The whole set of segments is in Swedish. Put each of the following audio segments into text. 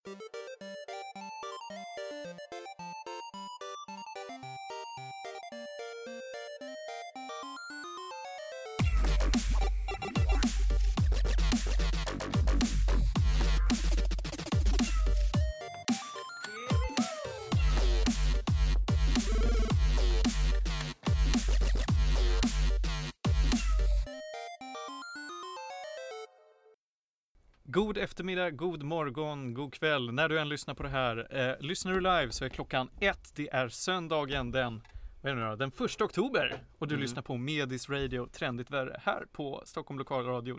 God eftermiddag, god morgon, god kväll när du än lyssnar på det här. Lyssnar du live så är klockan 1. Det är söndagen den 1 oktober. Och du lyssnar på Medis Radio Trendigt Värre här på Stockholm Lokalradio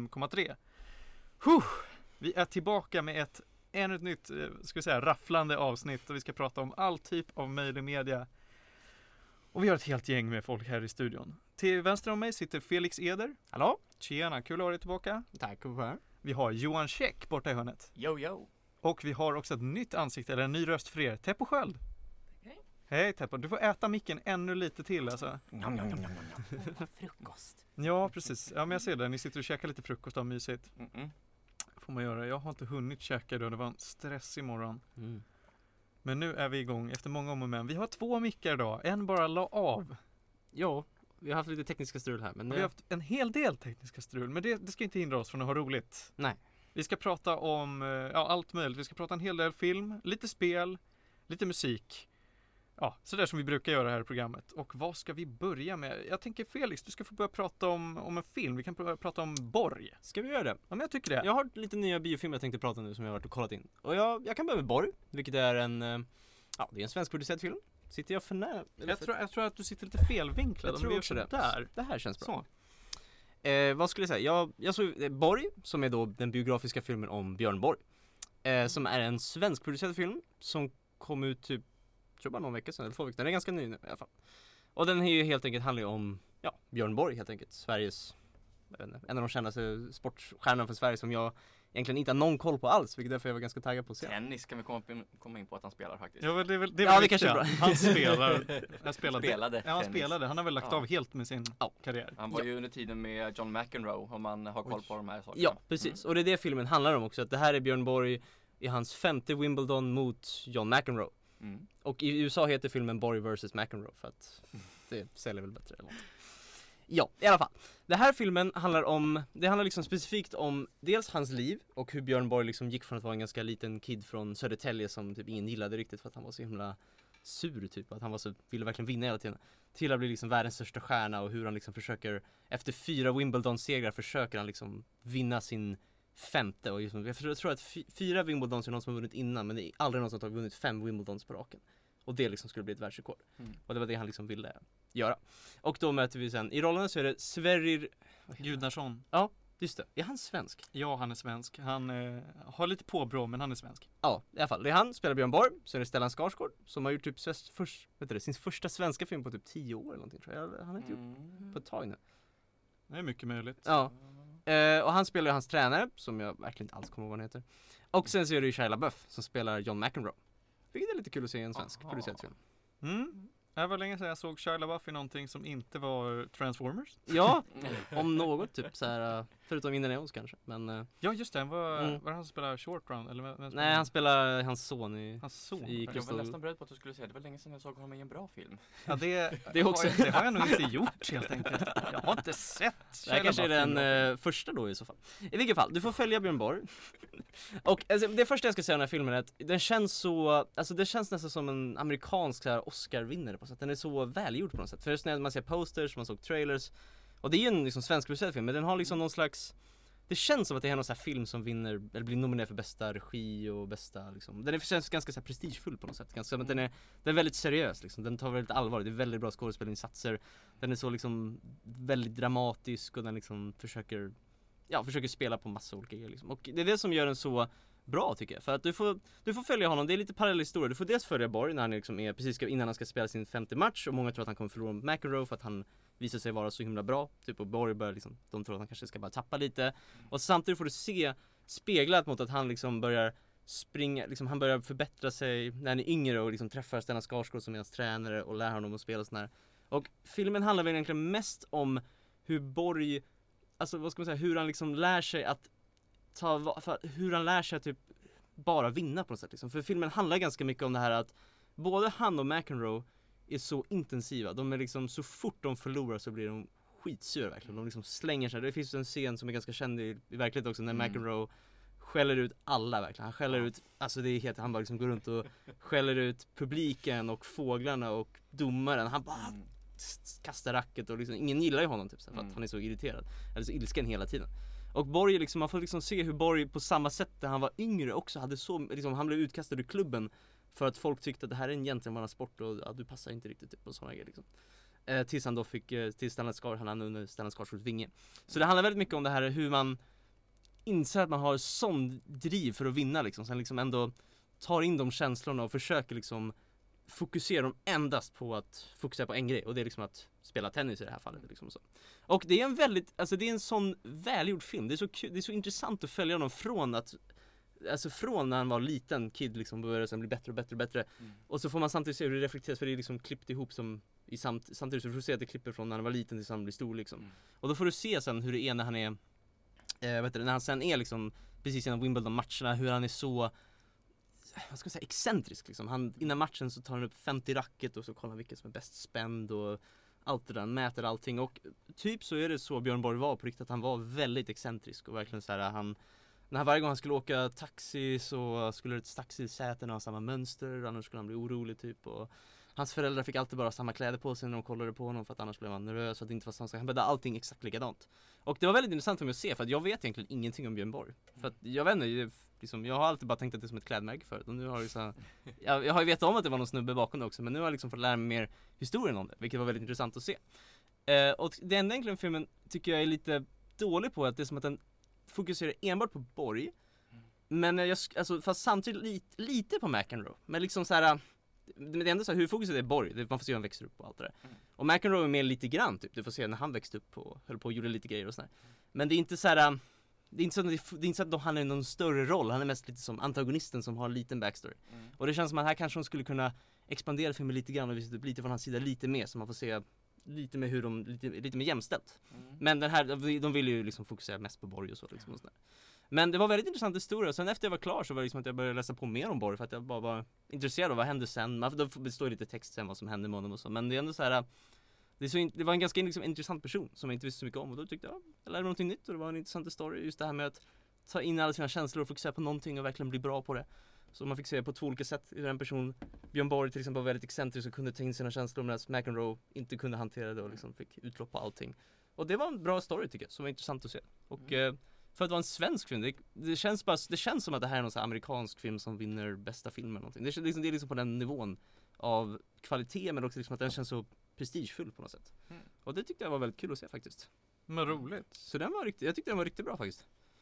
95,3. Vi är tillbaka med ännu ett nytt, rafflande avsnitt. Och vi ska prata om all typ av möjlig media. Och vi har ett helt gäng med folk här i studion. Till vänster om mig sitter Felix Eder. Hallå? Tjena, kul att ha dig tillbaka. Tack för. Vi har Johan Käck borta i hörnet. Yo. Och vi har också ett nytt ansikte, eller en ny röst för er. Teppo Sköld. Hej. Hej Teppo, du får äta micken ännu lite till alltså. Frukost. Ja, precis. Ja, men jag ser det. Ni sitter och käkar lite frukost av mysigt. Får man göra. Jag har inte hunnit käka idag. Det var en stress imorgon. Men nu är vi igång efter många om och men. Vi har 2 mickar idag. En bara la av. Ja, vi har haft lite tekniska strul här. Men vi har haft en hel del tekniska strul. Men det ska inte hindra oss från att ha roligt. Nej. Vi ska prata om allt möjligt. Vi ska prata en hel del film, lite spel, lite musik. Ja, sådär som vi brukar göra här i programmet. Och vad ska vi börja med? Jag tänker Felix, du ska få börja prata om en film. Vi kan prata om Borg. Ska vi göra det? Ja, men jag tycker det. Jag har lite nya biofilmer jag tänkte prata om nu som jag har varit och kollat in. Och jag kan börja med Borg, vilket är det är en svenskproducerad film. Sitter jag för nära? Jag tror att du sitter lite felvinklad. Jag tror också det. Där. Det här känns bra. Så. Vad skulle jag säga? Jag såg Borg, som är då den biografiska filmen om Björn Borg. Som är en svenskproducerad film som kom ut typ, tror bara någon vecka sedan eller 2 veckor. Den är ganska ny nu i alla fall. Och den är ju helt enkelt handlar om Björn Borg helt enkelt. Sveriges, en av de kändaste sportstjärnorna för Sverige som jag egentligen inte har någon koll på alls, vilket därför jag var ganska taggad på att se. Tennis kan vi komma in på att han spelar faktiskt. Ja, det är väl det kanske är bra. Han spelade. Ja, han spelade. Han har väl lagt av helt med sin karriär. Han var ju under tiden med John McEnroe, om man har koll på de här sakerna. Ja, precis. Och det är det filmen handlar om också. Att det här är Björn Borg i hans 5:e Wimbledon mot John McEnroe. Och i USA heter filmen Borg vs McEnroe för att det säljer väl bättre eller något. Ja, i alla fall. Den här filmen handlar liksom specifikt om dels hans liv och hur Björn Borg liksom gick från att vara en ganska liten kid från Södertälje som typ ingen gillade riktigt för att han var så himla sur typ, att han ville verkligen vinna hela tiden, till att bli liksom världens största stjärna, och hur han liksom försöker, efter 4 Wimbledon-segrar försöker han liksom vinna sin 5:e, och liksom, jag tror att 4 Wimbledons är någon som har vunnit innan, men det är aldrig någon som har vunnit 5 Wimbledons på raken. Och det liksom skulle bli ett världsrekord. Och det var det han liksom ville göra. Och då möter vi sen, i rollen så är det Sverrir Gudnarsson. Ja, just det. Är han svensk? Ja, han är svensk. Han har lite påbrå, men han är svensk. Ja, i alla fall. Det är han, spelar Björn Borg. Så är det Stellan Skarsgård som har gjort typ sin första svenska film på typ 10 år eller någonting, tror jag. Han har inte gjort på ett tag nu. Det är mycket möjligt. Ja. Och han spelar ju hans tränare, som jag verkligen inte alls kommer ihåg vad han heter. Och sen så är det ju Shia LaBeouf som spelar John McEnroe. Vilket är lite kul att se i en svensk producerad film. Det var länge sedan jag såg Shia LaBeouf i någonting som inte var Transformers. Ja, om något typ så här, förutom Indiana kanske. Men ja, just det. Var det han som spelar Short Round eller nej, han spelar hans son i Jag var nästan beredd på att du skulle säga det var länge sedan jag såg honom i en bra film. Ja, det har jag nog inte gjort helt enkelt. Jag har inte sett. Det här kanske är den första då i så fall. I vilket fall, du får följa Björn Borg. Och alltså, det första jag ska säga om den här filmen är att den känns så, alltså det känns nästan som en amerikansk så här Oscar-vinnare på sätt. Den är så välgjord på något sätt. För just när man ser posters, man såg trailers, och det är ju en liksom svenskproducerad film, men den har liksom någon slags, det känns som att det är någon sån här film som vinner eller blir nominerad för bästa regi och bästa liksom. Den känns ganska så här prestigefull på något sätt. Ganska, men den är väldigt seriös liksom. Den tar väldigt allvarligt. Det är väldigt bra skådespelarinsatser. Den är så liksom väldigt dramatisk, och den liksom försöker spela på massa olika grejer liksom. Och det är det som gör den så bra tycker jag. För att du får följa honom. Det är lite parallell historia. Du får dels följa Borg när han liksom är precis innan han ska spela sin 5:e match, och många tror att han kommer förlora mot McEnroe för att han visar sig vara så himla bra. Typ, och Borg börjar liksom, de tror att han kanske ska bara tappa lite. Och samtidigt får du se speglat mot att han liksom börjar springa, liksom han börjar förbättra sig när han är yngre och liksom träffar Stellan Skarsgård som är hans tränare och lär honom att spela sån här. Och filmen handlar väl egentligen mest om hur Borg, alltså vad ska man säga, hur han liksom lär sig att hur han lär sig att typ bara vinna på något sätt liksom. För filmen handlar ganska mycket om det här att både han och McEnroe är så intensiva. De är liksom, så fort de förlorar så blir de skitsura verkligen. De liksom slänger sig. Det finns en scen som är ganska känd i verkligheten också när McEnroe skäller ut alla verkligen. Han skäller ut, alltså det är helt, han bara liksom går runt och skäller ut publiken och fåglarna och domaren. Han bara kastar racket och liksom, ingen gillar ju honom typ, så för att han är så irriterad. Eller så ilsken hela tiden. Och Borg liksom, man får liksom se hur Borg på samma sätt när han var yngre också hade så, liksom, han blev utkastad ur klubben för att folk tyckte att det här är en gentlemannasport och ja, du passar inte riktigt typ, och sådana grejer liksom. Tills han då fick, till Stellan Skarsgård, han under Stellan Skarsgårds vinge. Så det handlar väldigt mycket om det här hur man inser att man har sån driv för att vinna liksom. Sen liksom ändå tar in de känslorna och försöker liksom fokusera dem endast på att fokusera på en grej. Och det är liksom att spela tennis i det här fallet liksom så. Och det är en väldigt, alltså det är en sån välgjord film. Det är så kul, det är så intressant att följa honom från att, alltså från när han var liten kid liksom, började sen bli bättre och bättre och bättre. Och så får man samtidigt se hur det reflekteras, för det är liksom klippt ihop som i samtidigt så får du se att det klipper från när han var liten tills han blir stor liksom. Och då får du se sen hur det är när han är när han sen är liksom precis innan Wimbledon-matcherna, hur han är så, vad ska jag säga, excentrisk liksom. Han, innan matchen så tar han upp 50 racket och så kollar han vilket som är bäst spänd och allt det där, mäter allting. Och typ så är det så Björn Borg var på riktigt, att han var väldigt excentrisk och verkligen så här, när varje gång han skulle åka taxi så skulle ett taxisäten ha samma mönster, annars skulle han bli orolig typ. Och hans föräldrar fick alltid bara samma kläder på sig när de kollade på honom, för att annars blev han nervös, för att det inte var samma sak. Han började allting exakt likadant. Och det var väldigt intressant för mig att se, för att jag vet egentligen ingenting om Björn Borg. För att jag vet inte, liksom, jag har alltid bara tänkt att det är som ett klädmärke förut. Och nu har jag har ju vetat om att det var någon snubbe bakom det också, men nu har jag liksom fått lära mig mer historien om det, vilket var väldigt intressant att se. Och det enda egentligen filmen tycker jag är lite dålig på, att det är som att den fokuserar enbart på Borg. Men alltså, fast samtidigt lite på McEnroe. Men liksom så här. Det är ändå så här, huvudfokuset är Borg, man får se hur han växer upp och allt det där. Och McEnroe är mer lite grann typ, du får se när han växte upp och höll på och gjorde lite grejer och sådär. Men det är inte så här, det är inte så att han är någon större roll, han är mest lite som antagonisten som har en liten backstory. Och det känns som att här kanske de skulle kunna expandera filmen lite grann och visa upp lite från hans sida lite mer, så man får se lite med hur de, lite mer jämställt. Men den här, de vill ju liksom fokusera mest på Borg och så liksom och sådär. Men det var väldigt intressant historia, och sen efter jag var klar så var det liksom att jag började läsa på mer om Borg, för att jag bara var intresserad av vad hände sen. Det står lite text sen vad som hände med honom och så, men det är ändå så här, det var en ganska liksom intressant person som jag inte visste så mycket om, och då tyckte jag lärde mig någonting nytt, och det var en intressant story, just det här med att ta in alla sina känslor och fokusera på någonting och verkligen bli bra på det. Så man fick se på två olika sätt hur en person, Björn Borg till exempel, var väldigt excentrisk och kunde ta in sina känslor, medan McEnroe inte kunde hantera det och liksom fick utlopp på allting. Och det var en bra story tycker jag, som var intressant att se. Och för att vara en svensk film, det känns som att det här är någon sån här amerikansk film som vinner bästa film eller någonting. Det är liksom på den nivån av kvalitet, men också liksom att den känns så prestigefull på något sätt. Och det tyckte jag var väldigt kul att se faktiskt. Men roligt. Så jag tyckte den var riktigt bra faktiskt.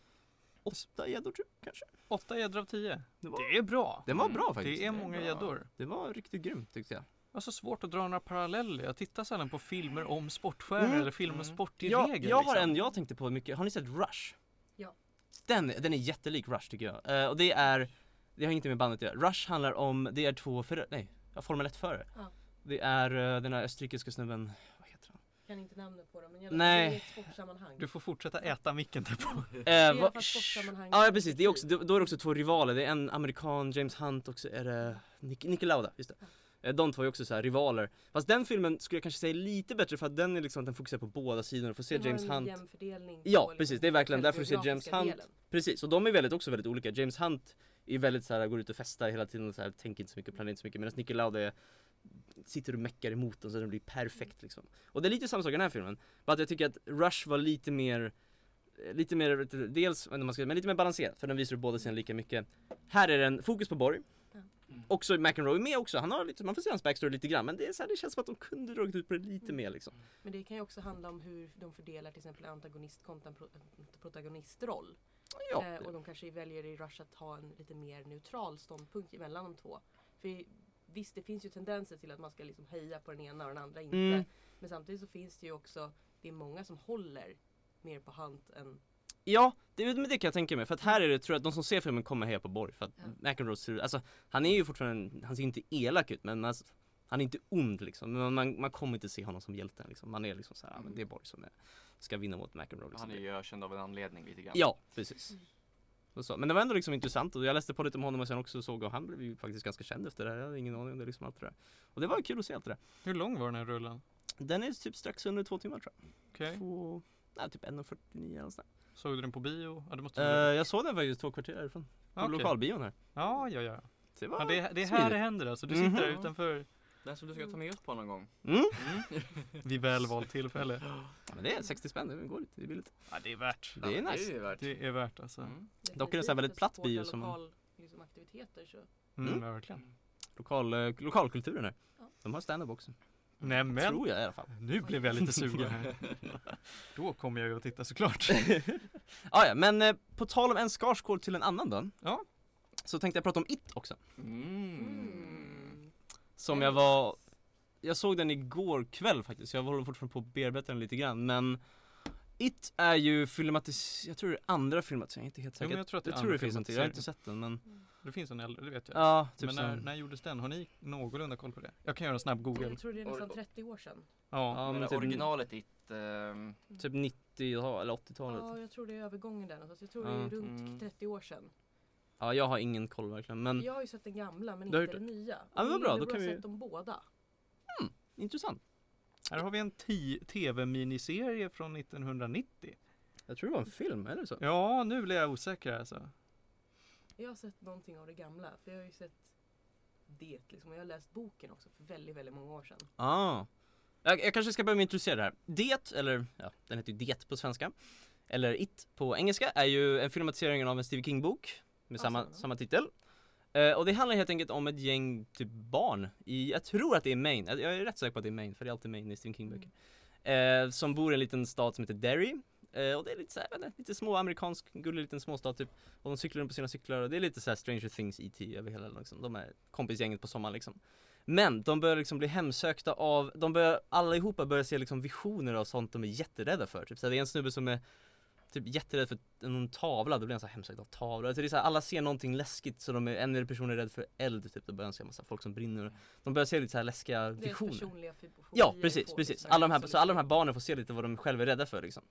8 gäddor tror jag, kanske. 8 gäddor av 10. Det är bra. Den var bra faktiskt. Det är många gäddor. Det var riktigt grymt tyckte jag. Det var så svårt att dra några paralleller. Jag tittar sällan på filmer om sportstjärnor eller filmer om sport i regel. Jag har en jag tänkte på mycket. Har ni sett Rush? Ja. Den är jättelik Rush tycker jag. Och det har inte med bandet att göra. Rush handlar om, det är Formel 1-förare. Ja. Det är den här österrikiska snubben, vad heter han? Kan inte namnet på dem, men Nej. det är ett sportsammanhang. Du får fortsätta äta micken där på. Det är i alla fall sportsammanhang. Ja precis, det är också, då är det också två rivaler. Det är en amerikan, James Hunt, och så är det Niki Lauda, just det. De två är också så här rivaler. Fast den filmen skulle jag kanske säga lite bättre, för att den är liksom att den fokuserar på båda sidorna och får se James Hunt. Ja, precis, det är verkligen därför du ser James Hunt. Precis, och de är också väldigt olika. James Hunt är väldigt så här, går ut och festar hela tiden och så här, tänker inte så mycket, planerar inte så mycket, medan Niki Lauda sitter och meckar i motorn så den blir perfekt liksom. Och det är lite samma sak i den här filmen. Bara att jag tycker att Rush var lite mer dels, men lite mer balanserat, för den visar upp båda sina lika mycket. Här är det en fokus på Borg. Också McEnroe är med också. Han har lite, man får se hans backstory lite grann, men det är så här, det känns som att de kunde dragit ut på det lite mer liksom. Men det kan ju också handla om hur de fördelar till exempel antagonist kontra protagonistroll. Ja. Och de kanske väljer i Rush att ha en lite mer neutral ståndpunkt mellan de två. För visst, det finns ju tendenser till att man ska liksom heja på den ena och den andra inte. Men samtidigt så finns det ju också, det är många som håller mer på Hunt än... Ja, det kan jag tänka mig. För att här är det, tror jag att de som ser filmen kommer heja på Borg. För att McEnroe ser, alltså, han är ju fortfarande, han ser inte elak ut, men alltså, han är inte ond liksom. Men man kommer inte se honom som hjälten liksom. Man är liksom såhär, men det är Borg som ska vinna mot McEnroe liksom. Han är ju ökänd av en anledning lite grann. Ja, precis. och så. Men det var ändå liksom intressant och jag läste på lite om honom och sen också såg och han blev ju faktiskt ganska känd efter det här. Jag hade ingen aning om det liksom allt det där. Och det var kul att se allt det där. Hur lång var den här rullen? Den är typ strax under 2 timmar tror jag. Okej. Typ 1:49 eller sådär. Såg du den på bio? Ja, det måste Jag såg den faktiskt 2 kvarter härifrån. På Okej. lokalbion här. Ja. Så det var Ja, det är här smidigt. det händer alltså. Du sitter där Mhm. utanför Den som du ska ta med oss på någon gång. vid välvalt tillfälle. Ja, men det är 60 spänn, det går lite, det är billigt. Ja, det är värt. Det är nice. Det är värt. Det är värt alltså. Dock är det så här väldigt platt bio som- lokal, liksom, aktiviteter så. Ja, verkligen. Lokalkulturen här. Ja. De har stand-up också. Nej men, Tror jag i alla fall. nu blev jag lite sugen här. Då kommer jag ju att titta såklart. Ja, men på tal om en Skarsgård till en annan då. Ja. Så tänkte jag prata om It också. Som Mm. jag såg den igår kväll faktiskt. Jag håller fortfarande på att bearbeta den lite grann. Men It är ju jag tror det är andra filmatisering, jag är inte helt Jo, säker. men jag tror att det är det tror det andra finns en till, jag har inte filmatisering. sett den men Det finns en äldre, det vet jag. ja, typ Men så. när gjordes den? Har ni någorlunda koll på det? Jag kan göra en snabb Google. Jag tror det är nästan 30 år sedan. Ja. Ja, men Men typ, originalet typ 90 eller 80-talet. Ja, jag tror det är övergången där någonstans. Jag tror det Ja. är runt 30 år sedan. Ja, jag har ingen koll verkligen, men Jag har ju sett den gamla men Du har inte gjort den nya. Ja, men vad bra, då kan vi vi- sett dem båda. intressant. Här har vi en tv-miniserie från 1990. Jag tror det var en film, eller så? Ja, nu blir jag osäker alltså. Jag har sett någonting av det gamla. För jag har ju sett det liksom. Och jag har läst boken också för väldigt, väldigt många år sedan. Jag kanske ska börja med att introducera det här. Det, eller ja, den heter ju Det på svenska. Eller It på engelska, är ju en filmatisering av en Stephen King-bok med samma titel. Och det handlar helt enkelt om ett gäng typ barn jag tror att det är Maine, jag är rätt säker på att det är Maine, för det är alltid Maine i Stephen King-böcker. Som bor i en liten stad som heter Derry. Och det är lite såhär, lite små amerikansk, gullig liten småstad typ. Och de cyklar runt på sina cyklar och det är lite såhär Stranger Things E.T. över hela liksom. De är kompisgänget på sommaren liksom. Men de börjar liksom bli hemsökta av, allihopa börjar se liksom visioner av sånt de är jätterädda för. Typ så det är en snubbe som är typ jätterädd för någon tavla, då blir han så här hemsökt av tavlor. Så det är så här, alla ser någonting läskigt så en person är rädd för eld typ, då börjar han se en massa folk som brinner. De börjar se lite så här läskiga visioner. Personliga Ja, precis. Alla de här barnen får se lite vad de själva är rädda för liksom.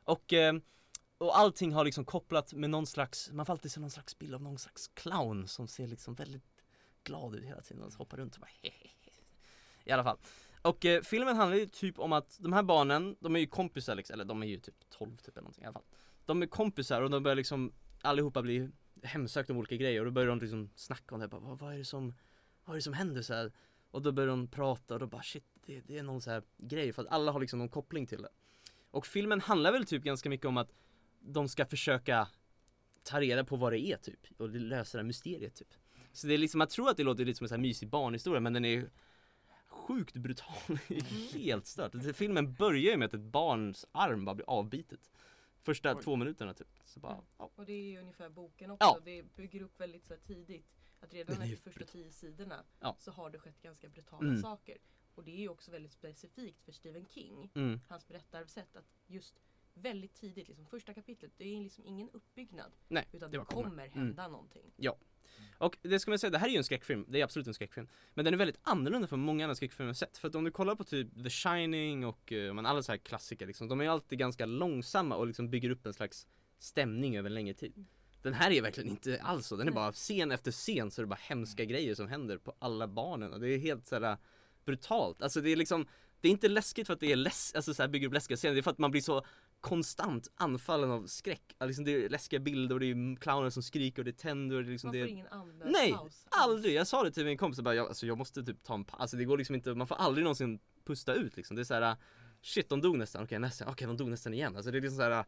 Och allting har liksom kopplat med någon slags, man får alltid se någon slags bild av någon slags clown som ser liksom väldigt glad ut hela tiden och hoppar runt och bara hehehe. I alla fall. Och filmen handlar ju typ om att de här barnen, de är ju kompisar liksom, eller de är ju typ 12 typ eller någonting i alla fall. De är kompisar och de börjar liksom allihopa bli hemsökta av olika grejer och då börjar de liksom snacka om det bara, vad är det som händer så här? Och då börjar de prata och då bara shit, det är någon så här grej för att alla har liksom någon koppling till det. Och filmen handlar väl typ ganska mycket om att de ska försöka ta reda på vad det är typ och lösa det här mysteriet typ. Så det är liksom, jag tror att det låter lite som en så här mysig barnhistoria, men den är sjukt brutal. Helt stört. Filmen börjar ju med att ett barns arm bara blir avbitet. Första 2 minuterna typ. Så bara, ja. Och det är ju ungefär boken också. Ja. Det bygger upp väldigt så här tidigt. Att redan Den är ju efter första 10 sidorna Ja. så har det skett ganska brutala saker. Och det är ju också väldigt specifikt för Stephen King. Hans berättarsätt att just väldigt tidigt, liksom första kapitlet, det är liksom ingen uppbyggnad. Nej, utan det det bara kommer hända någonting. Ja. Och det ska man säga, det här är ju en skräckfilm. Det är absolut en skräckfilm. Men den är väldigt annorlunda från många andra skräckfilmer jag sett. För att om du kollar på typ The Shining och alla så här klassiker liksom, de är ju alltid ganska långsamma och liksom bygger upp en slags stämning över en längre tid. Den här är verkligen inte alls så. Den är bara scen efter scen så är det bara hemska grejer som händer på alla barnen. Och det är helt sådär brutalt. Alltså det är liksom, det är inte läskigt för att det är alltså så här bygger upp läskiga scener. Det är för att man blir så konstant anfallen av skräck. Alltså det är läskiga bilder och det är clowner som skriker och det är tänder och det är liksom Man får det. ingen andnödspaus. Nej, alls. aldrig. Jag sa det till min kompis bara, jag måste typ ta en alltså det går liksom inte, man får aldrig någonsin pusta ut liksom. Det är så här, shit, de dog nästan. Okej, de dog nästan igen. Alltså det är liksom så här.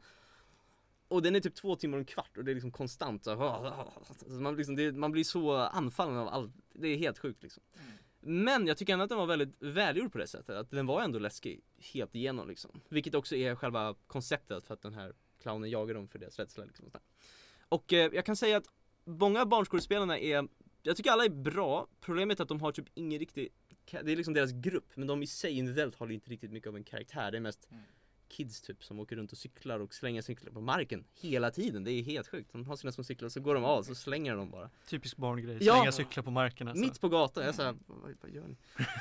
Och den är typ 2 timmar och en kvart och det är liksom konstant så man, liksom, man blir så anfallen av allt. Det är helt sjukt liksom. Men jag tycker ändå att den var väldigt välgjord på det sättet. Att den var ändå läskig helt igenom liksom. Vilket också är själva konceptet för att den här clownen jagar dem för deras rädsla liksom. Och jag kan säga att många barnskådespelarna jag tycker alla är bra. Problemet är att de har typ ingen riktig, det är liksom deras grupp, men de i sig individuellt har inte riktigt mycket av en karaktär. Det är mest kids typ som åker runt och cyklar och slänger cyklar på marken hela tiden. Det är helt sjukt. De har sina små cyklar och så går de av så slänger de bara. Typisk barngrej, Ja. slänga cyklar på marken alltså. Mitt på gatan. Jag sa, vad gör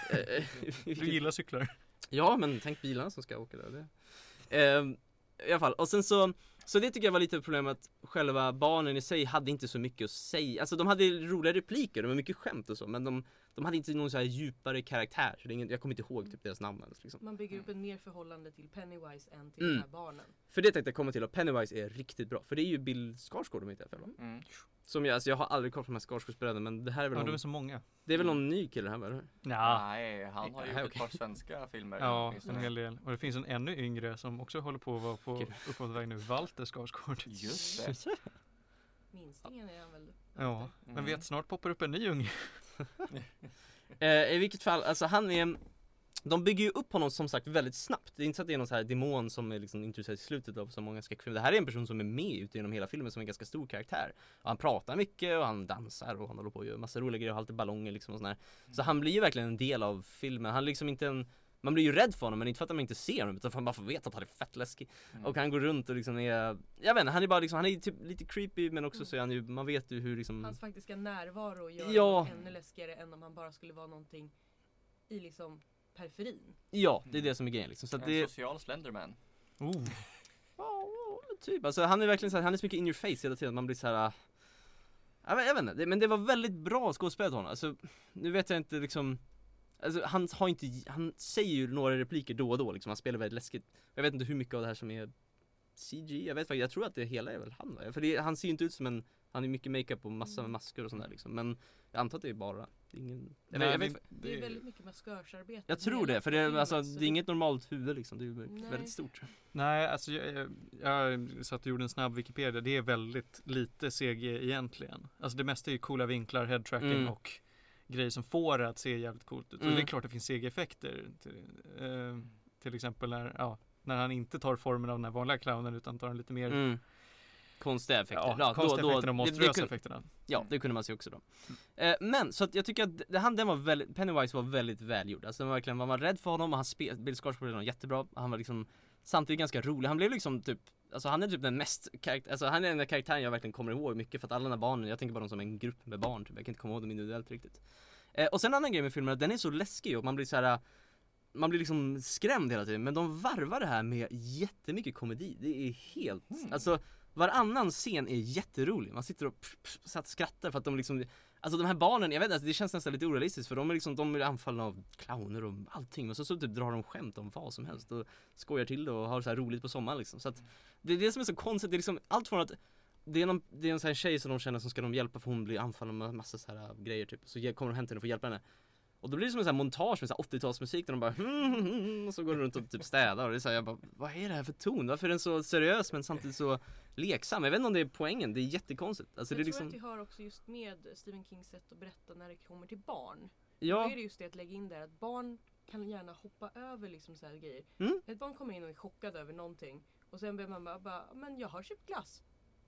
ni? Du gillar cyklar? Ja, men tänk bilarna som ska åka där. I alla fall. Och sen så Så det tycker jag var lite ett problem, att själva barnen i sig hade inte så mycket att säga. Alltså de hade roliga repliker, de var mycket skämt och så, men de hade inte någon så här djupare karaktär. Så det är jag kommer inte ihåg typ deras namn ens, liksom. Man bygger upp en mer förhållande till Pennywise än till de här barnen. För det tänkte jag komma till, att Pennywise är riktigt bra. För det är ju Bill Skarsgård, om inte jag fel. Som jag har aldrig kollat på de här Skarsgårdsbröderna, men det här är väl de är så många. Det är väl någon ny kille här, eller? Nej, han har gjort ett par svenska filmer. Ja, en hel del. Och det finns en ännu yngre som också håller på att vara på uppåtväg nu, Walter Skarsgård. Just det. Minstingen är han väl? Ja, men vet, snart poppar upp en ny unge. I vilket fall, alltså de bygger ju upp honom som sagt väldigt snabbt. Det är inte så att det är någon så här demon som är liksom introducerad i slutet av så många skräckfilmer. Det här är en person som är med ute genom hela filmen, som är en ganska stor karaktär. Och han pratar mycket och han dansar och han håller på att göra massa roliga grejer och har alltid ballonger liksom och sådär. Så han blir ju verkligen en del av filmen. Han liksom inte man blir ju rädd för honom, men inte för att man inte ser honom, utan för att man bara får veta att han är fett läskig. Och han går runt och liksom är, jag vet inte, han är bara liksom, han är typ lite creepy, men också så är han ju, man vet ju hur liksom... Hans faktiska närvaro gör honom ännu läskigare än om han bara skulle vara någonting i liksom periferin. Ja, det är det som är grejen liksom. Så att det är social Slenderman. Ja, typ. Alltså han är verkligen så här, han är så mycket in your face hela tiden. Man blir så här. Jag vet inte, men det var väldigt bra skådespelat honom. Alltså nu vet jag inte liksom. Alltså han säger ju några repliker då och då liksom. Han spelar väldigt läskigt. Jag vet inte hur mycket av det här som är CG. Jag tror att det hela är väl han. För han ser ju inte ut som en, han är mycket makeup och massa med masker och sånt där liksom. Men jag antar att det är bara ingen... Det är väldigt mycket maskörsarbete. Jag tror det, för det är inget normalt huvud liksom. Det är väldigt stort. Nej, alltså jag satt och gjorde en snabb Wikipedia. Det är väldigt lite CG egentligen. Alltså det mesta är ju coola vinklar, headtracking och grejer som får det att se jävligt coolt ut. Och det är klart det finns CG-effekter. Till exempel när han inte tar formen av den här vanliga clownen utan tar en lite mer... konstiga effekter. Ja, konstiga effekter och monstruösa effekterna. Ja, det kunde man se också då. Men så att jag tycker att den var väldigt, Pennywise var väldigt välgjord. Alltså verkligen var man rädd för honom, och Bill Skarsgård var jättebra. Han var liksom samtidigt ganska rolig. Han blev liksom typ, alltså han är typ den mest alltså han är den där karaktären jag verkligen kommer ihåg mycket, för att alla de där barnen, jag tänker bara dem som en grupp med barn typ. Jag kan inte komma ihåg dem individuellt riktigt. Och sen en annan grej med filmen, att den är så läskig och man blir så här, man blir liksom skrämd hela tiden, men de varvar det här med jättemycket komedi. Det är helt, alltså varannan scen är jätterolig. Man sitter och skrattar för att de liksom, alltså de här barnen, jag vet inte, det känns nästan lite orealistiskt, för de är liksom, de är anfallna av clowner och allting, och så typ drar de skämt om vad som helst och skojar till det och har så här roligt på sommaren liksom. Så att det är det som är så konstigt, det är liksom allt från att det är en sån här tjej som de känner som ska de hjälpa, för hon blir anfallen med massa så här grejer typ, så kommer de hem till henne och får hjälpa henne. Och då blir det som en sån här montage med så här 80-talsmusik där de bara och så går de runt och typ städar, och det är så här, jag bara, vad är det här för ton? Varför är den så seriös men samtidigt så leksam? Jag vet inte om det är poängen, det är jättekonstigt. Alltså, jag det är tror liksom... att det har också just med Stephen Kings sätt att berätta när det kommer till barn. Ja. Då är det just det att lägga in där att barn kan gärna hoppa över liksom så här grejer. Ett barn kommer in och är chockad över någonting, och sen börjar man bara, men jag har köpt glass.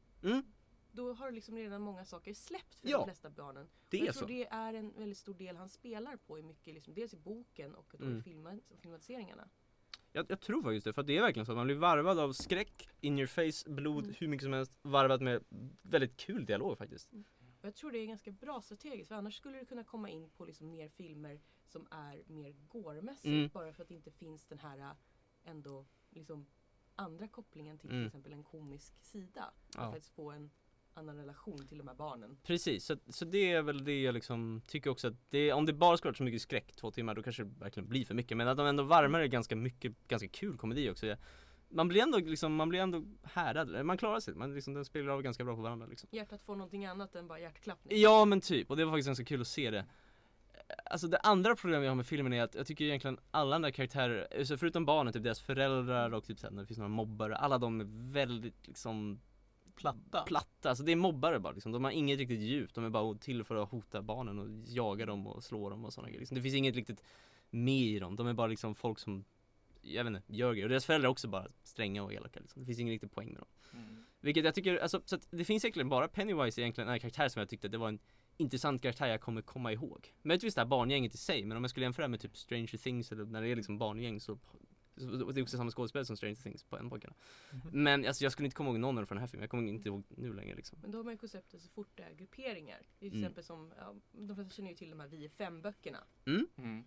Då har liksom redan många saker släppt för de flesta barnen. Det är jag tror så. det är en väldigt stor del han spelar på i mycket, liksom, dels i boken och då i filmatiseringarna. Jag tror faktiskt det, för att det är verkligen så att man blir varvad av skräck, in your face, blod, hur mycket som helst, varvat med väldigt kul dialog faktiskt. Och jag tror det är ganska bra strategiskt, för annars skulle det kunna komma in på liksom mer filmer som är mer gårmässigt, bara för att det inte finns den här ändå liksom andra kopplingen till exempel en komisk sida. Att faktiskt få en annan relation till de här barnen. Precis, så det är väl det jag liksom tycker också, att om det bara skulle vara så mycket skräck 2 timmar, då kanske det verkligen blir för mycket, men att de ändå varmar är ganska kul komedi också. Man blir ändå härdad, man klarar sig, man liksom, den spelar av ganska bra på varandra liksom. Hjärtat får någonting annat än bara hjärtklappning. Ja, men typ, och det var faktiskt ganska kul att se det. Alltså det andra problemet jag har med filmen är att jag tycker egentligen alla andra karaktärer, så förutom barnen, typ deras föräldrar och typ såhär, när det finns några mobbare, alla de är väldigt liksom platta, alltså det är mobbare bara liksom. De har inget riktigt djup, de är bara till för att hota barnen och jaga dem och slå dem och sådana grejer liksom. Det finns inget riktigt med i dem, de är bara liksom folk som, jag vet inte, gör grejer. Och deras föräldrar är också bara stränga och elaka liksom. Det finns ingen riktig poäng med dem. Vilket jag tycker, alltså, så att det finns egentligen bara Pennywise egentligen en karaktär som jag tyckte att det var en intressant karaktär jag kommer komma ihåg. Möjligtvis det här barngänget i sig, men om jag skulle jämföra med typ Stranger Things eller när det är liksom barngäng, så det är också samma skådespel som Stranger Things på en pojkarna. Men alltså, jag skulle inte komma ihåg någon från den här filmen. Jag kommer inte ihåg nu längre liksom. Men då har man ju konceptet så fort det är grupperingar. Till exempel som, de flesta känner ju till de här Vi är 5-böckerna. Men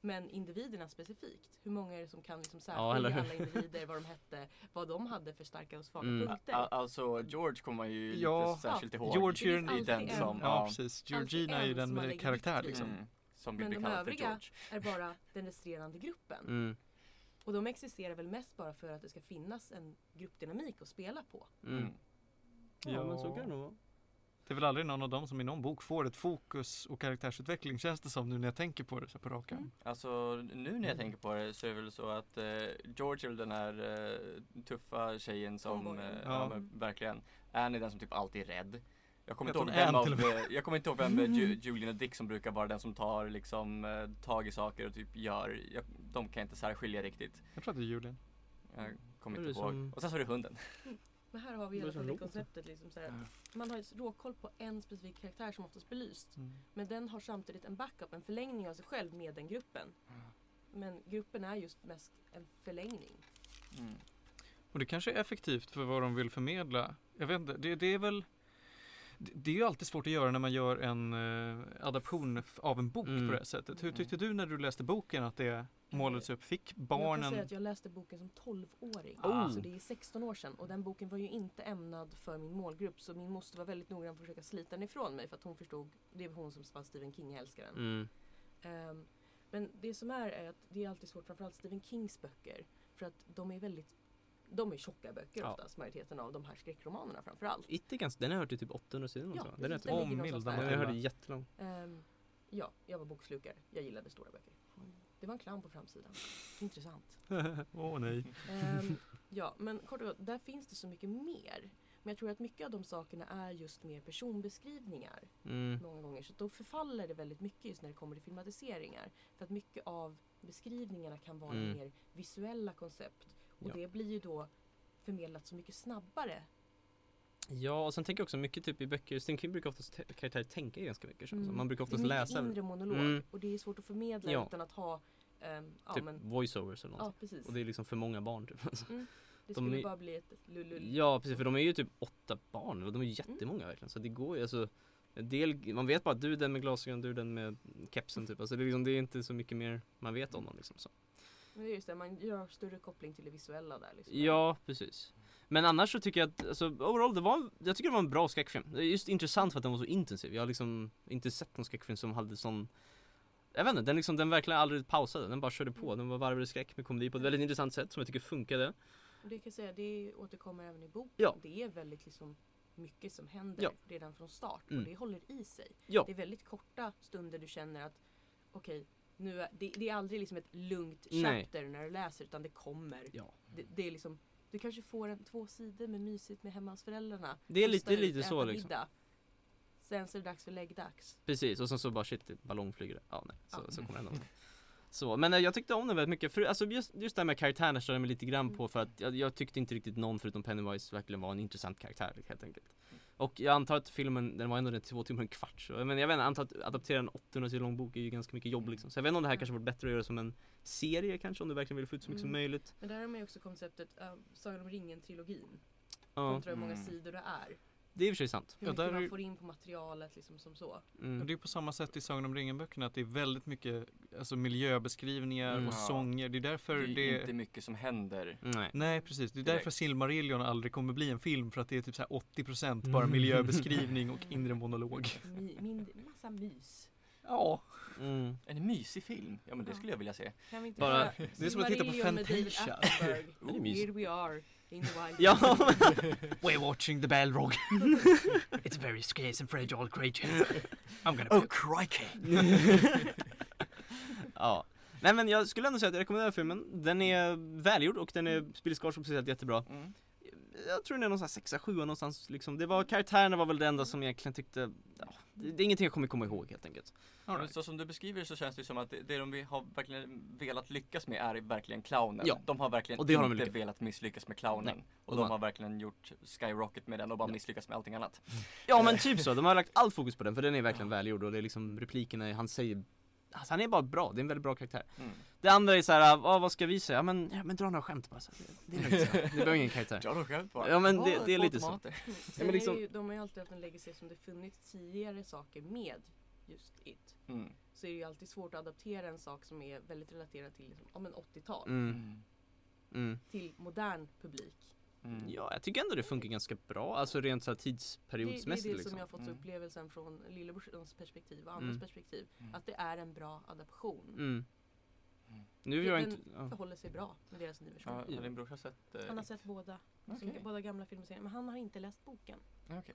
Men individerna specifikt, hur många är det som kan liksom Ja, eller särskilja hur? alla individer, vad de hette, vad de hade för starka och svaga Mm. punkter. Alltså George kommer man ju Ja. lite särskilt ihåg. George Det finns är i alltid den en. som, Ja, precis. Georgina är ju en den som man med lägger karaktär vikt vid. liksom. Som vill Men bli de kallad för övriga George. är bara den resterande gruppen. Mm. Och de existerar väl mest bara för att det ska finnas en gruppdynamik att spela på. Mm. Ja, men så kan det nog vara. Det är väl aldrig någon av dem som i någon bok får ett fokus och karaktärsutveckling, känns det som nu när jag tänker på det så på rak arm. Alltså nu när jag tänker på det så är det väl så att George är väl den här tuffa tjejen som, Tomboyen. ja men verkligen. Annie är den som typ alltid är rädd. Jag kommer Heter inte ihåg hon vem Ann av, till och med? jag kommer inte ihåg vem Julian och Dick som brukar vara den som tar liksom tag i saker och typ gör, de kan jag inte särskilja riktigt. Jag tror att det är Julian. Jag kommer Det är inte ihåg. som- Och sen så är det hunden. Men här har vi i Det är alla som fall det roligt. konceptet. Liksom så här, man har ju råkoll på en specifik karaktär som oftast belyst. Men den har samtidigt en backup, en förlängning av sig själv med den gruppen. Men gruppen är just mest en förlängning. Mm. Och det kanske är effektivt för vad de vill förmedla. Jag vet inte, det är väl det är ju alltid svårt att göra när man gör en adaption av en bok på det här sättet. Hur tyckte du när du läste boken att det målades upp? Fick Jag kan barnen... säga att jag läste boken som 12-åring. Oh. Så det är 16 år sedan. Och den boken var ju inte ämnad för min målgrupp. Så min moster var väldigt noggrann för att försöka slita den ifrån mig. För att hon förstod, det var hon som var Stephen King-älskaren. Mm. Men det som är att det är alltid svårt, framförallt Stephen Kings böcker. För att de är tjocka böcker Ja. oftast, majoriteten av de här skräckromanerna framförallt. It är ganska, den har jag hört i typ 800 sidor. Ja, Ja, precis, den är den ligger Om någonstans milda där. jag Matilda. hörde jättelång. Ja, jag var bokslukare. Jag gillade stora böcker. Det var en clown på framsidan. Intressant. Åh nej. Ja, men kort och gott, där finns det så mycket mer. Men jag tror att mycket av de sakerna är just mer personbeskrivningar Mm. många gånger. Så då förfaller det väldigt mycket just när det kommer till filmatiseringar. För att mycket av beskrivningarna kan vara mer visuella koncept. Och Ja. det blir ju då förmedlat så mycket snabbare. Ja, och sen tänker jag också mycket typ i böcker. Stephen King brukar oftast karaktärer tänka ganska mycket. Så. Man brukar Det är oftast mycket läsa inre monolog. Mm. Och det är svårt att förmedla Ja. utan att ha typ voiceovers eller ja, något. precis. Och det är liksom för många barn typ. Det de skulle är- bara bli ett lullull. Ja, precis, för de är ju typ 8 barn och de är jättemånga verkligen. Så det går ju, alltså man vet bara att du är den med glasögon, du är den med kepsen typ. Alltså det är inte så mycket mer man vet om dem liksom så. Men det är just det, man gör större koppling till det visuella där liksom. Ja, precis. Men annars så tycker jag att, alltså overall, jag tycker det var en bra skräckfilm. Det är just intressant för att den var så intensiv. Jag har liksom inte sett någon skräckfilm som hade sån, jag vet inte, den verkligen aldrig pausade. Den bara körde på, den var varvade skräck med komedi på ett väldigt intressant sätt som jag tycker funkade. Och det kan jag säga, det återkommer även i boken. Ja. Det är väldigt liksom mycket som händer Ja. redan från start. Mm. Och det håller i sig. Ja. Det är väldigt korta stunder du känner att okej, nu är, det är aldrig liksom ett lugnt Nej. chapter när du läser utan det kommer. Ja. Det är liksom, du kanske får 2 sidor med mysigt med hemma hos föräldrarna. Det är Pusta lite ut, så äta liksom. middag. Sen så är det dags för läggdags. Precis, och sen så bara shit, ballongflyger. Ja, nej, så Ja. kommer det ändå. Så, men jag tyckte om den väldigt mycket. För, alltså just det här med karaktärerna störde jag mig lite grann på för att jag tyckte inte riktigt någon förutom Pennywise verkligen var en intressant karaktär helt enkelt. Och jag antar att filmen, den var ändå 2 timmar och en kvart. Så, men jag vet inte, antar att adaptera en 800 sidor lång bok är ju ganska mycket jobb liksom. Så jag vet inte om det här kanske vore bättre att göra som en serie kanske, om du verkligen vill få ut så mycket som möjligt. Men där har man ju också konceptet Sagan om ringen-trilogin. Ja, Kontra hur många sidor det är. det är i och för sig sant. Hur Ja, mycket där är man ju- får in på materialet liksom som så. Mm. Och det är på samma sätt i Sagan om ringen-böckerna att det är väldigt mycket alltså, miljöbeskrivningar Mm. och Ja. sånger. Det är därför Det är det... inte mycket som händer. Nej. Nej, precis. Det är Direkt. därför Silmarillion aldrig kommer bli en film för att det är typ så här 80% bara miljöbeskrivning och inre monolog. Massa mys. Ja. Mm. En mysig film. Ja men det skulle jag vilja se. Kan vi inte Bara- göra det är som att titta på Silmarillion med David Fantasia. Attenborough? Det är mysigt. Here we are in the wild. Ja, We're watching the Balrog. It's a very scarce and fragile creature. I'm gonna... Oh crikey! ja. Nej men jag skulle ändå säga att jag rekommenderar filmen. Den är välgjord och den är Bill Skarsgård speciellt jättebra. Mm. Jag tror den är någonstans 6-7 någonstans liksom. Det var, karaktärerna var väl det enda som jag egentligen tyckte, ja, det är ingenting jag kommer komma ihåg helt enkelt. All Men right. så som du beskriver så känns det som att det de har verkligen velat lyckas med är verkligen clownen. Ja. De har verkligen Och det har de inte lyckats. velat misslyckas med clownen. Nej. Och Och de man- har verkligen gjort Skyrocket med den och bara Ja. misslyckats med allting annat. Ja men typ så, de har lagt allt fokus på den för den är verkligen välgjord och det är liksom replikerna, han säger, alltså han är bara bra, det är en väldigt bra karaktär. Mm. Det andra är så här, vad ska vi säga? Ja men dra några skämt bara så här. Det är lugnt, så här. Det behöver ingen karaktär. Dra då själv bara. Ja men det är lite så. tomater. Sen men liksom- är ju, de har ju alltid haft en legacy som det funnits tidigare saker med just It. Mm. så är det ju alltid svårt att adaptera en sak som är väldigt relaterad till liksom, 80-tal till modern publik. Ja, jag tycker ändå det funkar ganska bra. Alltså rent så här tidsperiodsmässigt Det är det liksom. som jag har fått upplevelsen från lillebrorsans perspektiv och andras perspektiv. Att det är en bra adaption. Nu vill jag Den inte... Ja. förhåller sig bra med deras nya version. Har din brorsa sett? Han har sett båda. Okej. Båda gamla filmserier. Men han har inte läst boken. Okej.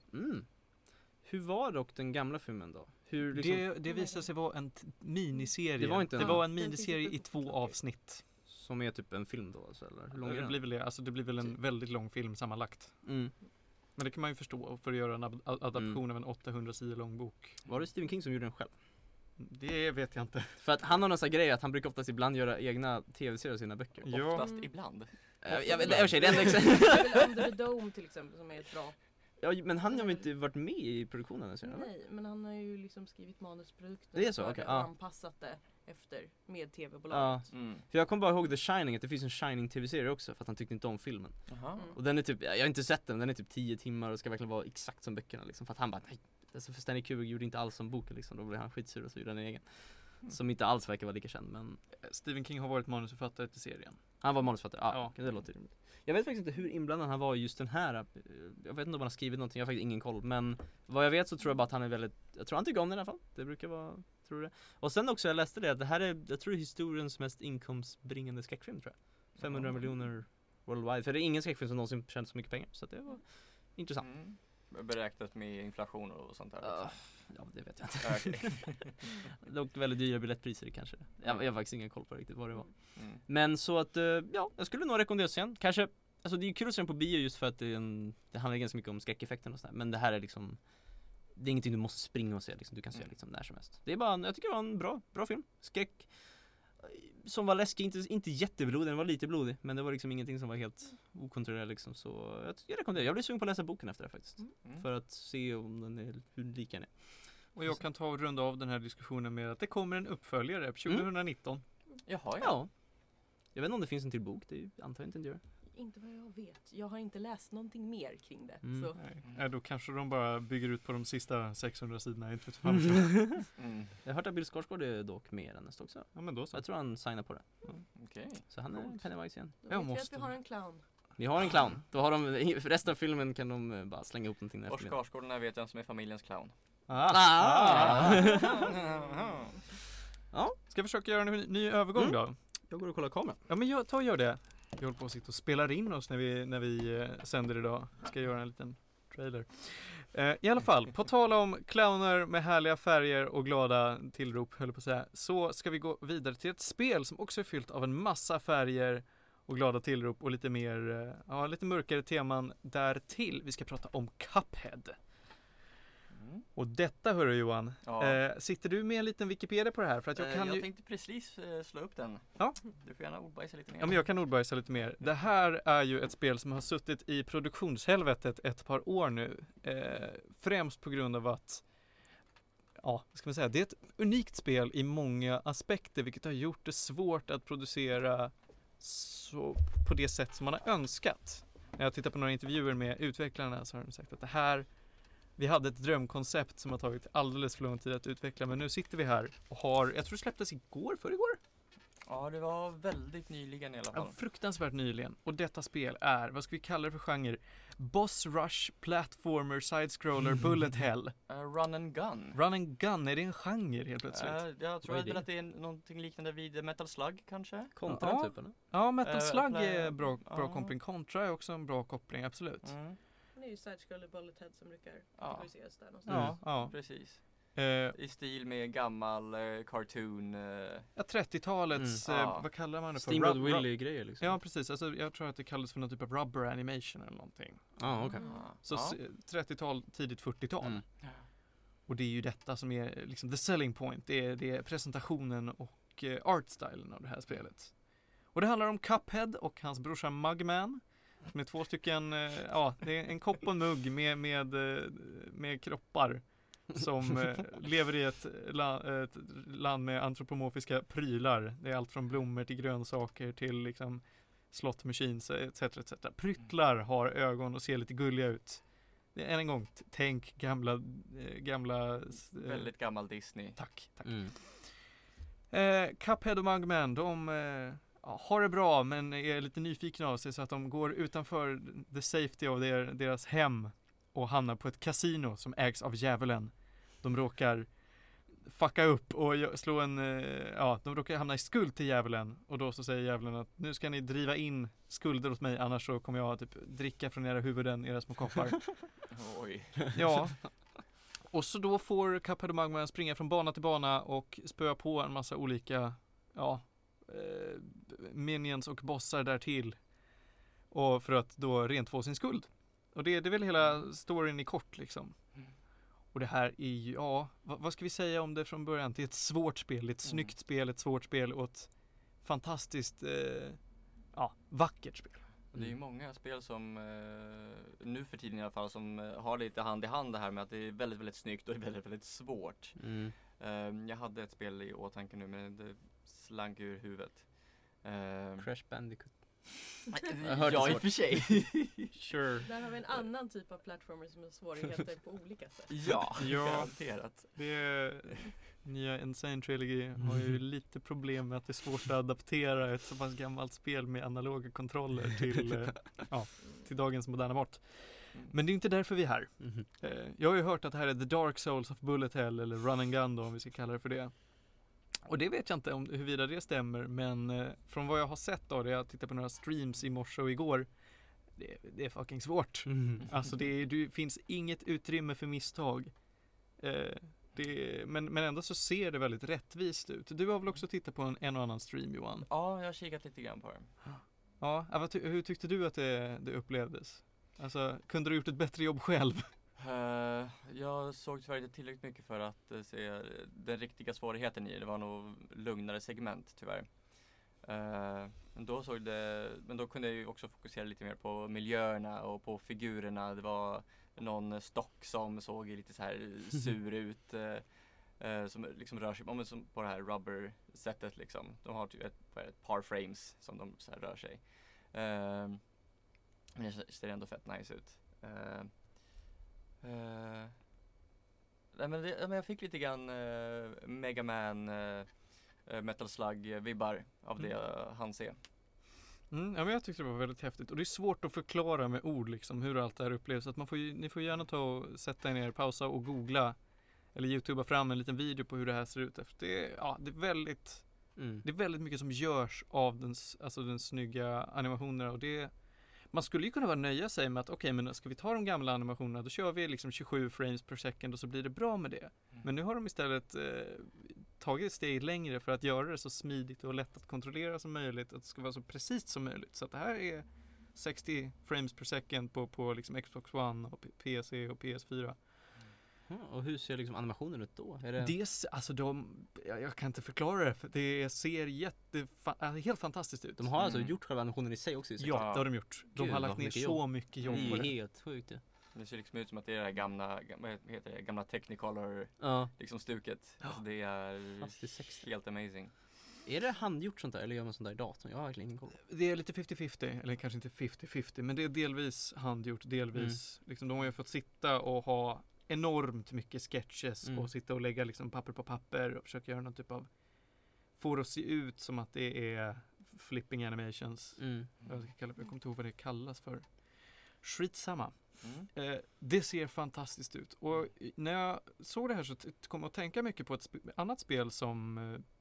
Hur var dock den gamla filmen då? Hur liksom, Det visade sig vara en miniserie. Det var inte en- det var en Ja, den miniserie finns i uppe på 2 Spotify. avsnitt. som är typ en film då alltså, eller hur lång är Det den? blir väl det. Alltså det blir väl en väldigt lång film sammanlagt. Mm. Men det kan man ju förstå för att göra en adaption av en 800 sidor lång bok. Var det Stephen King som gjorde den själv? Det vet jag inte. För att han har någon sån här grej att han brukar oftast ibland göra egna tv-serier av sina böcker. Ja. Oftast ibland. Jag vet inte, det enda exempel. Det är väl Under the Dome till exempel som är ett bra. Ja, men han har väl inte varit med i produktionen ens, eller? Nej, men han har ju liksom skrivit manusprodukten. Det är så, för okej, det ja. och anpassat det efter med tv-bolaget. För jag kommer bara ihåg The Shining, att det finns en Shining tv-serie också för att han tyckte inte om filmen. Jaha. Och den är typ, jag har inte sett den är typ 10 timmar och ska verkligen vara exakt som böckerna liksom. För att han bara, nej, alltså för Stanley Kubrick gjorde inte alls som boken liksom, då blev han skitsur och så gjorde han en egen. Som inte alls verkar vara lika känd, men Stephen King har varit manusförfattare till serien. han var manusförfattare, Ja. det låter rimligt. Jag vet faktiskt inte hur inblandad han var i just den här, jag vet inte om han har skrivit någonting, jag har faktiskt ingen koll. Men vad jag vet så tror jag bara att han är väldigt, jag tror han tycker om den i alla fall. Det brukar vara, tror det. Och sen också, jag läste det, att det här är, jag tror historiens mest inkomstbringande skräckfilm tror jag. 500 miljoner worldwide, för det är ingen skräckfilm som någonsin tjänat så mycket pengar. Så att det var intressant. Beräknat med inflation och sånt där också. Ja, det vet jag inte. Okej. Dock väldigt dyra biljettpriser kanske. Jag har faktiskt ingen koll på riktigt vad det var. Mm. Men så att, ja, jag skulle nog rekommendera sen. Kanske, alltså det är ju kul att se den på bio just för att det handlar ganska mycket om skräckeffekten och sådär. Men det här är liksom, det är ingenting du måste springa och se liksom. Du kan se liksom när som helst. Det är bara, jag tycker det var en bra film. Skräck som var läskig, inte jätteblodig, den var lite blodig. Men det var liksom ingenting som var helt okontrollerat liksom. Så jag rekommenderar, jag blir sugen på att läsa boken efter det faktiskt. För att se om den är, hur lik den är. Och jag kan ta och runda av den här diskussionen med att det kommer en uppföljare 2019. Jaha, ja. Ja. Jag vet inte om det finns en till bok, det antar jag inte gör. Inte vad jag vet. Jag har inte läst någonting mer kring det. Mm. Så. Nej, då kanske de bara bygger ut på de sista 600 sidorna. Inte vet fan vad jag- Jag har hört att Bill Skarsgård är dock med i den nästa också. Ja men då så. Jag tror han signar på det. Okej. Så han är Pennywise igen. Då Jag vet vi måste- att vi har en clown. Vi har en clown. Då har de, för resten av filmen kan de bara slänga ihop någonting Och efter. Skarsgården vet jag som är familjens clown. Ska jag försöka göra en ny övergång då? Jag går och kollar kameran. Ja men jag gör det. Jag håller på att sitta och spelar in oss när vi sänder idag. Ska göra en liten trailer. I alla fall, på tal om clowner med härliga färger och glada tillrop, höll jag på att säga, så ska vi gå vidare till ett spel som också är fyllt av en massa färger och glada tillrop och lite mer, lite mörkare teman därtill. Vi ska prata om Cuphead. Och detta hörru Johan, Ja. sitter du med en liten Wikipedia på det här? För att jag kan jag ju... tänkte precis slå upp den. Ja. Du får gärna ordbajsa lite mer. Ja men jag kan ordbajsa lite mer. Det här är ju ett spel som har suttit i produktionshelvetet ett par år nu. Främst på grund av att, vad ska man säga, det är ett unikt spel i många aspekter, vilket har gjort det svårt att producera så på det sätt som man har önskat. När jag tittar på några intervjuer med utvecklarna så har de sagt att det här, vi hade ett drömkoncept som har tagit alldeles för lång tid att utveckla, men nu sitter vi här och har, jag tror det släpptes förrgår? Ja, det var väldigt nyligen i alla fall. Ja, fruktansvärt nyligen. Och detta spel är, vad ska vi kalla det för genre? Boss Rush, Platformer, Side-scroller, Bullet Hell. Run and Gun. Run and Gun, är det en genre helt plötsligt? Jag tror Vad är väl det? att det är någonting liknande vid Metal Slug kanske? Kontra Ja. typ eller? Ja, Metal Slug är bra ja. koppling. Contra är också en bra koppling, absolut. Det är ju Side-scroller Bullet Head som brukar Ja. kategoriseras där någonstans. Ja. Precis. Eh, I stil med gammal cartoon. ja, 30-talets, Ja. vad kallar man det för? Steamboat Willie-grejer liksom. Ja, precis. Alltså, jag tror att det kallas för någon typ av rubber animation eller någonting. Ja, okej. Så Ja. 30-tal, tidigt 40-tal. Mm. Och det är ju detta som är liksom the selling point. Det är presentationen och artstylen av det här spelet. Och det handlar om Cuphead och hans brorsa Mugman. Som är 2 stycken, det är en kopp och en mugg med kroppar. Som lever i ett land med antropomorfiska prylar. Det är allt från blommor till grönsaker till liksom slot machines etc. Pryttlar har ögon och ser lite gulliga ut. Än en gång, tänk gamla Väldigt gammal Disney. tack. Cuphead och Mugman, de har det bra men är lite nyfikna av sig så att de går utanför the safety av deras hem och hamnar på ett kasino som ägs av djävulen. De råkar fucka upp och slå de råkar hamna i skuld till djävulen och då så säger djävulen att nu ska ni driva in skulder åt mig annars så kommer jag typ dricka från era huvuden, era små koppar. Oj. Ja. Och så då får Cuphead och Mugman springa från bana till bana och spöa på en massa olika minions och bossar där till. Och för att då rent få sin skuld. Och det är väl hela storyn i kort liksom. Och det här är ju, vad ska vi säga om det från början? Det är ett svårt spel, ett snyggt spel, ett svårt spel och ett fantastiskt vackert spel. Och det är ju många spel som nu för tiden i alla fall som har lite hand i hand det här med att det är väldigt, väldigt snyggt och väldigt, väldigt svårt. Jag hade ett spel i åtanke nu men det slank ur huvudet. Crash Bandicoot. Ja, i och för sig. Sure. Där har vi en annan typ av plattformar som har svårigheter på olika sätt. Ja, Ja. garanterat. Det nya Insane Trilogy har ju lite problem med att det är svårt att adaptera ett så pass gammalt spel med analoga kontroller till dagens moderna mått. Men det är inte därför vi är här. Jag har ju hört att det här är The Dark Souls of Bullet Hell eller Run and Gun då, om vi ska kalla det för det. Och det vet jag inte om huruvida det stämmer, men från vad jag har sett av det, jag tittade på några streams i morse och igår, det är fucking svårt. Alltså det finns inget utrymme för misstag. Men ändå så ser det väldigt rättvist ut. Du har väl också tittat på en och annan stream, Johan? Ja, jag har kikat lite grann på det. Ja, hur tyckte du att det upplevdes? Alltså, kunde du gjort ett bättre jobb själv? Jag såg tyvärr inte tillräckligt mycket för att se den riktiga svårigheten i det. Det var nog lugnare segment tyvärr. Men då kunde jag ju också fokusera lite mer på miljöerna och på figurerna. Det var någon stock som såg lite så här sur ut som liksom rör sig som på det här rubber-sättet liksom. De har typ ett par frames som de så här rör sig. Men det ser ändå fett nice ut. Men jag fick lite grann Mega Man Metal Slug-vibbar av det jag hann se. Ja, men jag tyckte det var väldigt häftigt. Och det är svårt att förklara med ord liksom, hur allt det här upplevs. Att ni får gärna ta och sätta er ner, pausa och googla eller YouTubea fram en liten video på hur det här ser ut. Efter det är väldigt mycket som görs av den snygga animationerna. Och man skulle ju kunna nöja sig med att okej, men ska vi ta de gamla animationerna, då kör vi liksom 27 frames per second och så blir det bra med det. Men nu har de istället tagit ett steg längre för att göra det så smidigt och lätt att kontrollera som möjligt, att det ska vara så precis som möjligt. Så att det här är 60 frames per second på liksom Xbox One och PC och PS4. Och hur ser liksom animationen ut då? Är det... Jag kan inte förklara det, för det ser helt fantastiskt ut. De har alltså gjort själva animationen i sig också? Ja, det har de gjort. De har lagt ner så mycket jobb på det. Det är helt sjukt det. Det ser liksom ut som att det är det gamla Technicolor liksom stuket. Alltså det är helt amazing. Är det handgjort sånt där eller gör man sånt där i datorn? Jag har verkligen ingen koll. Det är lite 50-50, eller kanske inte 50-50, men det är delvis handgjort, delvis liksom, de har ju fått sitta och ha enormt mycket sketches och sitta och lägga liksom papper på papper och försöka göra någon typ av, få det att se ut som att det är flipping animations. Jag kommer inte ihåg vad det kallas för. Skitsamma. Det ser fantastiskt ut. Och när jag såg det här så kom jag att tänka mycket på ett annat spel som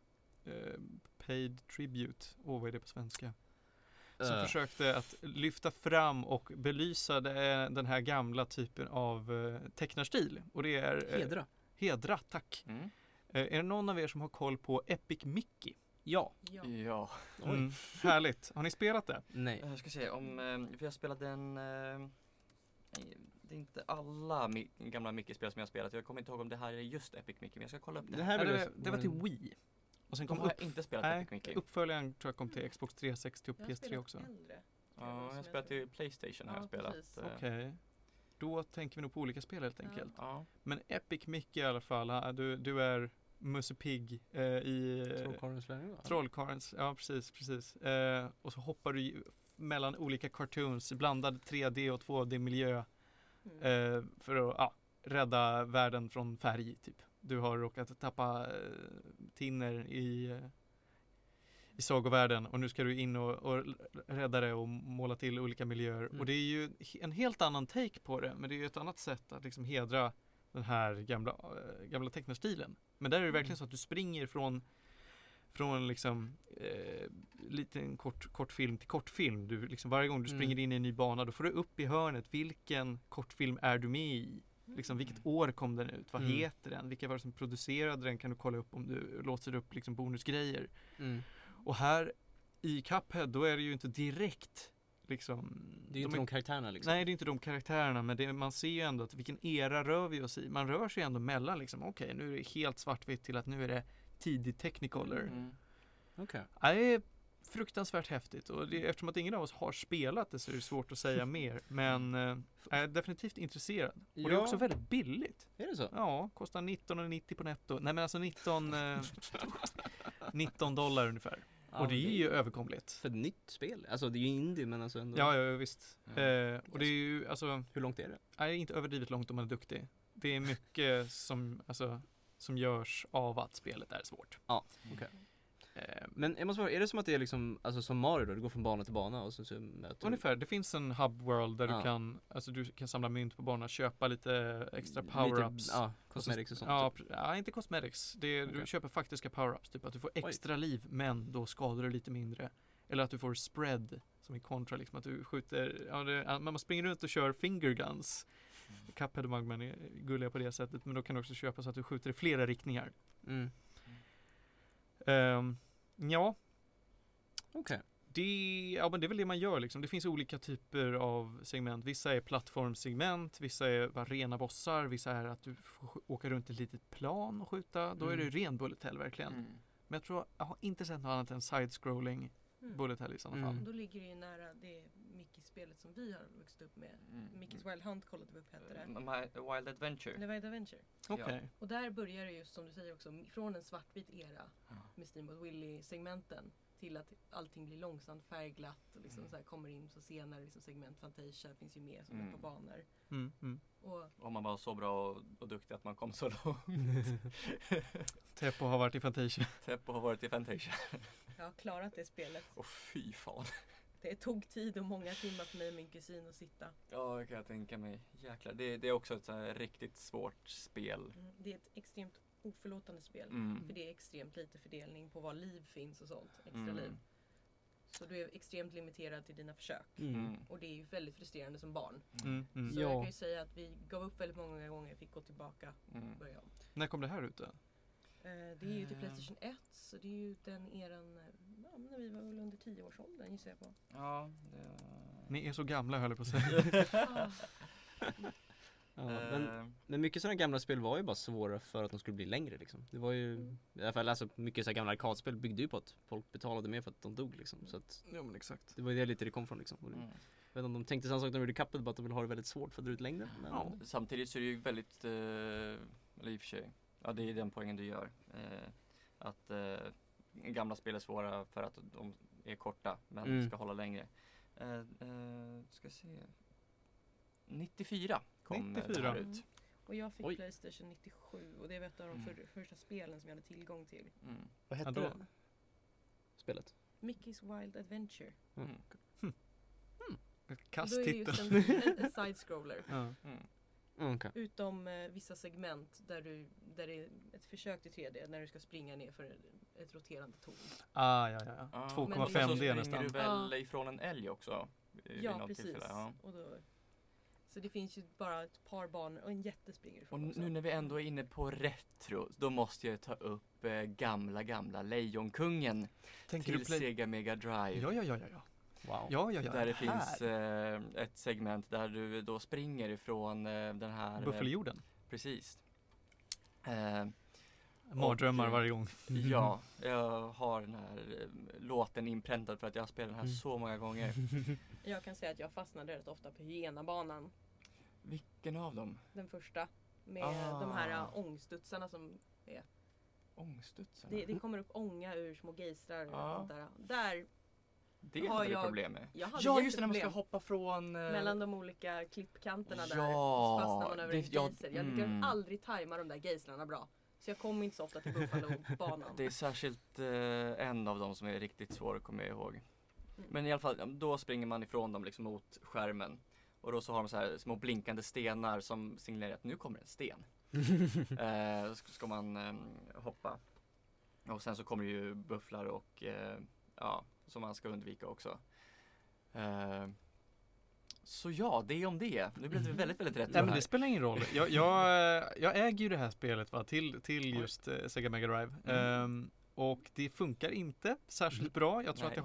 Paid Tribute. Vad är det på svenska? Som försökte att lyfta fram och belysa den här gamla typen av tecknarstil. Och det är Hedra, tack. Är det någon av er som har koll på Epic Mickey? Ja. Härligt. Har ni spelat det? Nej. Jag ska se för jag spelade det är inte alla gamla Mickey-spel som jag har spelat. Jag kommer inte ihåg om det här är just Epic Mickey, men jag ska kolla upp det. Det var till Wii. Och sen har jag inte spelat Epic Mickey. Uppföljaren tror jag kom till Xbox 360 och PS3 också. Ja, jag har spelat till PlayStation har jag spelat. Okej. Då tänker vi nog på olika spel helt enkelt. Ja. Men Epic Mickey i alla fall, du är Musse Pigg i Trollkarlens, ja precis. Och så hoppar du mellan olika cartoons, blandad 3D och 2D miljö för att rädda världen från färg typ. du har råkat tappa Tinner i sagovärlden och nu ska du in och rädda det och måla till olika miljöer. Och det är ju en helt annan take på det, men det är ju ett annat sätt att liksom hedra den här gamla tecknarstilen. Men där är det verkligen så att du springer från liksom liten kortfilm till kortfilm. Du liksom varje gång du springer in i en ny bana, då får du upp i hörnet vilken kortfilm är du med i. Liksom, vilket år kom den ut? Vad heter den? Vilka var det som producerade den? Kan du kolla upp om du låser upp liksom bonusgrejer. Och här i Cuphead, då är det ju inte direkt liksom... Det är ju inte de karaktärerna liksom. Nej, det är inte de karaktärerna, men man ser ju ändå att vilken era rör vi oss i. Man rör sig ändå mellan liksom, okej, nu är det helt svartvitt till att nu är det tidig Technicolor. Okej. Det är fruktansvärt häftigt och eftersom att ingen av oss har spelat det så är det svårt att säga mer. Men jag är definitivt intresserad. Och det är också väldigt billigt. Är det så? Ja, kostar 19,90 på netto. Nej men alltså $19 ungefär. Ja, och det är ju överkomligt. För ett nytt spel. Alltså det är ju indie men alltså ändå. Ja, visst. Och det är ju alltså... Hur långt är det? Nej, inte överdrivet långt om man är duktig. Det är mycket som görs av att spelet är svårt. Ja, okej. Men jag måste fråga, är det som att det är liksom, alltså som Mario då, du går från bana till bana och så möter ungefär, det finns en hub world där du kan samla mynt på banan, köpa lite extra power-ups. Ja, cosmetics och sånt. Ja, inte cosmetics. Du köper faktiska power-ups, typ att du får extra liv men då skadar du lite mindre. Eller att du får spread som i kontra, liksom att du skjuter, man springer runt och kör finger guns. Cuphead och Mugman är gulliga på det sättet, men då kan du också köpa så att du skjuter i flera riktningar. Ja. Okej. Men det är väl det man gör liksom. Det finns olika typer av segment. Vissa är plattformsegment, vissa är rena bossar, vissa är att du får åka runt ett litet plan och skjuta. Då är det ren bullet hell verkligen. Men jag har inte sett något annat än side-scrolling bullet hell i sådana fall. Då ligger det ju nära det Mickey-spelet som vi har vuxit upp med. Mickey's Wild Hunt kollade vi upp, hette det. Wild Adventure. The Wild Adventure. Okej. Och där börjar det just som du säger också från en svartvit era med Steamboat Willie-segmenten till att allting blir långsamt färgglatt och liksom så här kommer in så senare liksom segment Fantasia finns ju med som ett par banor. Och man var så bra och duktig att man kom så långt. Teppo har varit i Fantasia. Teppo har varit i Fantasia. Jag har klarat det spelet. Fy fan. Det tog tid och många timmar för mig och min kusin att sitta. Ja, det kan jag tänka mig. Jäklar. Det är också ett så här riktigt svårt spel. Det är ett extremt oförlåtande spel. För det är extremt lite fördelning på vad liv finns och sånt. Extra liv. Så du är extremt limiterad till dina försök. Och det är ju väldigt frustrerande som barn. Så jag kan ju säga att vi gav upp väldigt många gånger. Fick gå tillbaka och börja om. När kom det här ut då? Det är ju till Playstation 1. Så det är ju den eran när vi var väl under 10-årsåldern gissar jag på. Ja. Ni är så gamla höll jag på att säga. Men mycket sådana gamla spel var ju bara svåra för att de skulle bli längre liksom. Det var ju i alla fall, alltså, mycket så gamla arkadspel byggde ju på att folk betalade mer för att de dog liksom. Så att, ja men exakt. Det var ju det lite det kom från liksom. Jag vet inte om de tänkte samma sak när de gjorde Cuphead, bara att de vill ha det väldigt svårt för att dra ut längre. Men... Samtidigt så är det ju väldigt, eller i och för sig, ja det är den poängen du gör. Att gamla spel är svåra för att de är korta men ska hålla längre. Ska se. 94 kom det här ut. Och jag fick Playstation 97 och det var ett av de första spelen som jag hade tillgång till. Vad hette det? Spelet? Mickey's Wild Adventure. Kasttitel. Då är det just en side-scroller. Okay. Utom vissa segment där det är ett försök till 3D när du ska springa ner för ett roterande torn. Ja. 2,5D nästan. Så springer du väl ifrån en älg också? Ja, precis. Och då, så det finns ju bara ett par banor och en jätte springer ifrån och också. Nu när vi ändå är inne på retro, då måste jag ta upp gamla Lejonkungen till Sega Mega Drive. Ja. Wow. Ja. Där det finns ett segment där du då springer ifrån den här... Buffeljorden. Precis. Mardrömmar varje gång. Ja, jag har den här låten inpräntad för att jag har spelat den här så många gånger. Jag kan säga att jag fastnade rätt ofta på hyenabanan. Vilken av dem? Den första. Med de här ångstudsarna som är... Ångstudsarna? Det kommer upp ånga ur små geistrar och sånt där. Det har jag problem med. Ja, just det, när man ska hoppa från... mellan de olika klippkanterna där. Ja, Så fastnar man över en geiser. Jag lyckas aldrig tajma de där geistrarna bra. Så jag kommer inte så ofta till Buffalo-banan. Det är särskilt en av dem som är riktigt svår att komma ihåg. Men i alla fall, då springer man ifrån dem liksom mot skärmen. Och då så har de så här små blinkande stenar som signalerar att nu kommer en sten. Ska man hoppa. Och sen så kommer det ju bufflar och som man ska undvika också. Så ja, det är om det. Nu blev det väldigt, väldigt rätt. Nej, men det spelar ingen roll. Jag äger ju det här spelet till just Sega Mega Drive. Och det funkar inte särskilt bra. Jag tror att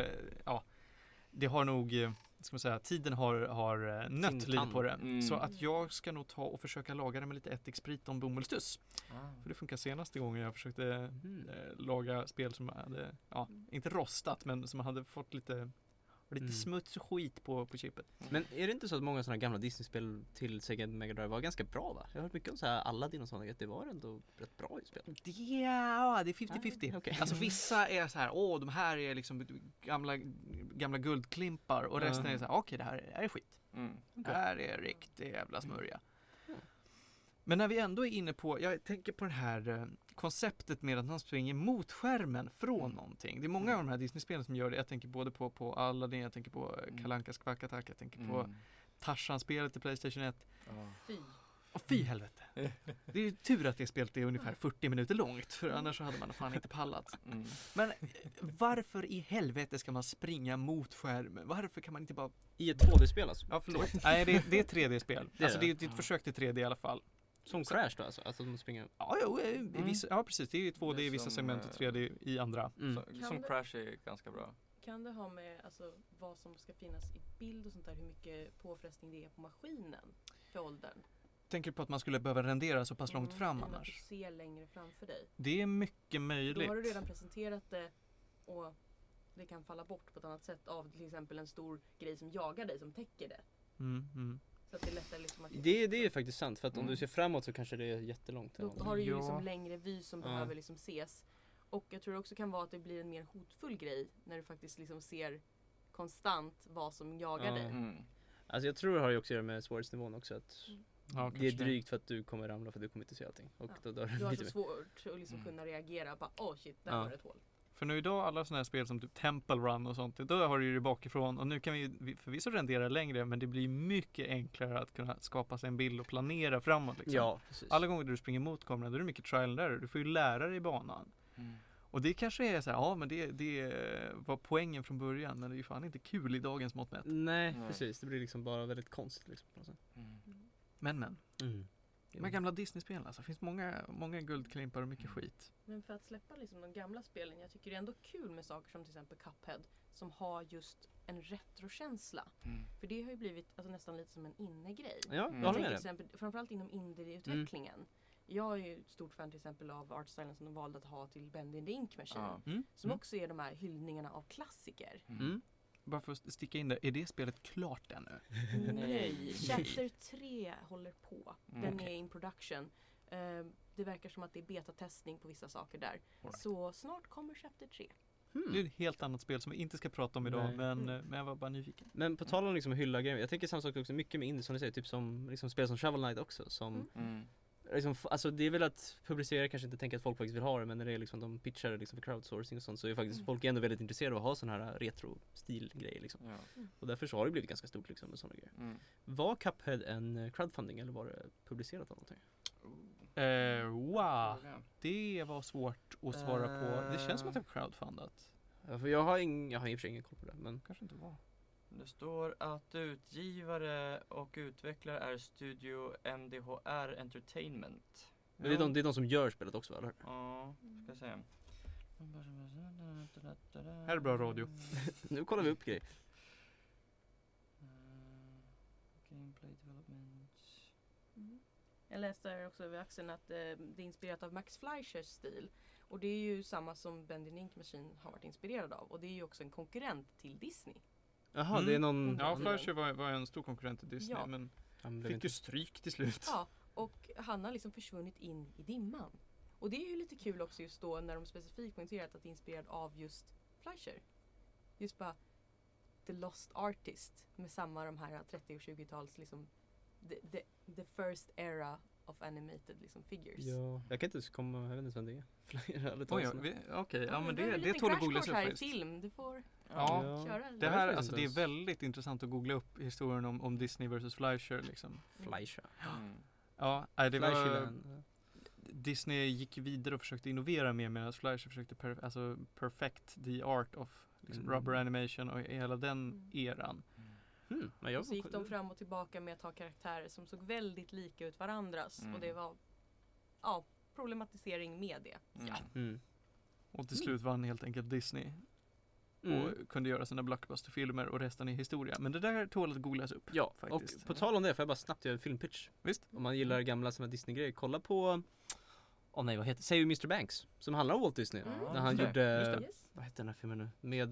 det har nog, ska man säga, tiden har nött lite på det. Så att jag ska nog ta och försöka laga det med lite ättiksprit om bomullstuss. För det funkar senaste gången jag försökte laga spel som hade, inte rostat, men som hade fått lite smuts och skit på chippet. Men är det inte så att många sådana gamla Disney-spel till Sega Mega Drive var ganska bra, va? Jag har hört mycket om så här Aladdin och sådana, att det var ändå rätt bra i spel. Det är 50-50. Okay. Alltså vissa är så här, de här är liksom gamla guldklimpar och resten är så här, okej, det här är skit. Det här är riktigt jävla smörja. Men när vi ändå är inne på, jag tänker på det här konceptet med att man springer mot skärmen från någonting. Det är många av de här Disney-spelen som gör det. Jag tänker både på Aladdin, jag tänker på Kalle Ankas Kvackattack, jag tänker på Tarzan-spelet till PlayStation 1. Fy. Och fy helvete. Det är ju tur att det spelet är ungefär 40 minuter långt, för annars så hade man fan inte pallat. Men varför i helvete ska man springa mot skärmen? Varför kan man inte bara... I ett 2D-spel alltså? Ja, förlåt. Nej, det är ett 3D-spel. Alltså det är ett försök till 3D i alla fall. Som Crash då alltså? Alltså de springer... Ja, precis. Det är ju 2D i vissa segment och 3D i andra. Som Crash är ganska bra. Kan det ha med vad som ska finnas i bild och sånt där, hur mycket påfrestning det är på maskinen för åldern? Tänker du på att man skulle behöva rendera så pass långt fram annars? Att du ser längre framför dig. Det är mycket möjligt. Då har du redan presenterat det och det kan falla bort på ett annat sätt av till exempel en stor grej som jagar dig, som täcker det. Så att det är lättare liksom att... Det är faktiskt sant, för att om du ser framåt så kanske det är jättelångt. Då har du ju liksom längre vy som behöver liksom ses. Och jag tror det också kan vara att det blir en mer hotfull grej när du faktiskt liksom ser konstant vad som jagar dig. Alltså jag tror det har ju också att göra med svårighetsnivån också, att det är drygt för att du kommer ramla, för att du kommer inte se allting. Och då du har så svårt att liksom kunna reagera, bara shit, där var det ett hål. För nu idag, alla sådana här spel som typ Temple Run och sånt, då har du ju det bakifrån, och nu kan vi förvisso rendera längre, men det blir mycket enklare att kunna skapa sig en bild och planera framåt liksom. Ja, precis. Alla gånger du springer mot kameran, då är det mycket trial and error. Du får ju lära dig banan. Och det kanske är så här, men det var poängen från början, men det är ju fan inte kul i dagens mått mätt. Nej, precis. Det blir liksom bara väldigt konstigt liksom, på något sätt. Men. De här gamla Disney-spelen, alltså, finns många guldklimpar och mycket skit. Men för att släppa liksom de gamla spelen, jag tycker det är ändå kul med saker som till exempel Cuphead, som har just en retrokänsla. För det har ju blivit nästan lite som en innegrej. Ja, jag håller med till exempel, framförallt inom indie-utvecklingen. Jag är ju ett stort fan till exempel av artstylen som de valde att ha till Bendy the Ink Machine. Som också är de här hyllningarna av klassiker. Bara för att sticka in där, är det spelet klart ännu? Nej, Chapter 3 håller på. Den är in production. Det verkar som att det är betatestning på vissa saker där. Right. Så snart kommer Chapter 3. Det är ett helt annat spel som vi inte ska prata om idag, men jag var bara nyfiken. Men på tal om liksom hylla grejer, jag tänker samma sak också mycket med indie som ni säger, typ som liksom spel som Shovel Knight också, som liksom, alltså det är väl att publicera kanske inte tänker att folk faktiskt vill ha det, men när det är liksom de pitchar det liksom för crowdsourcing och sånt, så är faktiskt folk ändå väldigt intresserade av att ha sån här retro-stil-grejer liksom. Och därför så har det blivit ganska stort liksom med såna grejer. Var Cuphead en crowdfunding eller var det publicerat av någonting? Wow, det var svårt att svara på. Det känns som att det var crowdfundat. Ja, för jag har i och för sig ingen koll på det, men kanske inte var. Det står att utgivare och utvecklare är Studio MDHR Entertainment. Men det är de som gör spelet också, eller? Ja, ska se. Här är bra radio. Nu kollar vi upp grejer. Gameplay development. Jag läste här också över axeln att det är inspirerat av Max Fleischers stil. Och det är ju samma som Bendy the Ink Machine har varit inspirerad av. Och det är ju också en konkurrent till Disney. Jaha, det är någon... Ja, Fleischer var en stor konkurrent till Disney, men fick ju stryk till slut. Ja, och han har liksom försvunnit in i dimman. Och det är ju lite kul också just då när de specifikt poängterat att det är inspirerad av just Fleischer. Just bara The Lost Artist med samma de här 30- och 20-tals liksom the first era of animated liksom figures. Ja, jag kan inte komma, jag vet inte vem det är. Okej, ja men det är en det liten tål att crash googlas course upp här i faktiskt. film. Du får Ja. köra. Det här, vet alltså inte det är ens. väldigt intressant att googla upp historien om Disney vs. Fleischer liksom. Fleischer. Ja, nej, det var... Fleischer. Disney gick vidare och försökte innovera mer medan Fleischer försökte perfect the art of liksom, rubber animation och hela den eran. Men jag Och så gick de fram och tillbaka med att ha karaktärer som såg väldigt lika ut varandras. Och det var problematisering med det. Och till slut vann helt enkelt Disney och kunde göra sina blockbusterfilmer och resten är historia. Men det där tål att googlas upp. Ja, faktiskt. och på tal om det får jag bara snabbt göra en filmpitch. Visst. Om man gillar gamla såna Disney-grejer, kolla på vad heter Say You Mr. Banks, som handlar om Walt Disney. När han just det. gjorde, Yes. vad heter den här filmen nu?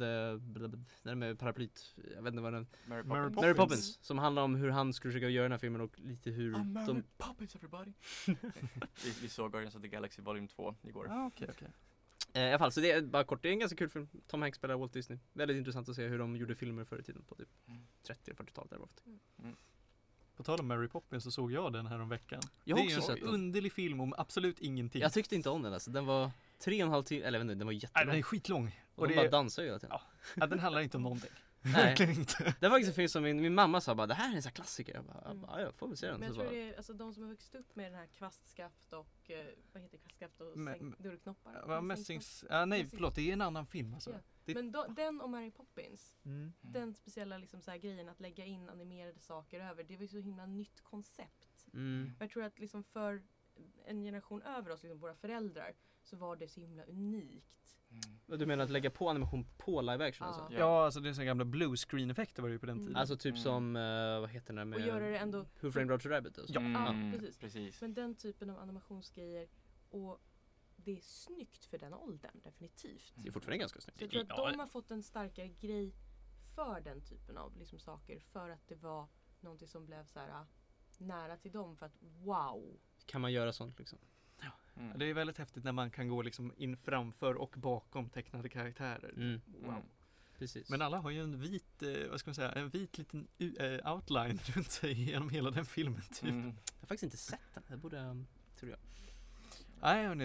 Med paraplyt, jag vet inte vad den... Mary Mary Poppins. Mary Poppins, som handlar om hur han skulle försöka göra den här filmen och lite hur Mary Poppins everybody. vi såg Guardians of the Galaxy Volume 2 igår. Okej. I alla fall, så det är bara kort, det är en ganska kul film. Tom Hanks spelar Walt Disney. Väldigt intressant att se hur de gjorde filmer förr i tiden på typ 30-40-talet där borta. På tal om Mary Poppins så såg jag den här om veckan. Jag Det har är ju också en sett så den. underlig film om absolut ingenting. Jag tyckte inte om den alltså, den var 3,5 timmar, eller jag vet inte, den var Nej, jättelång. den är skitlång. Och de bara dansar ju hela tiden. Ja, den handlar inte om någonting. Nej. Verkligen inte. Det var faktiskt en film som min mamma sa bara, det här är en sån här klassiker. Jag bara, ja, jag får väl se den. Men jag Så tror bara, det är alltså de som har vuxit upp med den här kvastskaft och vad heter kvastskaft och dörrknoppar. Vad Messings... nej, förlåt, det är en annan film alltså. Ja. Det- Men den och Mary Poppins, den speciella liksom så här grejen att lägga in animerade saker över, det var ju så himla nytt koncept. Och jag tror att liksom för en generation över oss, liksom våra föräldrar, så var det så himla unikt. Du menar att lägga på animation på live action alltså? Ja, alltså det är så gamla blue screen effekter var det ju på den tiden. Alltså typ som, vad heter den med... Och göra det ändå... Who Framed Roger Rabbit alltså. Ja, precis. Precis. Men den typen av animationsgrejer, och det är snyggt för den åldern, definitivt. Det är fortfarande ganska Så snyggt. jag tror att de har fått en starkare grej för den typen av liksom saker, för att det var någonting som blev så här nära till dem, för att wow. Kan man göra sånt liksom? Det är väldigt häftigt när man kan gå liksom in framför och bakom tecknade karaktärer. Wow. Precis. Men alla har ju en vit, vad ska man säga, en vit liten outline runt sig genom hela den filmen typ. Jag har faktiskt inte sett den, det borde, tror jag. Nej hörni,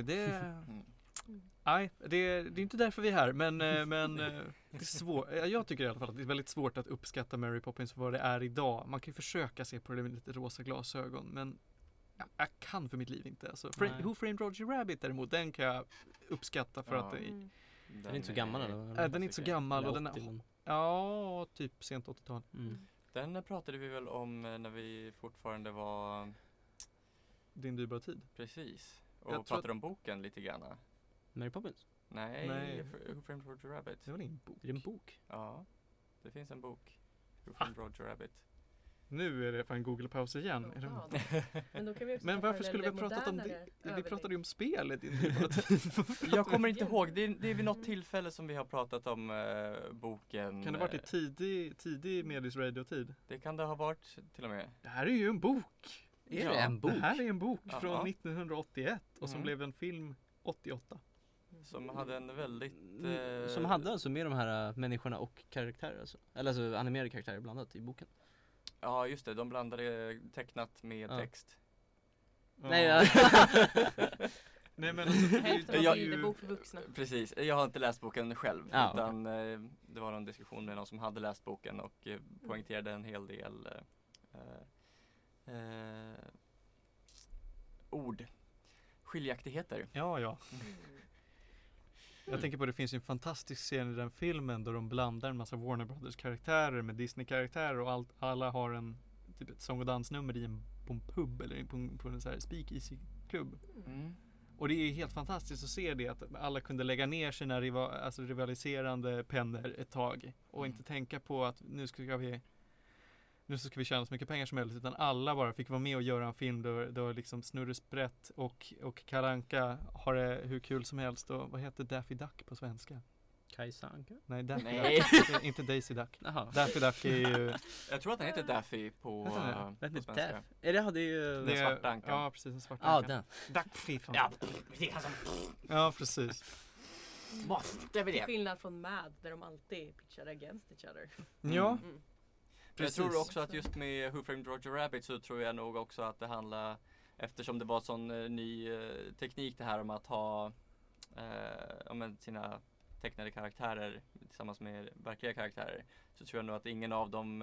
det är inte därför vi är här, men det är svårt. Jag tycker i alla fall att det är väldigt svårt att uppskatta Mary Poppins för vad det är idag. Man kan ju försöka se på det med lite rosa glasögon, men jag kan för mitt liv inte. Alltså, Who Framed Roger Rabbit däremot, den kan jag uppskatta för att det är... Den är inte så gammal eller? Den är inte så gammal och den är... Ja, typ sent 80-tal. Den pratade vi väl om när vi fortfarande var... Din dyrbara tid. Precis. Jag tror Och pratade om boken lite grann. Mary Poppins? Nej. Who Framed Roger Rabbit. Det var ingen bok. Är det en bok? Ja, det finns en bok. Who Framed Roger Rabbit. Nu är det fan Google-paus igen. Är det... Men, då kan vi också Men ta varför en skulle vi ha lite pratat om det? modernare Vi pratade ju om spelet. Jag kommer inte ihåg. Det är vid något tillfälle som vi har pratat om boken. Kan det ha varit i tidig Medis radio-tid? Det kan det ha varit till och med. Det här är ju en bok. Är det en bok? Det här är en bok Ja. från 1981 och som blev en film 88. Som hade en väldigt... Som hade alltså med de här människorna och karaktärer alltså. Eller alltså animerade karaktärer blandat i boken. Ja just det, de blandade tecknat med Ja. text. Nej, Nej men alltså, Hälften Jag- av bilderbok för vuxna. Precis, jag har inte läst boken själv. Ja, utan det var någon diskussion med någon som hade läst boken och poängterade en hel del ord. Skiljaktigheter. ja. Jag tänker på det finns ju en fantastisk scen i den filmen då de blandar en massa Warner Brothers karaktärer med Disney karaktärer och alla har en typ ett sång- och dansnummer på en pub eller på en så här speakeasy-klubb. Och det är helt fantastiskt att se det, att alla kunde lägga ner sina rivaliserande pennor ett tag och inte tänka på att nu ska vi tjäna så mycket pengar som möjligt, utan alla bara fick vara med och göra en film då liksom Snurre Sprätt och Kalle Anka har det hur kul som helst. Och vad heter Daffy Duck på svenska? Kajsa Anka? Nej, Daffy Nej. Duck. Inte Daisy Duck. Jaha. Daffy Duck är ju... Jag tror att den heter Daffy på svenska. Är det ju... Den svarta ankan. Ja, precis, en svart Ja, anka. den. Duckfy. Ja, Ja, precis. måste vi Till det. skillnad från Mad, där de alltid pitchar against each other. Ja, Jag precis. tror också att just med Who Framed Roger Rabbit så tror jag nog också att det handlar eftersom det var sån ny teknik det här om att ha sina tecknade karaktärer tillsammans med verkliga karaktärer, så tror jag nog att ingen av de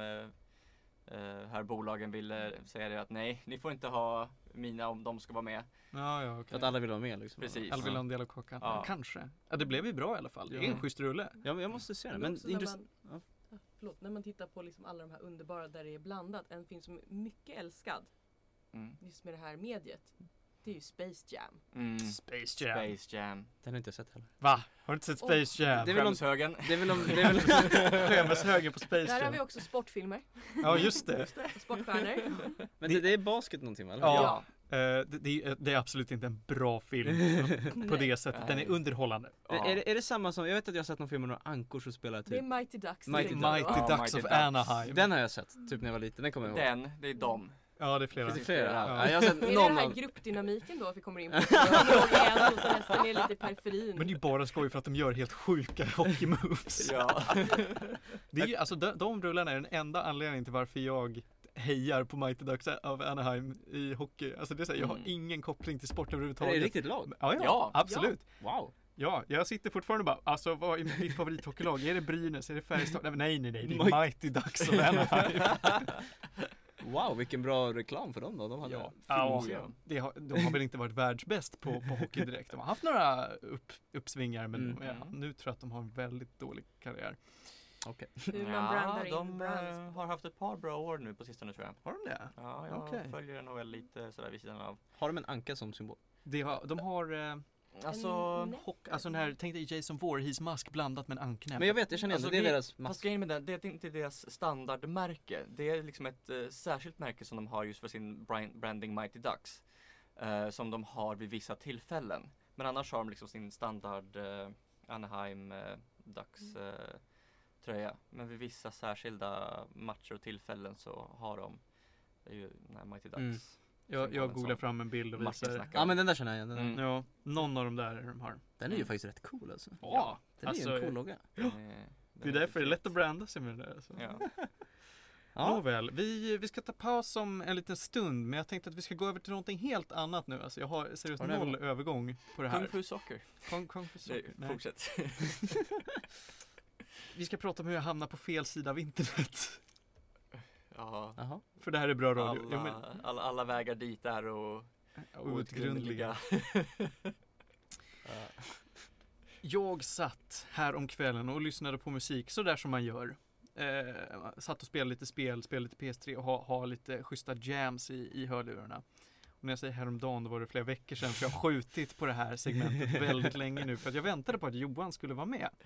här bolagen ville säga det att nej, ni får inte ha mina om de ska vara med. Ja, För okej. att alla vill vara med liksom. Precis. Alla vill ha en del av kakan. Ja. Ja, kanske. Ja, det blev ju bra i alla fall. Det är en schysst rulle. Ja, men jag måste se den. Men Men också det är när intressant. Ja. när man tittar på liksom alla de här underbara där det är blandat. En film som är mycket älskad just med det här mediet. Det är ju Space Jam. Space Jam. Space Jam. Den har inte jag sett heller. Va? Har du inte sett Space Jam? Det är väl om- Skämshögen. Det är väl om... Det är väl... Skämmeshögen på Space Där har Jam. vi också sportfilmer. Ja, just det. Och sportstjärnor. Men det är basket någonting va? Ja. Det är absolut inte en bra film på det sättet. Den är underhållande. Ja. Är det samma som, jag vet att jag har sett någon film med några ankor som spelar Det är typ. Mighty Ducks. Mighty det är Ducks. bra. Mighty Ja, Ducks Mighty of Ducks. Anaheim. Den har jag sett, typ när jag var liten, den kommer jag ihåg. Det är de. Ja, det är flera. Finns det flera? Ja. Ja, jag har sett Är det någon den här av... gruppdynamiken då vi kommer in på? En och så nästan är lite i periferin. Men det är ju bara skoj för att de gör helt sjuka hockey moves. Ja. Det är ju, alltså de rullarna är den enda anledningen till varför jag hejar på Mighty Ducks of Anaheim i hockey. Alltså det är så här, jag har ingen koppling till sport Är det överhuvudtaget. riktigt lag? Ja, Ja. absolut. Wow. Ja, jag sitter fortfarande bara, alltså vad är mitt favorithockeylag? Är det Brynäs? Är det Färjestad? Nej, det är Mighty Ducks of Anaheim. Wow, vilken bra reklam för dem då. De hade Ja, filmscen. de har väl inte varit världsbäst på hockey direkt. De har haft några uppsvingar, men nu tror jag att de har en väldigt dålig karriär. Okej. Hur man brandar in de brands. har haft ett par bra år nu på sistone tror jag. Har de det? Ja, jag Okej. följer NHL lite sådär vid sidan av. Har de en anka som symbol? De har Alltså, den här, tänk dig Jason Voorhees mask blandat med en anknäpp. Men jag vet, jag känner igen Alltså, det. Det är det- deras fast mask. grejen med det är inte deras standardmärke. Det är liksom ett särskilt märke som de har just för sin branding Mighty Ducks. Som de har vid vissa tillfällen. Men annars har de liksom sin standard Anaheim Ducks tröja. Men vid vissa särskilda matcher och tillfällen så har de det är ju den här Mighty Ducks. Jag googlar fram en bild och visar. Marknadssnackare. Ja men den där känner jag igen. Den, där. Ja, någon av dem där de har. Den är ju faktiskt rätt cool alltså. Ja, Den är ju en cool logga. Det är därför det är lätt att branda sig med det där. Så. Ja. Ja. Nåväl, vi ska ta paus om en liten stund, men jag tänkte att vi ska gå över till någonting helt annat nu. Alltså jag har seriöst Har du noll övergång på det Kung här. Fu Soccer. Kung fu socker. Nej. Fortsätt. Vi ska prata om hur jag hamnar på fel sida av internet. Ja. Jaha. För det här är bra radio. Ja, men, Alla vägar dit är och outgrundliga. Jag satt här om kvällen och lyssnade på musik så där som man gör. Satt och spelade lite spel, spelade lite PS3 och ha lite schyssta jams i hörlurarna. Och när jag säger häromdagen, då var det flera veckor sedan, för jag har skjutit på det här segmentet väldigt länge nu för att jag väntade på att Johan skulle vara med.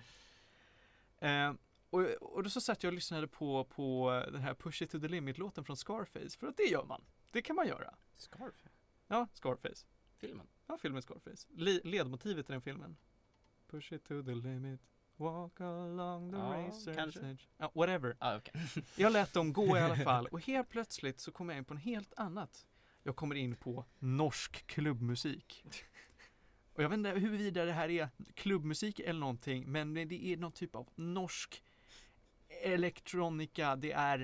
Och då så satt jag och lyssnade på den här Push It To The Limit-låten från Scarface, för att det gör man. Det kan man göra. Scarface. Ja, Scarface. Filmen. Ja, filmen Scarface. Ledmotivet i den filmen. Push it to the limit, walk along the Ja, racer's kanske. edge. Ja, whatever. Ah, okej. Jag lät dem gå i alla fall och helt plötsligt så kommer jag in på en helt annat. Jag kommer in på norsk klubbmusik. Och jag vet inte huruvida det här är klubbmusik eller någonting, men det är någon typ av norsk elektronika. Det är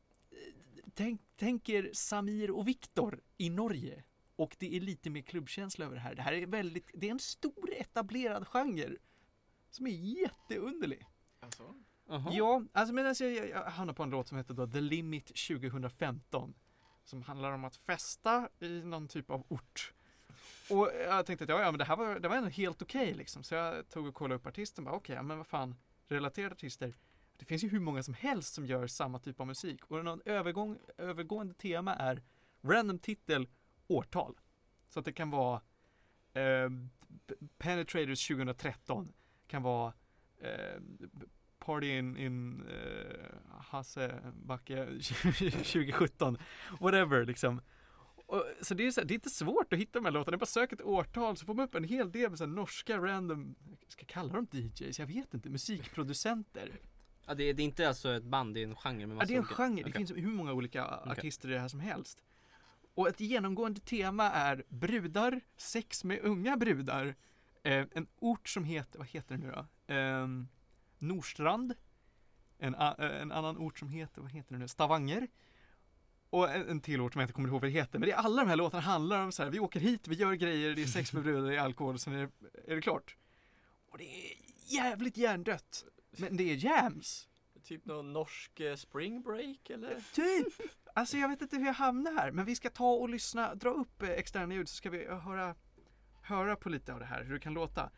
tänker Samir och Viktor i Norge. Och det är lite mer klubbkänsla över det här. Det här är det är en stor etablerad genre som är jätteunderlig. Alltså? Jaha. Ja, alltså men alltså, jag hamnar på en låt som heter då The Limit 2015. Som handlar om att festa i någon typ av ort. Och jag tänkte att men det var ändå helt okej liksom. Så jag tog och kollade upp artisten och bara okej, men vad fan, relaterade artister. Det finns ju hur många som helst som gör samma typ av musik. Och någon övergående tema är random titel, årtal. Så att det kan vara Penetrators 2013, kan vara Party in Hassebacke 2017, whatever liksom. Och, så det är inte svårt att hitta de här låtarna, det är bara sök ett årtal så får man upp en hel del med så här norska random, ska jag kalla dem DJs, jag vet inte, musikproducenter. Ja, det är inte alltså ett band, det är en genre med Ja, massa det är en olika- genre, det Okej. finns hur många olika artister i det här som helst. Och ett genomgående tema är brudar, sex med unga brudar, en ort som heter, vad heter det nu då? Norstrand, en annan ort som heter, vad heter det nu? Stavanger. Och en till låt som jag inte kommer ihåg vad det heter. Men det är alla de här låtarna handlar om så här, vi åker hit, vi gör grejer, det är sex med bröder, det är alkohol och sen är det klart. Och det är jävligt hjärndött. Men det är jams. Typ någon norsk spring break eller? Typ! Alltså jag vet inte hur jag hamnar här, men vi ska ta och lyssna, dra upp externa ljud så ska vi höra på lite av det här, hur det kan låta.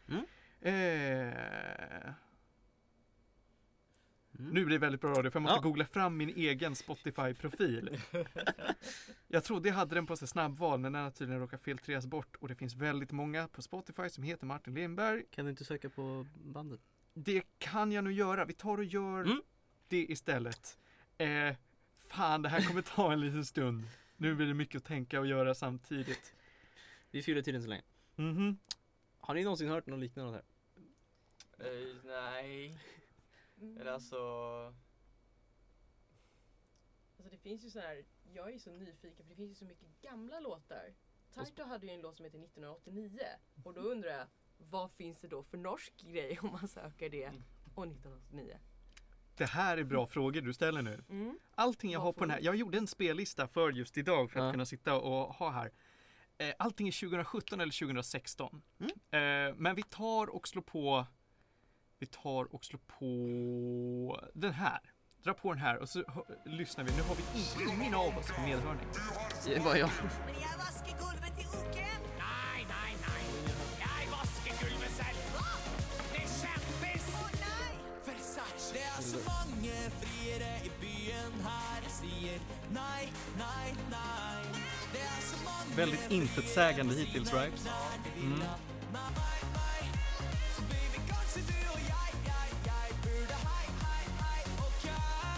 Nu blir det väldigt bra radio för jag måste googla fram min egen Spotify-profil. Jag trodde jag hade den på så snabbval, men den har tydligen råkat filtreras bort och det finns väldigt många på Spotify som heter Martin Lindberg. Kan du inte söka på bandet? Det kan jag nog göra. Vi tar och gör det istället. Fan, det här kommer ta en liten stund. Nu blir det mycket att tänka och göra samtidigt. Vi fyller tiden så länge. Har ni någonsin hört något liknande här? Nej. Eller alltså det finns ju så här, jag är så nyfiken för det finns ju så mycket gamla låtar. Taito hade ju en låt som heter 1989 och då undrar jag, vad finns det då för norsk grej om man söker det och 1989? Det här är bra frågor du ställer nu. Allting jag har på den här, jag gjorde en spellista för just idag för att kunna sitta och ha här. Allting är 2017 eller 2016. Men vi tar och slår på den här. Dra på den här och så lyssnar vi. Nu har vi ingen av oss på medhörning. Det är bara jag. Jeg vasker gulvet til uken. Nei. Jeg vasker gulvet selv. Det kjempes. Nei. Versace. Det er så mange friere i byen her. Sier nei. Det er så mange. Väldigt intetsägande hittills, right? Så baby, kanskje du og jeg burde hei, ok.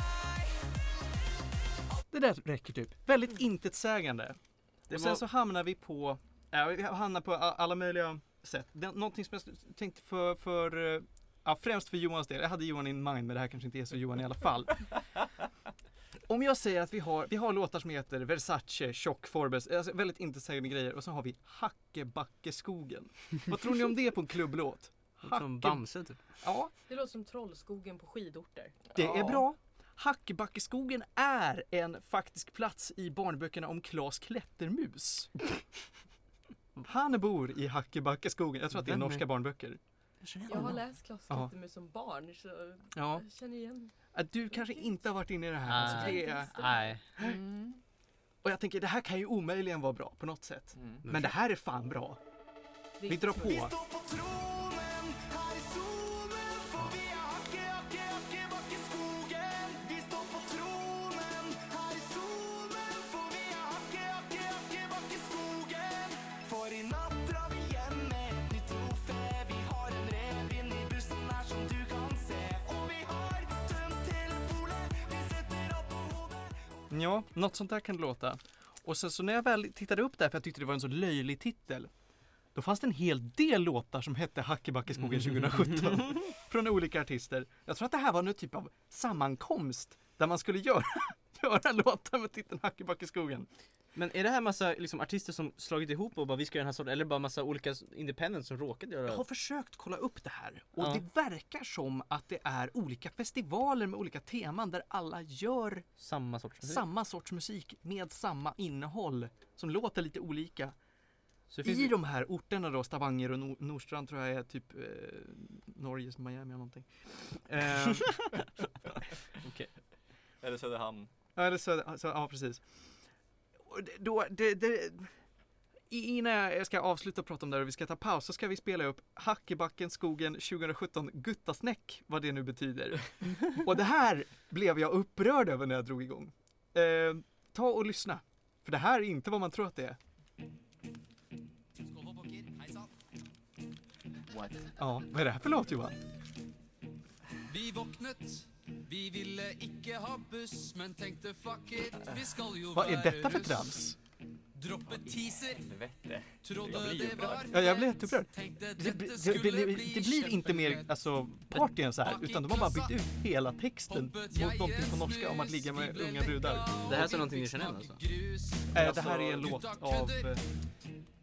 Det där räcker typ. Väldigt intetsägande. Och sen så hamnar vi på alla möjliga sätt. Någonting som jag tänkte främst för Johans del. Jag hade Johan in mind, men det här kanske inte är så Johan i alla fall. Om jag säger att vi har låtar som heter Versace, Tjock, Forbes, alltså väldigt intetsägande grejer. Och så har vi Hackebackeskogen. Vad tror ni om det på en klubblåt? Som Bamse typ. Ja, Det låter som Trollskogen på skidorter. det är bra. Hackebackeskogen är en faktisk plats i barnböckerna om Klas Klättermus. Han bor i Hackebackeskogen. Jag tror att det är norska barnböcker. Jag har läst Klas Klättermus som barn så Ja. jag känner igen. Att du kanske inte har varit inne i det här. Alltså, det är, Nej. och jag tänker, det här kan ju omöjligen vara bra på något sätt. Men det här är fan bra. Vi drar på. Vi står på tronen, her i solen, for vi er Hakkebakkeskogen. Vi står på tronen, her i solen, for vi er Hakkebakkeskogen. For i natt drar vi hjem med et nytt trofé. Vi har en revin i bussen her som du kan se. Og vi har tømt hele polet, vi setter opp på hodet. Ja, något sånt där kan det låta. Och sen så när jag väl tittade upp där, för jag tyckte det var en så löjlig titel, då fanns det en hel del låtar som hette Hackebackeskogen 2017 från olika artister. Jag tror att det här var någon typ av sammankomst där man skulle göra låtar med titeln Hackebackeskogen. Men är det här massa liksom, artister som slagit ihop och bara vi ska göra den här sorten, eller bara massa olika independents som råkade göra Jag det? har försökt kolla upp det här och det verkar som att det är olika festivaler med olika teman där alla gör Samma sorts musik? samma sorts musik med samma innehåll som låter lite olika. Så det finns I de här orterna då, Stavanger och Nordstrand tror jag är typ Norges Miami eller någonting. Okej. Eller Söderhamn. Ja, eller ja, precis. Och innan jag ska avsluta och prata om det här och vi ska ta paus så ska vi spela upp Hackebackeskogen 2017 Guttasnäck, vad det nu betyder. Och det här blev jag upprörd över när jag drog igång. Ta och lyssna, för det här är inte vad man tror att det är. Ja, vad är det här för låt, Johan? Vi våknet, vi ville ikke ha buss, men tenkte fuck it, vi skal jo Vad är være detta för russ. trams? Droppe teaser, Helvete. trodde Jag blir det upprörd. var Ja, jag blev jätteupprörd. Tänkte Det dette skulle bli blir inte mer kjempefett. alltså, party än så här, utan de har bara bytt ut hela texten mot någonting på norska om att ligga med unga brudar. Det här är så någonting ni känner igen alltså? Det här är en låt av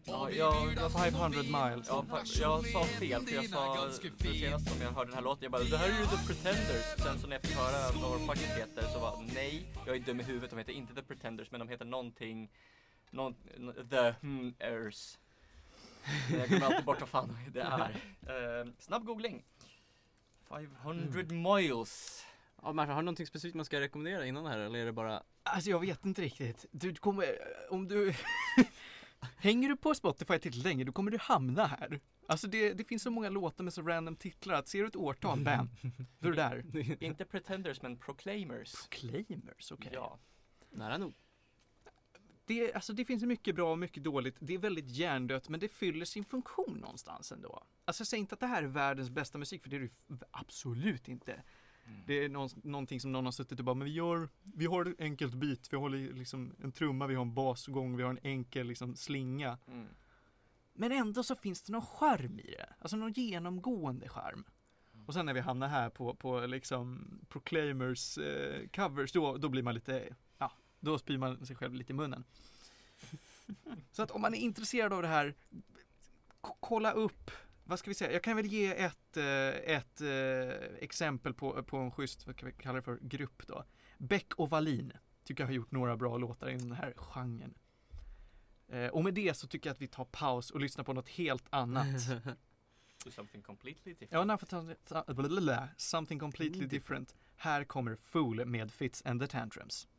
Ja, jag 500 miles. Ja, jag sa fel för jag sa det senaste som jag hörde den här låten, jag bara, det här är ju The Pretenders. Sen så när jag fick höra vad de faktiskt heter så var nej, jag är dum i huvudet, de heter inte The Pretenders men de heter någonting, The Ers. Jag glömmer alltid bort vad fan det är. Snabb googling. 500 miles. Ja, Martin, har du någonting specifikt man ska rekommendera innan det här eller är det bara... Alltså jag vet inte riktigt. Du kommer, om du hänger du på Spotify till länge, då kommer du hamna här. Alltså det finns så många låtar med så random titlar att ser du ett årtal, bam, då är du där. Inte Pretenders men Proclaimers. Proclaimers, okej. Ja. Nära nog. Det finns mycket bra och mycket dåligt. Det är väldigt hjärndött, men det fyller sin funktion någonstans ändå. Alltså jag säger inte att det här är världens bästa musik, för det är det absolut inte. Det är någonting som någon har suttit och bara, men vi har ett enkelt beat, vi har liksom en trumma, vi har en basgång, vi har en enkel liksom slinga. Men ändå så finns det någon charm i det. Alltså någon genomgående charm. Och sen när vi hamnar här på liksom Proclaimers covers, då blir man lite, då spyr man sig själv lite i munnen. Så att om man är intresserad av det här, kolla upp, vad ska vi säga, jag kan väl ge ett exempel på en schysst, vad kan vi kalla det för, grupp då. Beck och Wallin tycker jag har gjort några bra låtar i den här genren. Och med det så tycker jag att vi tar paus och lyssnar på något helt annat. Something completely different. Ja, something completely different. Här kommer Fool med Fitz and the Tantrums.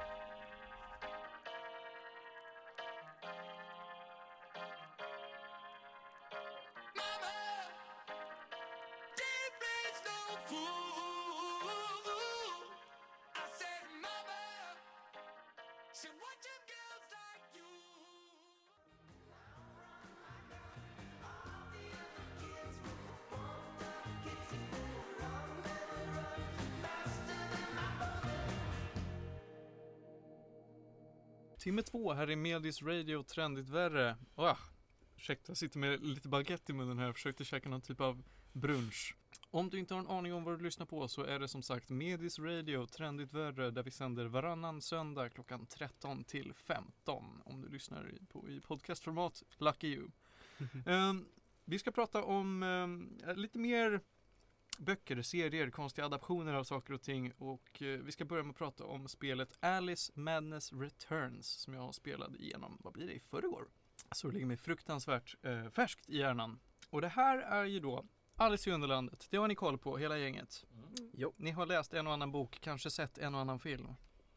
Timme 2 här i Medis Radio, trendigt värre. Ursäkta, jag sitter med lite baguette i munnen här och försökte käka någon typ av brunch. Om du inte har en aning om vad du lyssnar på så är det som sagt Medis Radio, trendigt värre, där vi sänder varannan söndag klockan 13 till 15. Om du lyssnar i podcastformat, lucky you. Vi ska prata om lite mer böcker, serier, konstiga adaptioner av saker och ting, och vi ska börja med att prata om spelet Alice Madness Returns som jag spelade igenom, vad blir det, i förrgår? Så det ligger mig fruktansvärt färskt i hjärnan. Och det här är ju då Alice i Underlandet, det har ni koll på hela gänget. Jo. Ni har läst en och annan bok, kanske sett en och annan film.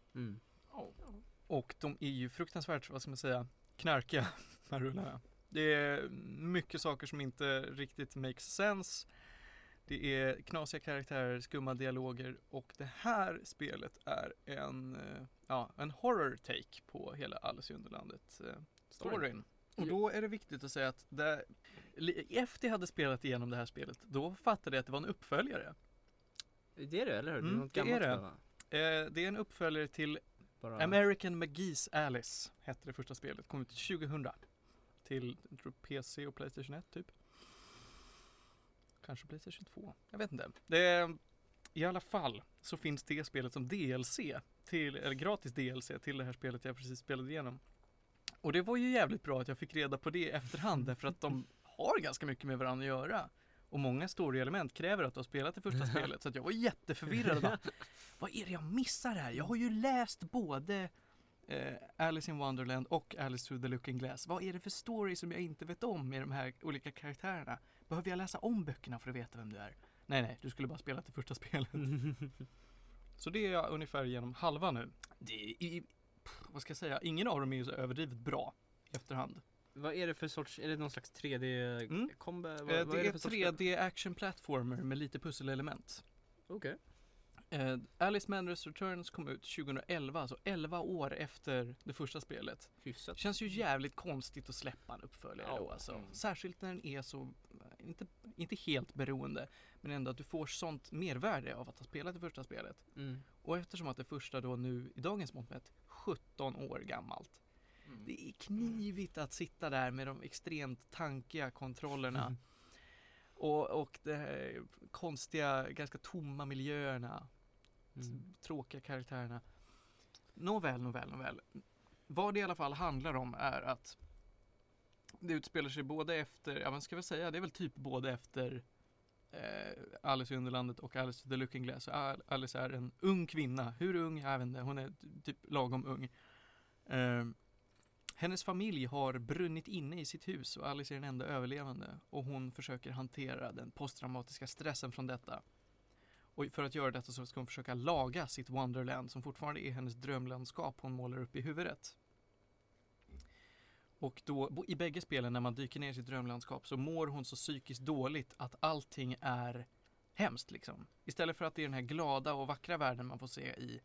Och de är ju fruktansvärt, vad ska man säga, knarkiga med rullarna. Det är mycket saker som inte riktigt makes sense. Det är knasiga karaktärer, skumma dialoger, och det här spelet är en horror take på hela Alice i Underlandet storyn. Och då är det viktigt att säga att efter jag hade spelat igenom det här spelet, då fattade jag att det var en uppföljare. Det är det, eller hur? Det är något det gammalt, är det. va? Det är en uppföljare till American McGee's Alice, hette det första spelet. Kom ut 2000 till, jag tror, PC och PlayStation 1 typ. Kanske PlayStation 2. Jag vet inte. I alla fall så finns det spelet som DLC eller gratis DLC till det här spelet jag precis spelade igenom. Och det var ju jävligt bra att jag fick reda på det i efterhand, därför att de har ganska mycket med varandra att göra. Och många story-element kräver att du har spelat det första spelet, så att jag var jätteförvirrad. Vad är det jag missar här? Jag har ju läst både Alice in Wonderland och Alice Through the Looking Glass. Vad är det för story som jag inte vet om med de här olika karaktärerna? Behöver jag läsa om böckerna för att veta vem du är? Nej, du skulle bara spela det första spelet. Så det är jag ungefär genom halva nu. Vad ska jag säga? Ingen av dem är ju så överdrivet bra i efterhand. Vad är det för sorts, är det någon slags 3D-kombo? Det är 3D action platformer med lite pusselelement. Okej. Alice Madness Returns kom ut 2011, alltså 11 år efter det första spelet. Hyfsat. Känns ju jävligt konstigt att släppa en uppföljare då, alltså. Särskilt när den är så, inte helt beroende, men ändå att du får sånt mervärde av att ha spelat det första spelet. Och eftersom att det första då nu i dagens mått mätt 17 år gammalt. Det är knivigt att sitta där med de extremt tankiga kontrollerna. Och det här konstiga, ganska tomma miljöerna. Tråkiga karaktärerna. Nåväl. Vad det i alla fall handlar om är att Det utspelar sig både efter, ja vad ska vi säga, det är väl typ både efter Alice i Underlandet och Alice to the Looking Glass. Så Alice är en ung kvinna. Hur ung? Jag vet inte. Hon är typ lagom ung. Hennes familj har brunnit inne i sitt hus och Alice är den enda överlevande. Och hon försöker hantera den posttraumatiska stressen från detta. Och för att göra detta så ska hon försöka laga sitt Wonderland som fortfarande är hennes drömlandskap hon målar upp i huvudet. Och då, i bägge spelen när man dyker ner i sitt drömlandskap så mår hon så psykiskt dåligt att allting är hemskt liksom. Istället för att det är den här glada och vackra världen man får se i,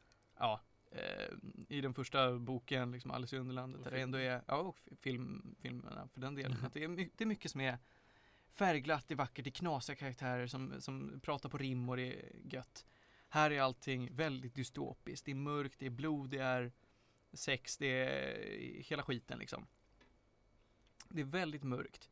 i den första boken, liksom Alice i Underlandet, där det ändå är, och filmerna för den delen. Att det är mycket som är färgglatt, det är vackert, det är knasiga karaktärer som pratar på rim och det är gött. Här är allting väldigt dystopiskt, det är mörkt, det är blod, det är sex, det är hela skiten liksom. Det är väldigt mörkt.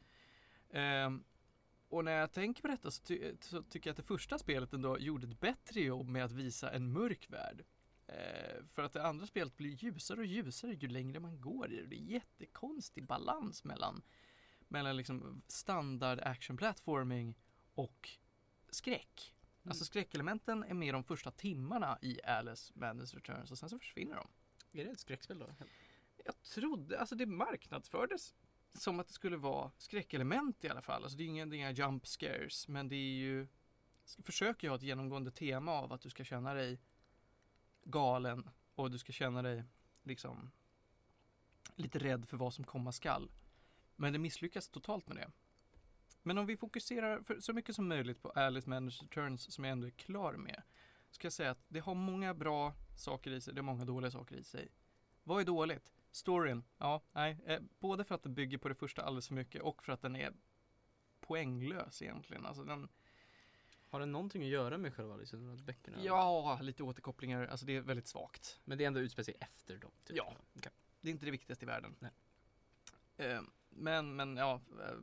Och när jag tänker på detta så tycker jag att det första spelet ändå gjorde ett bättre jobb med att visa en mörk värld. För att det andra spelet blir ljusare och ljusare ju längre man går i det. Det är jättekonstig balans mellan liksom standard action platforming och skräck. Alltså skräckelementen är med de första timmarna i Alice Madness Returns och sen så försvinner de. Är det ett skräckspel då? Jag trodde, alltså det marknadsfördes som att det skulle vara skräckelement i alla fall. Alltså det är inga jump scares, men det är ju, försöker jag ha ett genomgående tema av att du ska känna dig galen och du ska känna dig liksom lite rädd för vad som komma skall. Men det misslyckas totalt med det. Men om vi fokuserar för så mycket som möjligt på Alice Madness Returns som jag ändå är klar med, ska jag säga att det har många bra saker i sig, det har många dåliga saker i sig. Vad är dåligt? Storyn? Ja, nej. Både för att den bygger på det första alldeles för mycket och för att den är poänglös egentligen. Alltså den... Har den någonting att göra med själva liksom, böckerna? Ja, lite återkopplingar. Alltså det är väldigt svagt. Men det är ändå utspelar sig efter dem? Typ. Ja, okay. Det är inte det viktigaste i världen. Nej. Men ja...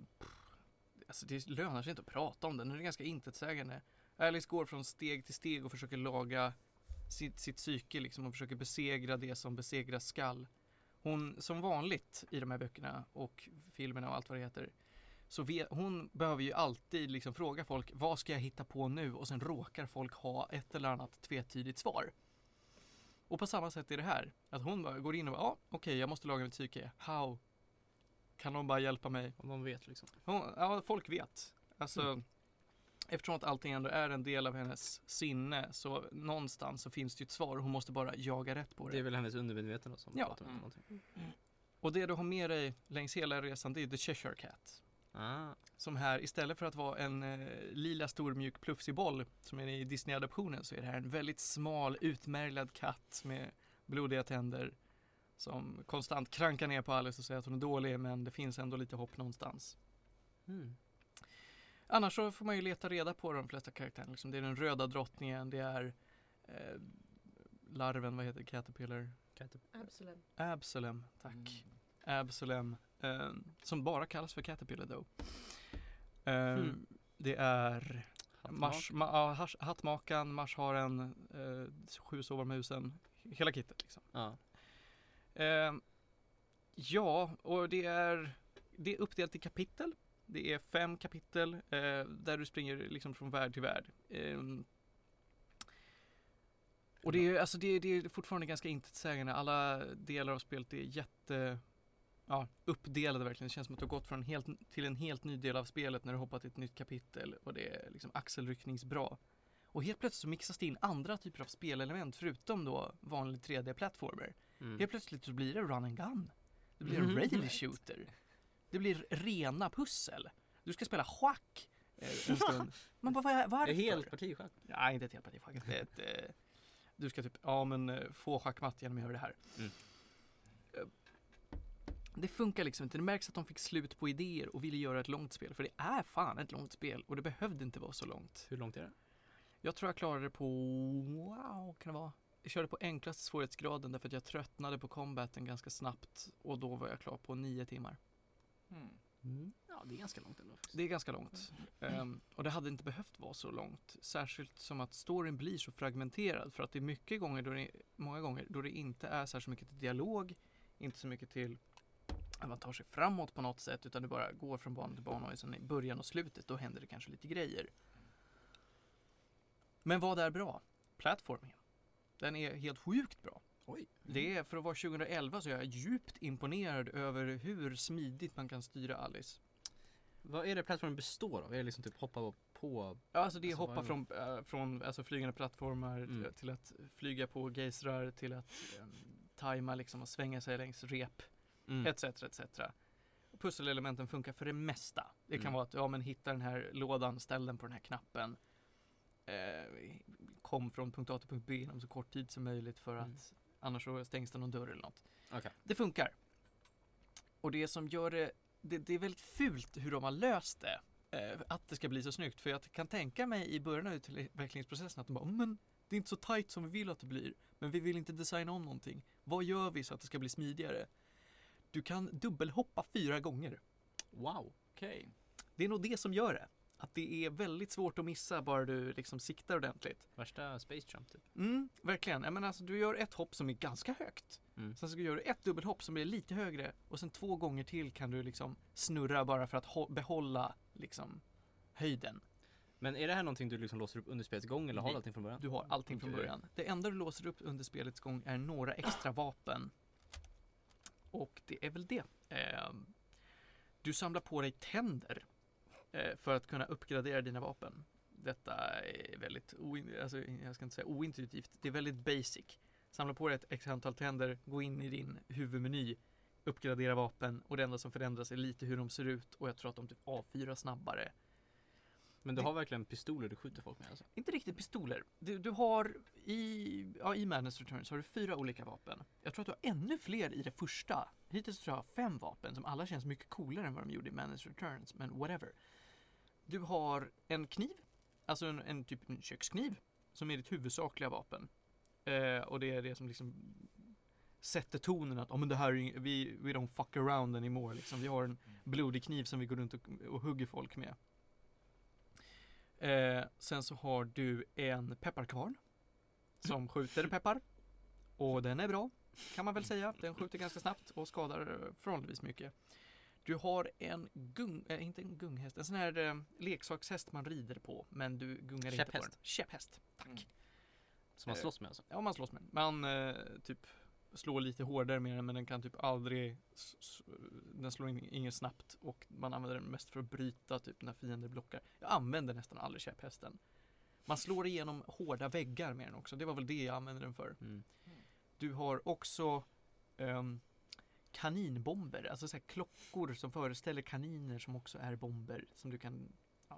Alltså det lönar sig inte att prata om den. Den är ganska intetsägande. Alice går från steg till steg och försöker laga sitt psyke liksom och försöker besegra det som besegras skall. Hon, som vanligt i de här böckerna och filmerna och allt vad det heter, så hon behöver ju alltid liksom fråga folk, vad ska jag hitta på nu? Och sen råkar folk ha ett eller annat tvetydigt svar. Och på samma sätt är det här. Att hon bara går in och okej, jag måste laga mitt psyke. How? Kan de bara hjälpa mig? Om de vet liksom. Ja, folk vet. Alltså, eftersom att allting ändå är en del av hennes sinne, så någonstans så finns det ju ett svar. Hon måste bara jaga rätt på det. Det är väl hennes undermedvetna som pratar om någonting. Och det du har med dig längs hela resan, det är The Cheshire Cat. Som här, istället för att vara en lila stor mjuk plufsig boll som är i Disney-adaptionen, så är det här en väldigt smal, utmärglad katt med blodiga tänder som konstant krankar ner på Alice och säger att hon är dålig, men det finns ändå lite hopp någonstans. Annars så får man ju leta reda på de flesta karaktärerna. Liksom. Det är den röda drottningen, det är larven, vad heter Caterpillar? Absalom, tack. Absalom, som bara kallas för Caterpillar då. Det är Hattmakan, Marsharen, 7 sovarmusen, hela kittet liksom. Ja, och det är uppdelat i kapitel. Det är 5 kapitel där du springer liksom från värld till värld. Och det är fortfarande ganska intetsägande. Alla delar av spelet är uppdelade verkligen. Det känns som att du har gått till en helt ny del av spelet när du hoppat till ett nytt kapitel. Och det är liksom axelryckningsbra. Och helt plötsligt så mixas det in andra typer av spelelement förutom då vanlig 3D-plattformer. Helt plötsligt så blir det run and gun. Det blir en rail shooter. Det blir rena pussel. Du ska spela schack en stund. Men varför? Ett helt partischack? Nej, inte ett helt partischack. Du ska typ, få schackmatt genom att göra det här. Det funkar liksom inte. Det märks att de fick slut på idéer och ville göra ett långt spel. För det är fan ett långt spel och det behövde inte vara så långt. Hur långt är det? Jag tror jag klarade det på, kan det vara? Jag körde på enklaste svårighetsgraden därför att jag tröttnade på combaten ganska snabbt och då var jag klar på 9 timmar. Ja, det är ganska långt ändå. Det är ganska långt. Och det hade inte behövt vara så långt. Särskilt som att storyn blir så fragmenterad. För att det är många gånger då det inte är särskilt mycket till dialog, inte så mycket till att man tar sig framåt på något sätt, utan du bara går från bana till bana och sen i början och slutet, då händer det kanske lite grejer. Men vad är bra? Platformingen. Den är helt sjukt bra. Oj. Det är, för att vara 2011 så är jag djupt imponerad över hur smidigt man kan styra Alice. Vad är det plattformen består av? Är det liksom typ hoppa på? Ja, alltså det är Alltså, hoppa vad från alltså flygande plattformar Mm. till att flyga på geisrar, till att tajma liksom och svänga sig längs rep, etc. Pusselelementen funkar för det mesta. Det kan vara att, ja men hitta den här lådan, ställ den på den här knappen. Kom från punkt A till punkt B inom så kort tid som möjligt för att annars så stängs det någon dörr eller något. Okej. Det funkar. Och det som gör det är väldigt fult hur de har löst det. Att det ska bli så snyggt. För jag kan tänka mig i början av utvecklingsprocessen att de bara, men det är inte så tight som vi vill att det blir. Men vi vill inte designa om någonting. Vad gör vi så att det ska bli smidigare? Du kan dubbelhoppa 4 gånger. Wow. Okej. Det är nog det som gör det. Att det är väldigt svårt att missa bara du liksom siktar ordentligt. Värsta space jump typ. Verkligen. Jag menar, alltså, du gör ett hopp som är ganska högt. Sen så gör du ett dubbelhopp som blir lite högre. Och sen 2 gånger till kan du liksom snurra bara för att behålla liksom höjden. Men är det här någonting du liksom låser upp under spelets gång eller har Nej. du allting från början? Du har allting från Okej. början. Det enda du låser upp under spelets gång är några extra vapen. Och det är väl det. Du samlar på dig tänder för att kunna uppgradera dina vapen. Detta är väldigt, alltså, jag ska inte säga ointuitivt, det är väldigt basic. Samla på dig ett x antal tänder, gå in i din huvudmeny, uppgradera vapen och det enda som förändras är lite hur de ser ut och jag tror att de typ avfyrar snabbare. Men du har verkligen pistoler du skjuter folk med alltså? Inte riktigt pistoler. Du har i Madness Returns har du 4 olika vapen. Jag tror att du har ännu fler i det första. Hittills tror jag 5 vapen som alla känns mycket coolare än vad de gjorde i Madness Returns, men whatever. Du har en kniv, alltså en typ en kökskniv som är ditt huvudsakliga vapen. Och det är det som liksom sätter tonen att men det här är, we don't fuck around anymore liksom. Vi har en blodig kniv som vi går runt och hugger folk med. Sen så har du en pepparkvarn som skjuter peppar och den är bra kan man väl säga. Den skjuter ganska snabbt och skadar förhållandevis mycket. Du har en inte en gunghäst, en sån här leksakshäst man rider på men du gungar inte på den. Käpphäst. Tack. Som man slåss med alltså? Ja, man slåss med den. Man typ slår lite hårdare med den men den kan typ aldrig den slår ingen snabbt och man använder den mest för att bryta typ när fiender blockar. Jag använder nästan aldrig käpphästen. Man slår igenom hårda väggar med den också. Det var väl det jag använde den för. Du har också kaninbomber, alltså så här klockor som föreställer kaniner som också är bomber som du kan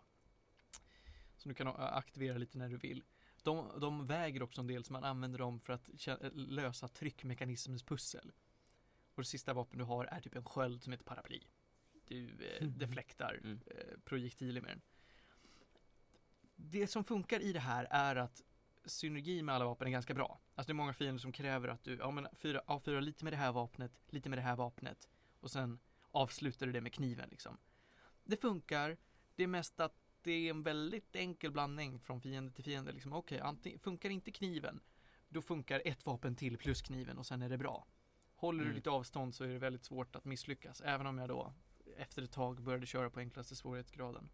aktivera lite när du vill. De väger också en del som man använder dem för att lösa tryckmekanismens pussel. Och det sista vapen du har är typ en sköld som heter paraply. Du deflektar projektiler med den. Det som funkar i det här är att synergi med alla vapen är ganska bra. Alltså det är många fiender som kräver att du avfyrar lite med det här vapnet och sen avslutar du det med kniven liksom. Det funkar. Det är mest att det är en väldigt enkel blandning från fiende till fiende liksom. Okej, funkar inte kniven, då funkar ett vapen till plus kniven och sen är det bra. Håller du lite avstånd så är det väldigt svårt att misslyckas, även om jag då efter ett tag började köra på enklaste svårighetsgraden.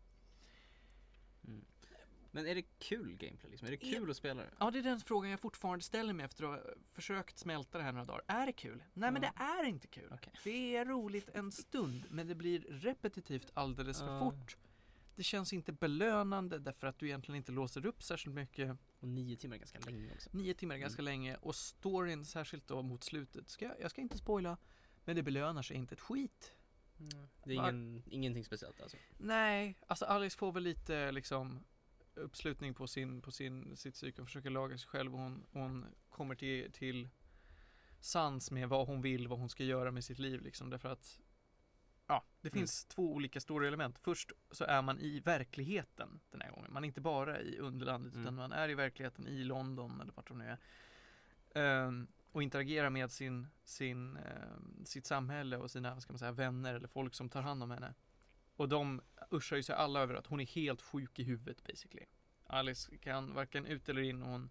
Men är det kul gameplay liksom? Är det kul att spela det? Ja, det är den frågan jag fortfarande ställer mig efter att ha försökt smälta det här några dagar. Är det kul? Nej, men det är inte kul. Okay. Det är roligt en stund, men det blir repetitivt alldeles för fort. Det känns inte belönande därför att du egentligen inte låser upp särskilt mycket. Och 9 timmar är ganska länge också. 9 timmar är ganska länge och storyn särskilt då mot slutet. Jag ska inte spoila, men det belönar sig inte ett skit. Det är ingenting speciellt alltså? Nej, alltså Alice får väl lite liksom uppslutning på sitt psyke och försöker laga sig själv och hon kommer till sans med vad hon vill, vad hon ska göra med sitt liv liksom, därför att det finns 2 olika stora element. Först så är man i verkligheten den här gången. Man är inte bara i underlandet utan man är i verkligheten i London eller vart hon är. Och interagerar med sitt samhälle och sina, ska man säga, vänner eller folk som tar hand om henne. Och de uschar ju sig alla över att hon är helt sjuk i huvudet basically. Alice kan varken ut eller in och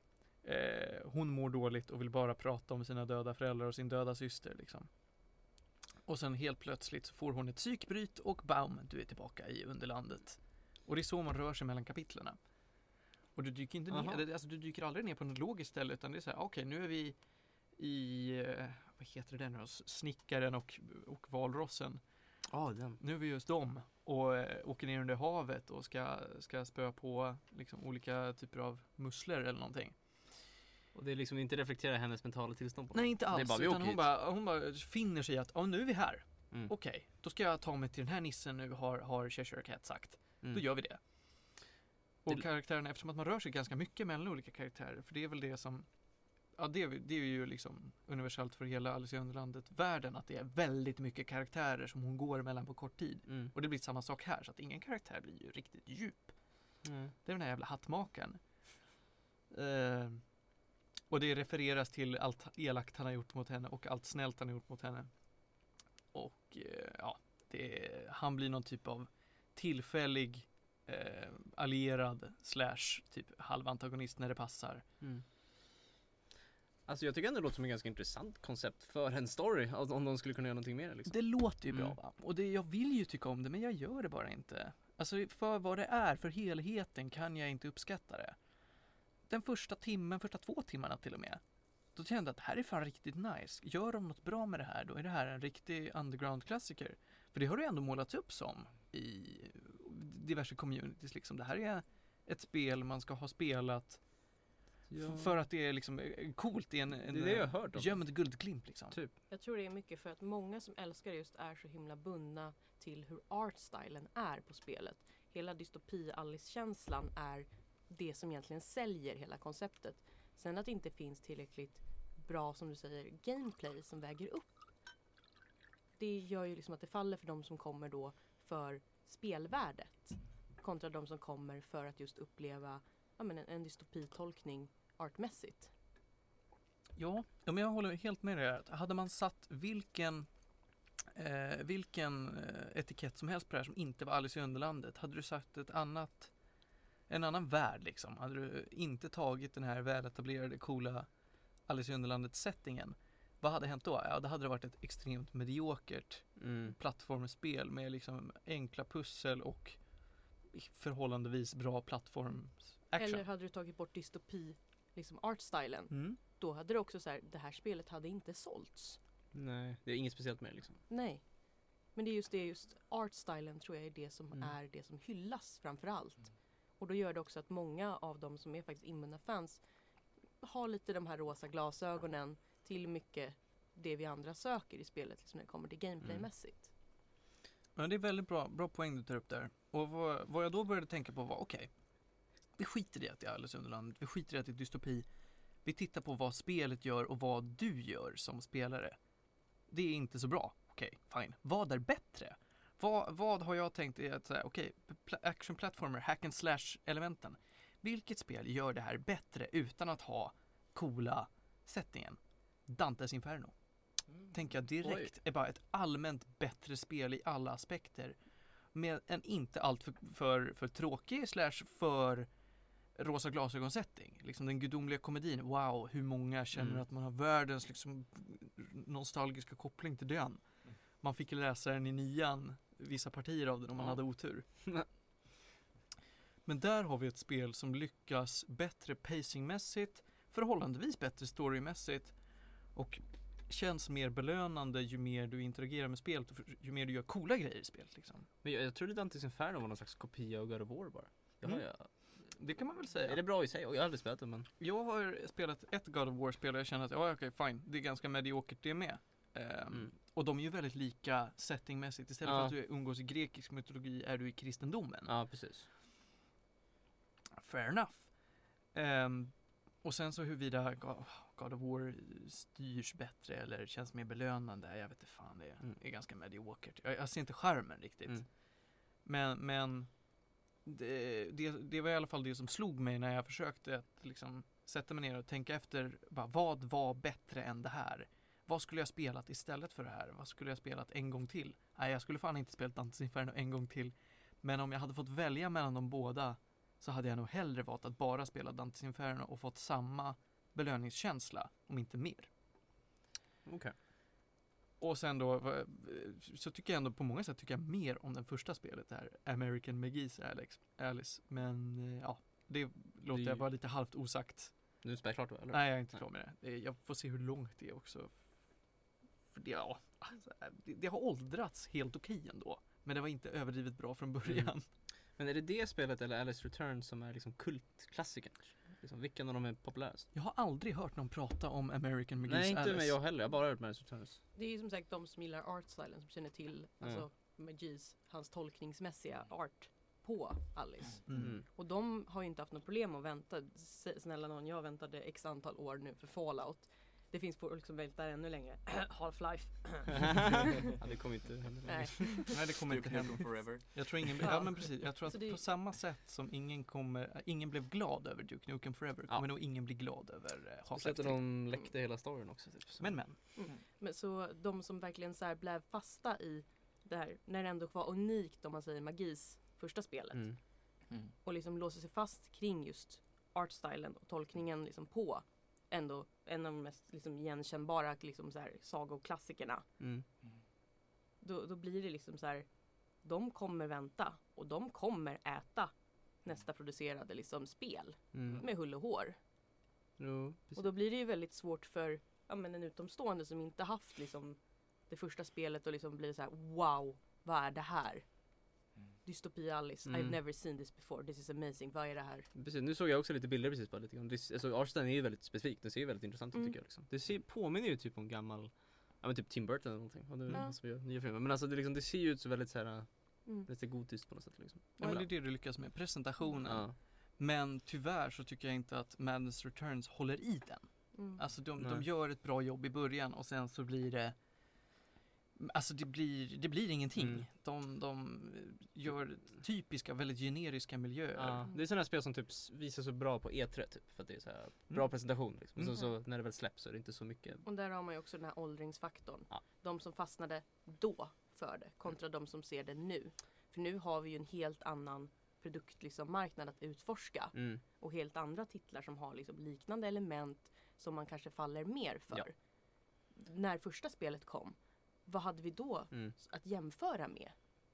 hon mår dåligt och vill bara prata om sina döda föräldrar och sin döda syster liksom. Och sen helt plötsligt så får hon ett psykbryt och bam, du är tillbaka i underlandet. Och det är så man rör sig mellan kapitlerna. Och du dyker inte ner, alltså du dyker aldrig ner på något logiskt ställe, utan det är så här, okej, nu är vi i, vad heter det nu, snickaren och valrossen. Den. Nu är vi just dem och åker ner under havet och ska spöa på liksom olika typer av musslor eller någonting. Och det är liksom inte reflekterar hennes mentala tillstånd på. Nej, inte alls, bara, utan hon bara finner sig att nu är vi här. Mm. Okej, då ska jag ta mig till den här nissen nu, har Cheshire Cat sagt. Då gör vi det. Och karaktärerna, eftersom att man rör sig ganska mycket mellan olika karaktärer, för det är väl det som, ja, det är ju liksom universellt för hela Alice i Underlandet-världen, att det är väldigt mycket karaktärer som hon går emellan på kort tid. Och det blir samma sak här, så att ingen karaktär blir ju riktigt djup. Det är den här jävla hattmakaren. Och det refereras till allt elakt han har gjort mot henne och allt snällt han har gjort mot henne. Och ja, han blir någon typ av tillfällig allierad / typ halvantagonist när det passar. Alltså jag tycker ändå det låter som ett ganska intressant koncept för en story, om de skulle kunna göra någonting mer liksom. Det låter ju bra, va? Och jag vill ju tycka om det, men jag gör det bara inte. Alltså för vad det är, för helheten kan jag inte uppskatta det. Den första 2 timmarna till och med, då kände jag att det här är fan riktigt nice. Gör de något bra med det här, då är det här en riktig underground-klassiker. För det har det ändå målats upp som i diverse communities liksom. Det här är ett spel man ska ha spelat för att det är liksom coolt. Det är det jag har hört om. Gömd guldklimp liksom. Typ. Jag tror det är mycket för att många som älskar det just är så himla bundna till hur artstylen är på spelet. Hela dystopi-Alice-känslan är det som egentligen säljer hela konceptet. Sen att det inte finns tillräckligt bra, som du säger, gameplay som väger upp. Det gör ju liksom att det faller för de som kommer då för spelvärdet kontra de som kommer för att just uppleva en dystopitolkning artmässigt. Ja, men jag håller helt med dig. Hade man satt vilken etikett som helst på det här som inte var Alice i Underlandet, hade du sagt en annan värld liksom. Hade du inte tagit den här väletablerade, coola Alice i Underlandet-settingen, vad hade hänt då? Ja, det hade varit ett extremt mediokert plattformsspel med liksom enkla pussel och förhållandevis bra plattform-action. Eller hade du tagit bort dystopi, liksom artstylen, då hade det också så här, det här spelet hade inte sålts. Nej, det är inget speciellt med det liksom. Nej. Men det är just artstylen tror jag är det som är det som hyllas framför allt. Och då gör det också att många av dem som är faktiskt inbundna fans har lite de här rosa glasögonen till mycket det vi andra söker i spelet liksom när det kommer till gameplaymässigt. Ja, det är väldigt bra poäng du tar upp där. Och vad jag då började tänka på var, okej, vi skiter i att det är Alice i Underlandet, vi skiter i att det är dystopi. Vi tittar på vad spelet gör och vad du gör som spelare. Det är inte så bra. Okej, fine. Vad är bättre? Vad har jag tänkt är att säga, okej, action platformer, hack and slash elementen. Vilket spel gör det här bättre utan att ha coola settingen? Dantes Inferno. Tänker jag direkt är bara ett allmänt bättre spel i alla aspekter. Med en inte allt för tråkig / för rosa glasögon-setting. Liksom den gudomliga komedin. Wow, hur många känner att man har världens liksom nostalgiska koppling till den. Man fick läsa den i 9:an, vissa partier av den om man hade otur. Men där har vi ett spel som lyckas bättre pacingmässigt, förhållandevis bättre storymässigt och känns mer belönande ju mer du interagerar med spelet och ju mer du gör coola grejer i spelet liksom. Men jag trodde Dantes Inferno var någon slags kopia av God of War bara. Det kan man väl säga. Är det bra i sig? Jag har aldrig spelat det, men jag har spelat ett God of War-spel och jag känner att okej, fine, det är ganska mediokert det med. Och de är ju väldigt lika settingmässigt. Istället för att du umgås i grekisk mytologi är du i kristendomen. Ja, precis. Fair enough. Och sen så huruvida God of War styrs bättre eller känns mer belönande, jag vet inte fan, det är ganska mediokert. Jag ser inte charmen riktigt. Men det var i alla fall det som slog mig när jag försökte att liksom sätta mig ner och tänka efter, bara, vad var bättre än det här? Vad skulle jag spelat istället för det här? Vad skulle jag spelat en gång till? Nej, jag skulle fan inte spelat Dantes Inferno en gång till. Men om jag hade fått välja mellan de båda så hade jag nog hellre valt att bara spela Dantes Inferno och fått samma belöningskänsla, om inte mer. Okej. Och sen då så tycker jag ändå på många sätt tycker jag mer om den första spelet här, American McGee's Alice. Men ja, det låter jag vara lite halvt osagt. Nu är det klart då, eller? Nej, jag är inte klar med det. Jag får se hur långt det är också. För det, ja, alltså, det har åldrats helt okej ändå. Men det var inte överdrivet bra från början. Men är det spelet eller Alice Returns som är liksom kultklassikern? Liksom, vilken av dem är populärast? Jag har aldrig hört någon prata om American McGee's Nej, inte Alice. med jag heller. Jag har bara hört med Alice Returns. Det är ju som sagt de som gillar artstylen som känner till alltså McGee's, hans tolkningsmässiga art på Alice. Och de har ju inte haft något problem att vänta. Snälla någon, jag väntade x antal år nu för Fallout. Det finns folk som väntar ännu längre. Half-Life. Ja, det kommer inte hända. Nej. Nej, det kommer inte Duke hända. Nukem Forever. Jag tror ingen, ja men precis, jag tror Så att det- på samma sätt som ingen blev glad över Duke Nukem Forever kommer nog ingen bli glad över Så Half-Life att 3. de läckte hela storyn också. Typ. Så. Men. Men så de som verkligen så här blev fasta i det här, när det ändå var unikt om man säger McGee's första spelet. Och liksom låser sig fast kring just artstylen och tolkningen liksom på ändå en av de mest liksom igenkännbara liksom så här sagoklassikerna. Då blir det liksom så här, de kommer vänta och de kommer äta nästa producerade liksom spel med hull och hår. Jo, Och då blir det ju väldigt svårt för en utomstående som inte haft liksom det första spelet och liksom blir så här: wow, vad är det här? Dystopia Alice, I've never seen this before, this is amazing, vad är det här? Precis, nu såg jag också lite bilder precis på lite grann. Alltså artstylen är ju väldigt specifik, den ser ju väldigt intressant ut tycker jag liksom. Det påminner ju typ om gammal, ja men typ Tim Burton eller någonting. Och det är som gör nya filmer. Men alltså det ser ju ut så väldigt så här lite gotiskt på något sätt liksom. Ja, men det är det du lyckas med, presentationen. Ja. Men tyvärr så tycker jag inte att Madness Returns håller i den. Alltså de gör ett bra jobb i början och sen så blir det, alltså det blir ingenting. De gör typiska, väldigt generiska miljöer. Ja, det är sådana spel som typ visar så bra på E3 typ, för att det är så här bra presentation liksom. Så när det väl släpps så är det inte så mycket. Och där har man ju också den här åldringsfaktorn. Ja. De som fastnade då för det kontra de som ser det nu. För nu har vi ju en helt annan produkt liksom, marknad att utforska. Och helt andra titlar som har liksom, liknande element som man kanske faller mer för. Ja. När första spelet kom, vad hade vi då att jämföra med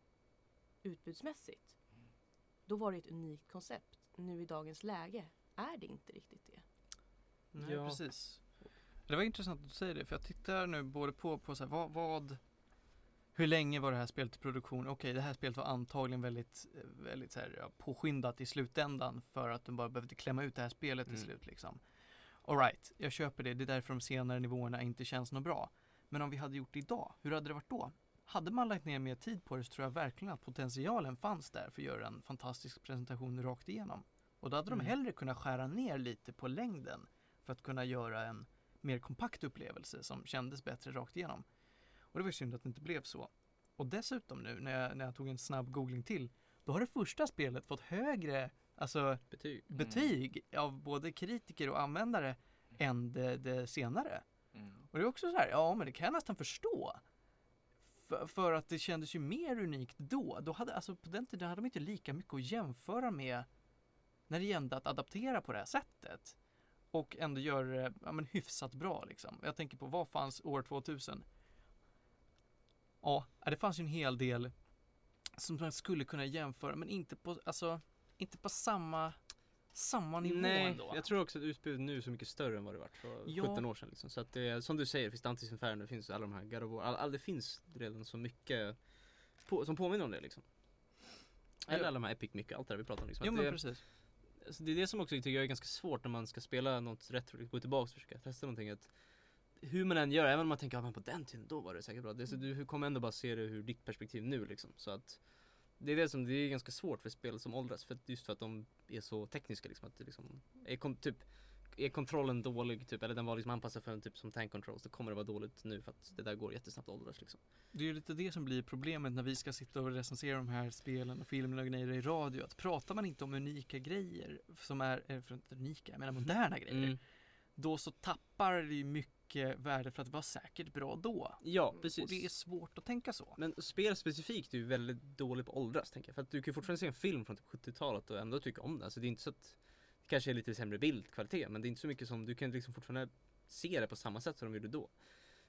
utbudsmässigt? Då var det ett unikt koncept. Nu i dagens läge är det inte riktigt det. Nej, precis. Det var intressant att du säger det, för jag tittar nu både på så här, hur länge var det här spelet i produktion? Okej, det här spelet var antagligen väldigt så här, påskyndat i slutändan för att de bara behövde klämma ut det här spelet till slut liksom. All right, jag köper det. Det är därför de senare nivåerna inte känns något bra. Men om vi hade gjort det idag, hur hade det varit då? Hade man lagt ner mer tid på det så tror jag verkligen att potentialen fanns där för att göra en fantastisk presentation rakt igenom. Och då hade de hellre kunnat skära ner lite på längden för att kunna göra en mer kompakt upplevelse som kändes bättre rakt igenom. Och det var synd att det inte blev så. Och dessutom nu när jag tog en snabb googling till, då har det första spelet fått högre betyg av både kritiker och användare än det senare. Och det är också så här, ja men det kan jag nästan förstå. För att det kändes ju mer unikt då. Då hade, alltså på den tiden hade de inte lika mycket att jämföra med när det gällde att adaptera på det här sättet. Och ändå göra det hyfsat bra liksom. Jag tänker på, vad fanns år 2000? Ja, det fanns ju en hel del som man skulle kunna jämföra, men inte på samma nivå ändå. Jag tror också att utbudet nu är så mycket större än vad det var för 17 år sedan liksom. Så att det, som du säger, det finns Dantes Inferno, det finns alla de här God of War, det finns redan så mycket som påminner om det liksom. Eller alla de här Epic mycket, allt det där vi pratar om liksom. Jo, men precis. Alltså, det är det som också tycker jag är ganska svårt när man ska spela något retro, gå tillbaka och försöka testa någonting, att hur man än gör, även om man tänker men på den tiden då var det säkert bra. Så du kommer ändå bara se det ur ditt perspektiv nu liksom. Så att det är ganska svårt för spel som åldras, just för att de är så tekniska liksom, att det liksom är kontrollen dålig typ, eller den var liksom anpassad för en typ som tank controls, då kommer det vara dåligt nu för att det där går jättesnabbt att åldras liksom. Det är ju lite det som blir problemet när vi ska sitta och recensera de här spelen och filmerna och grejer i radio, att pratar man inte om unika grejer som är inte unika, jag menar moderna grejer, då så tappar det ju mycket värde för att det var säkert bra då. Ja, precis. Och det är svårt att tänka så. Men spel specifikt är ju väldigt dåligt på åldras, tänker jag. För att du kan fortfarande se en film från typ 70-talet och ändå tycka om det. Alltså det är inte så att det kanske är lite sämre bildkvalitet, men det är inte så mycket som du kan liksom fortfarande se det på samma sätt som de gjorde då.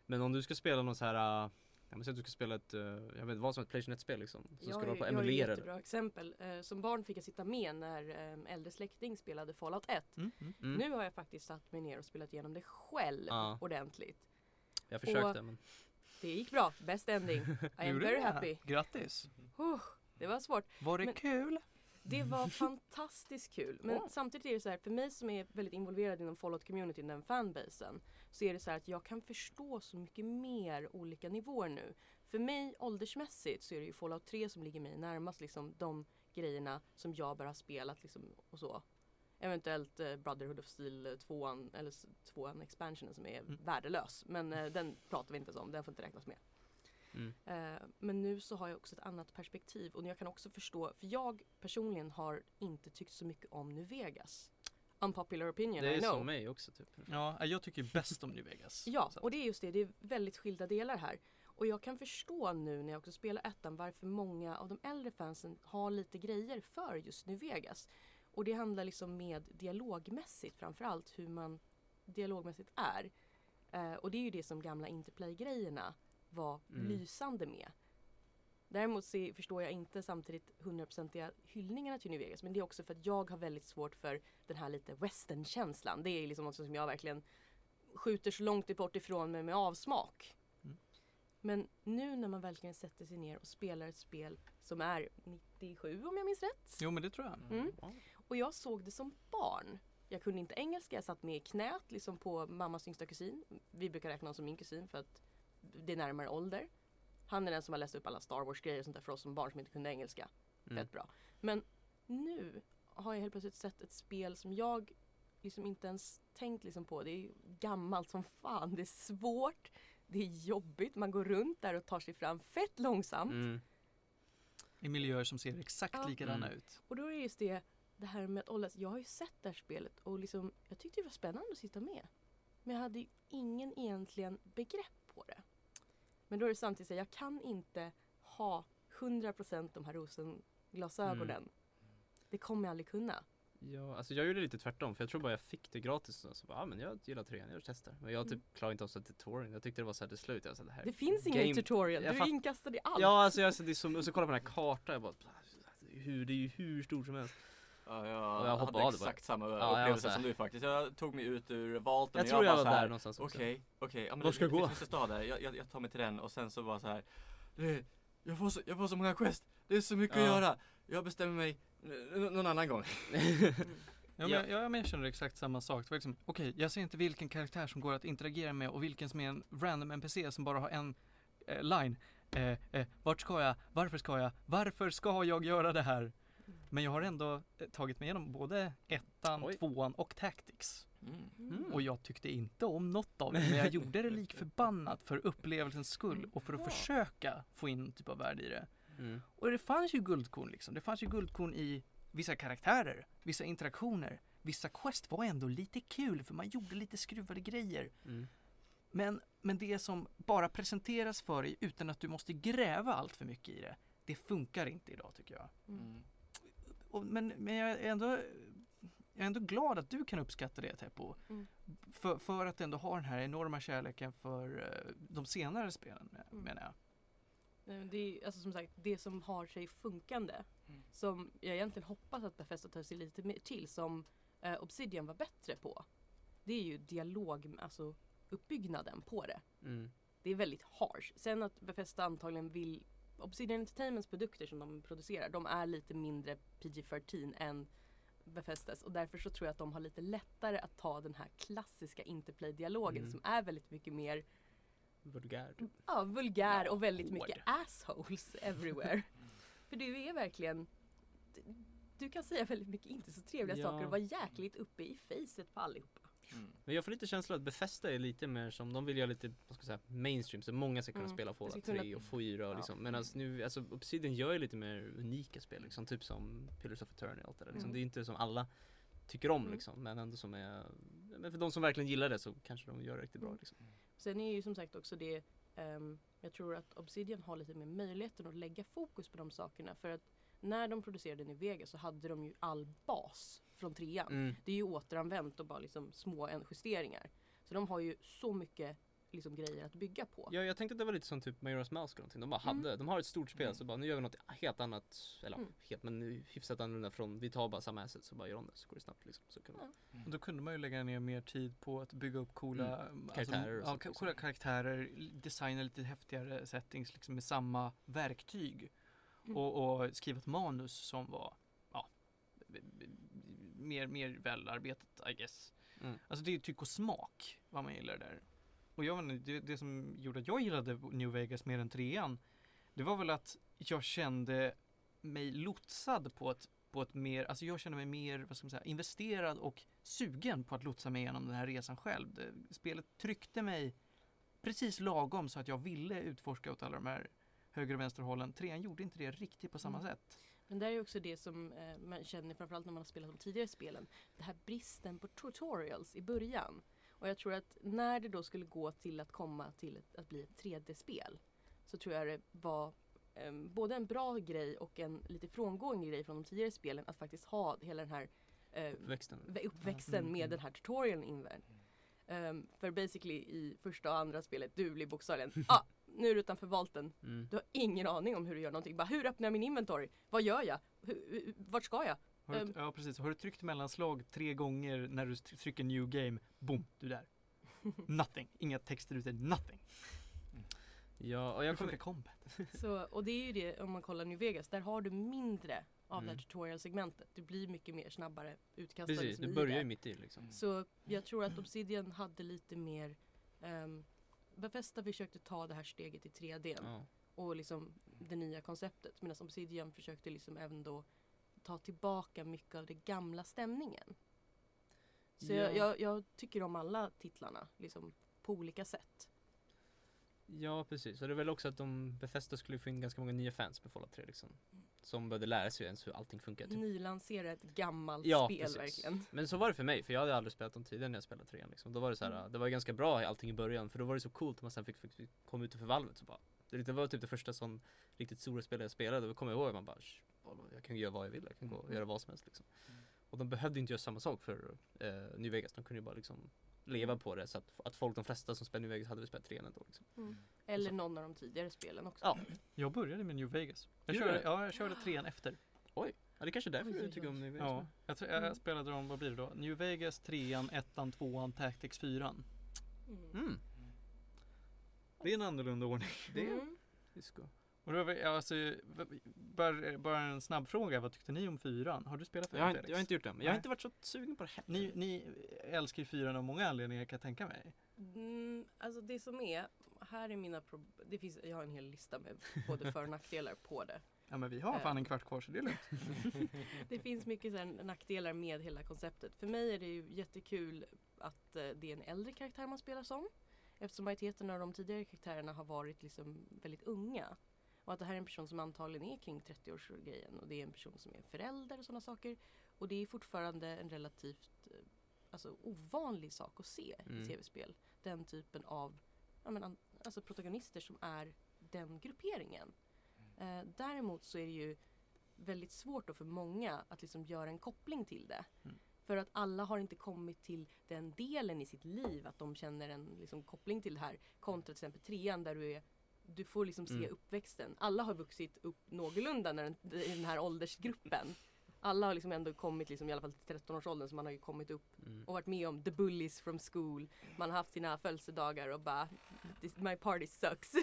Men om du ska spela någon så här, jag måste säga att du ska spela ett, jag vet vad som ett PlayStation 1-spel liksom. Så ska du hålla på att jag är emulera ett det. jättebra exempel. Som barn fick jag sitta med när äldre släkting spelade Fallout 1. Mm. Nu har jag faktiskt satt mig ner och spelat igenom det själv ordentligt. Jag försökte men Det gick bra. Best ending. I am Gjorde very det? happy. Grattis! Det var svårt. Var det Men- kul? Det var fantastiskt kul. Men samtidigt är det så här, för mig som är väldigt involverad inom Fallout-communityn, den fanbasen, så är det så här att jag kan förstå så mycket mer olika nivåer nu. För mig åldersmässigt så är det ju Fallout 3 som ligger mig närmast liksom de grejerna som jag bara har spelat liksom och så. Eventuellt Brotherhood of Steel 2 eller 2 expansionen som är värdelös. Men den pratar vi inte om, den får inte räknas med. Men nu så har jag också ett annat perspektiv och jag kan också förstå, för jag personligen har inte tyckt så mycket om New Vegas. Unpopular opinion, det I är know. som mig också typ. Ja, jag tycker bäst om New Vegas. Ja, Så att- och det är just det är väldigt skilda delar här. Och jag kan förstå nu när jag också spelar ettan varför många av de äldre fansen har lite grejer för just New Vegas. Och det handlar liksom med dialogmässigt framförallt hur man dialogmässigt är. Och det är ju det som gamla Interplay-grejerna var lysande med. Däremot förstår jag inte samtidigt 100% hyllningarna till New Vegas. Men det är också för att jag har väldigt svårt för den här lite western-känslan. Det är liksom något som jag verkligen skjuter så långt bort ifrån mig med avsmak. Men nu när man verkligen sätter sig ner och spelar ett spel som är 97 om jag minns rätt. Jo, men det tror jag. Och jag såg det som barn. Jag kunde inte engelska, jag satt med i knät liksom på mammas yngsta kusin. Vi brukar räkna honom som min kusin för att det är närmare ålder. Han är den som har läst upp alla Star Wars-grejer och sånt där för oss som barn som inte kunde engelska. Fett bra. Men nu har jag helt plötsligt sett ett spel som jag liksom inte ens tänkt liksom på. Det är gammalt som fan, det är svårt, det är jobbigt. Man går runt där och tar sig fram fett långsamt. I miljöer som ser exakt likadana ut. Och då är det just det här med att åldras. Jag har ju sett det här spelet och liksom, jag tyckte det var spännande att sitta med. Men jag hade ju ingen egentligen begrepp på det. Men då är det samtidigt så att jag kan inte ha 100% de här rosenglasögonen. Det kommer jag aldrig kunna. Ja, alltså jag gjorde lite tvärtom för jag tror bara jag fick det gratis och så bara, men jag gillar 3, jag testar. Men jag typ klarade inte av så tutorial. Jag tyckte det var så här till slut. Jag sa, det här Det finns ingen tutorial, du är inkastad i allt. Ja, alltså jag det som och så kollar på den här kartan jag bara det är ju hur stort som helst. Ja, jag jag hoppade hade av det exakt samma jag var upplevelse så här. som du faktiskt. Jag tog mig ut ur Valten Jag och tror jag bara var så här, där någonstans också. Okej, ja, men Var ska jag gå? Det finns en stad där, jag tar mig till den och sen så var så här. Jag får så många quest, det är så mycket att göra. Jag bestämmer mig någon annan gång. Ja, men jag känner exakt samma sak. Det var liksom, okej, jag ser inte vilken karaktär som går att interagera med och vilken som är en random NPC som bara har en line. Vart ska jag? Varför ska jag? Varför ska jag göra det här? Men jag har ändå tagit mig igenom både ettan, tvåan och Tactics. Och jag tyckte inte om något av det, men jag gjorde det lik förbannat för upplevelsens skull och för att försöka få in typ av värde i det. Och det fanns ju guldkorn liksom. Det fanns ju guldkorn i vissa karaktärer, vissa interaktioner. Vissa quest var ändå lite kul för man gjorde lite skruvade grejer. Men det som bara presenteras för dig utan att du måste gräva allt för mycket i det, det funkar inte idag tycker jag. Men jag är ändå glad att du kan uppskatta det, Teppo. För att ändå ha den här enorma kärleken för de senare spelen, menar jag. Det är alltså som sagt det som har sig funkande. Som jag egentligen hoppas att Bethesda tar sig lite mer till, som Obsidian var bättre på. Det är ju dialog, alltså uppbyggnaden på det. Det är väldigt harsh. Sen att Bethesda antagligen vill, Obsidian Entertainments produkter som de producerar, de är lite mindre PG-13 än Bethesdas, och därför så tror jag att de har lite lättare att ta den här klassiska interplay-dialogen som är väldigt mycket mer vulgär. Ja, vulgär och väldigt mycket assholes everywhere. För du är verkligen, du kan säga väldigt mycket inte så trevliga saker och vara jäkligt uppe i facet på allihopa. Men jag får lite känsla att Bethesda är lite mer som, de vill göra lite, vad ska jag säga, mainstream, så många ska kunna spela Fallout 3 och 4 och liksom. Men alltså nu, alltså Obsidian gör ju lite mer unika spel liksom, typ som Pillars of Eternity och allt det där liksom. Det är inte som alla tycker om liksom, men ändå som är, men för de som verkligen gillar det så kanske de gör det riktigt bra liksom. Sen är ju som sagt också det, jag tror att Obsidian har lite mer möjligheten att lägga fokus på de sakerna, för att när de producerade New Vegas så hade de ju all bas från 3:an. Det är ju återanvänt och bara liksom små justeringar. Så de har ju så mycket liksom grejer att bygga på. Ja, jag tänkte att det var lite som typ Majora's Mask eller någonting. De bara hade, de har ett stort spel så bara nu gör vi något helt annat, eller helt men hyfsat annorlunda från, vi tar bara samma asset så bara gör om det så går det snabbt liksom. Så kan Och då kunde man ju lägga ner mer tid på att bygga upp coola Karaktärer och alltså, sånt coola karaktärer, designa lite häftigare settings liksom med samma verktyg och skriva ett manus som var mer välarbetat I guess. Alltså det är tyck och smak vad man gillar där. Och jag vet inte, det som gjorde att jag gillade New Vegas mer än 3:an, det var väl att jag kände mig lotsad på ett mer, alltså jag kände mig mer, vad ska man säga, investerad och sugen på att lotsa mig igenom den här resan själv. Spelet tryckte mig precis lagom så att jag ville utforska åt alla de här höger- och vänsterhållen. 3:an gjorde inte det riktigt på samma sätt. Men det är ju också det som man känner framförallt när man har spelat de tidigare spelen. Det här bristen på tutorials i början. Och jag tror att när det då skulle gå till att komma till att bli ett 3D-spel så tror jag det var både en bra grej och en lite frångående grej från de tidigare spelen att faktiskt ha hela den här uppväxten med den här tutorialen invärd. För basically i första och andra spelet du blir bokstavligen nu är du utanför volten. Du har ingen aning om hur du gör någonting. Bara, hur öppnar jag min inventory? Vad gör jag? Vart ska jag? Ja precis, har du tryckt mellanslag 3 gånger när du trycker new game, boom, du är där. Nothing, inga texter ute, nothing. Ja, och jag kommer Så, och det är ju det om man kollar New Vegas, där har du mindre av det här tutorial-segmentet. Det blir mycket mer snabbare utkastare. Precis, du börjar ju mitt i liksom. Så jag tror att Obsidian hade lite mer Bethesda försökte ta det här steget i 3D och liksom det nya konceptet, medan Obsidian försökte liksom även då ta tillbaka mycket av det gamla stämningen. Så jag tycker om alla titlarna liksom på olika sätt. Ja, precis. Och det är väl också att Bethesda skulle få in ganska många nya fans på Fallout 3 liksom. Som började lära sig ens hur allting funkar. Typ. Nylansera ett gammalt spel precis. Verkligen. Men så var det för mig, för jag hade aldrig spelat dem tidigare när jag spelade 3 liksom. Då var det så här, det var ganska bra allting i början, för då var det så coolt att man sen fick komma ut för valvet så bara. Det var typ det första som riktigt stora spel jag spelade, och kommer jag ihåg att man bara, jag kan göra vad jag vill, jag kan gå och göra vad som helst liksom. Och de behövde inte göra samma sak för New Vegas, de kunde ju bara liksom leva på det, så att de flesta som spelar New Vegas hade spelat 3 ändå liksom. Eller någon av de tidigare spelen också. Ja. Jag började med New Vegas. Jag körde 3:an efter. Oj, ja, det är kanske är därför du tycker om New Vegas. Ja, jag spelade dem, vad blir det då? New Vegas, 3:an, 1:an, 2:an, Tactics 4:an. Det är en annorlunda ordning. Det är disco. Och då, alltså, bara en snabb fråga, vad tyckte ni om 4:an? Har du spelat 4:an, Felix? Jag har inte gjort det, men jag har inte varit så sugen på det heller. Ni älskar ju 4:an av många anledningar, kan jag tänka mig. Alltså det som är, här är mina jag har en hel lista med både för- och nackdelar på det. Ja, men vi har fan en kvart kvar, så det är lugnt. Det finns mycket så här nackdelar med hela konceptet. För mig är det ju jättekul att det är en äldre karaktär man spelar som. Eftersom majoriteten av de tidigare karaktärerna har varit liksom väldigt unga. Och att det här är en person som antagligen är kring 30-årsgrejen. Och det är en person som är förälder och sådana saker. Och det är fortfarande en relativt ovanlig sak att se i tv-spel. Den typen av protagonister som är den grupperingen. Däremot så är det ju väldigt svårt då för många att liksom göra en koppling till det. För att alla har inte kommit till den delen i sitt liv att de känner en liksom koppling till det här. Kontra till exempel 3:an där du får liksom se uppväxten. Alla har vuxit upp någorlunda i den här åldersgruppen. Alla har liksom ändå kommit liksom, i alla fall till 13-årsåldern, så man har ju kommit upp och varit med om the bullies from school. Man har haft sina födelsedagar och bara my party sucks.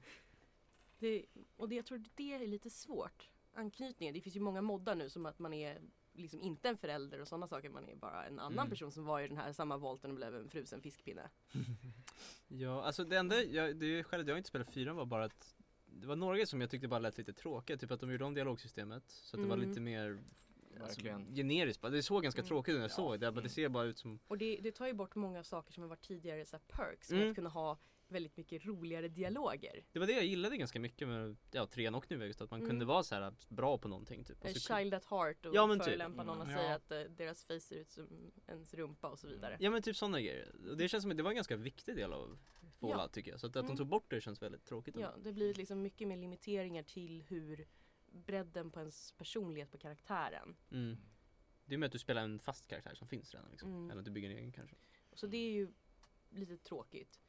Jag tror det är lite svårt. Anknytningen, det finns ju många moddar nu som att man är liksom inte en förälder och sådana saker, man är bara en annan person som var i den här samma volten och blev en frusen fiskpinne. Ja, alltså det enda, det är skälet jag inte spelade 4 var bara att det var några som jag tyckte bara lät lite tråkigt, typ att de gjorde om dialogsystemet så att det var lite mer generiskt. Det såg ganska tråkigt ut när jag såg det, men det ser bara ut som... Och det tar ju bort många saker som har varit tidigare så här perks, med att kunna ha väldigt mycket roligare dialoger. Det var det jag gillade ganska mycket med 3:an och New Vegas, att man kunde vara så här bra på någonting typ. Child at heart och förolämpa någon och säga att deras face ser ut som ens rumpa och så vidare. Ja, men typ sådana grejer. Och det känns som att det var en ganska viktig del av Fallout tycker jag. Så att de tog bort det känns väldigt tråkigt. Ja, det blir liksom mycket mer limiteringar till hur bredden på ens personlighet på karaktären. Det är med att du spelar en fast karaktär som finns redan liksom. Eller att du bygger en egen kanske. Så det är ju lite tråkigt.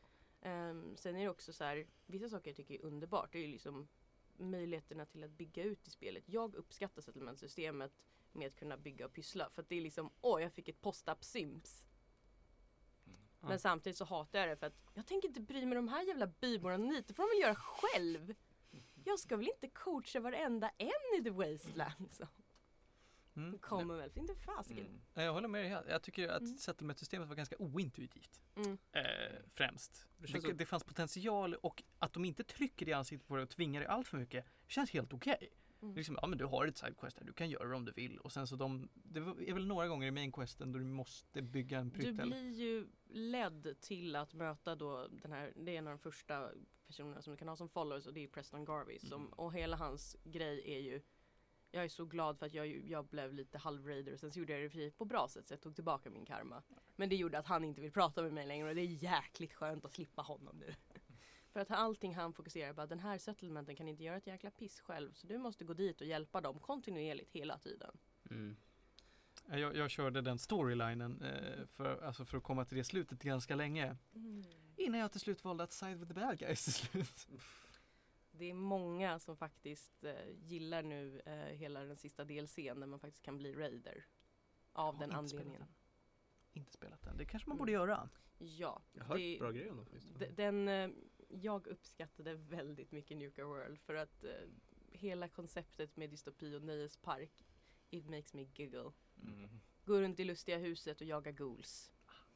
Sen är det också så här, vissa saker jag tycker är underbart. Det är ju liksom möjligheterna till att bygga ut i spelet. Jag uppskattar settlementsystemet med att kunna bygga och pyssla. För att det är liksom, jag fick ett post-up Sims. Ja. Men samtidigt så hatar jag det för att jag tänker inte bry mig om de här jävla byborna nit. Det får de väl göra själv. Jag ska väl inte coacha varenda en i The Wasteland liksom. Commonwealth, inte fasiken. Jag håller med dig. Jag tycker att settlement-systemet var ganska ointuitivt. Främst. Det fanns potential och att de inte trycker det i ansiktet på dig och tvingar dig allt för mycket känns helt okej. Liksom, men du har ett sidequest här, du kan göra det om du vill. Och sen så det är väl några gånger i mainquesten då du måste bygga en pryttel. Du blir ju ledd till att möta då det är en av de första personerna som du kan ha som followers och det är Preston Garvey. Och hela hans grej är ju, jag är så glad för att jag blev lite halv-raider och sen så gjorde jag det på bra sätt så jag tog tillbaka min karma. Men det gjorde att han inte vill prata med mig längre och det är jäkligt skönt att slippa honom nu. För att allting han fokuserar på att den här settlementen kan inte göra ett jäkla piss själv så du måste gå dit och hjälpa dem kontinuerligt hela tiden. Jag körde den storylinen för att komma till det slutet ganska länge. Innan jag till slut valde att side with the bad guys till slut. Det är många som faktiskt gillar nu hela den sista DLCn där man faktiskt kan bli raider. Av den anledningen. Inte spelat den. Det kanske man borde göra. Ja. Jag har hört bra grejer om faktiskt. Jag uppskattade väldigt mycket Nuka World för att hela konceptet med dystopi och nöjespark, it makes me giggle. Gå runt i lustiga huset och jaga ghouls.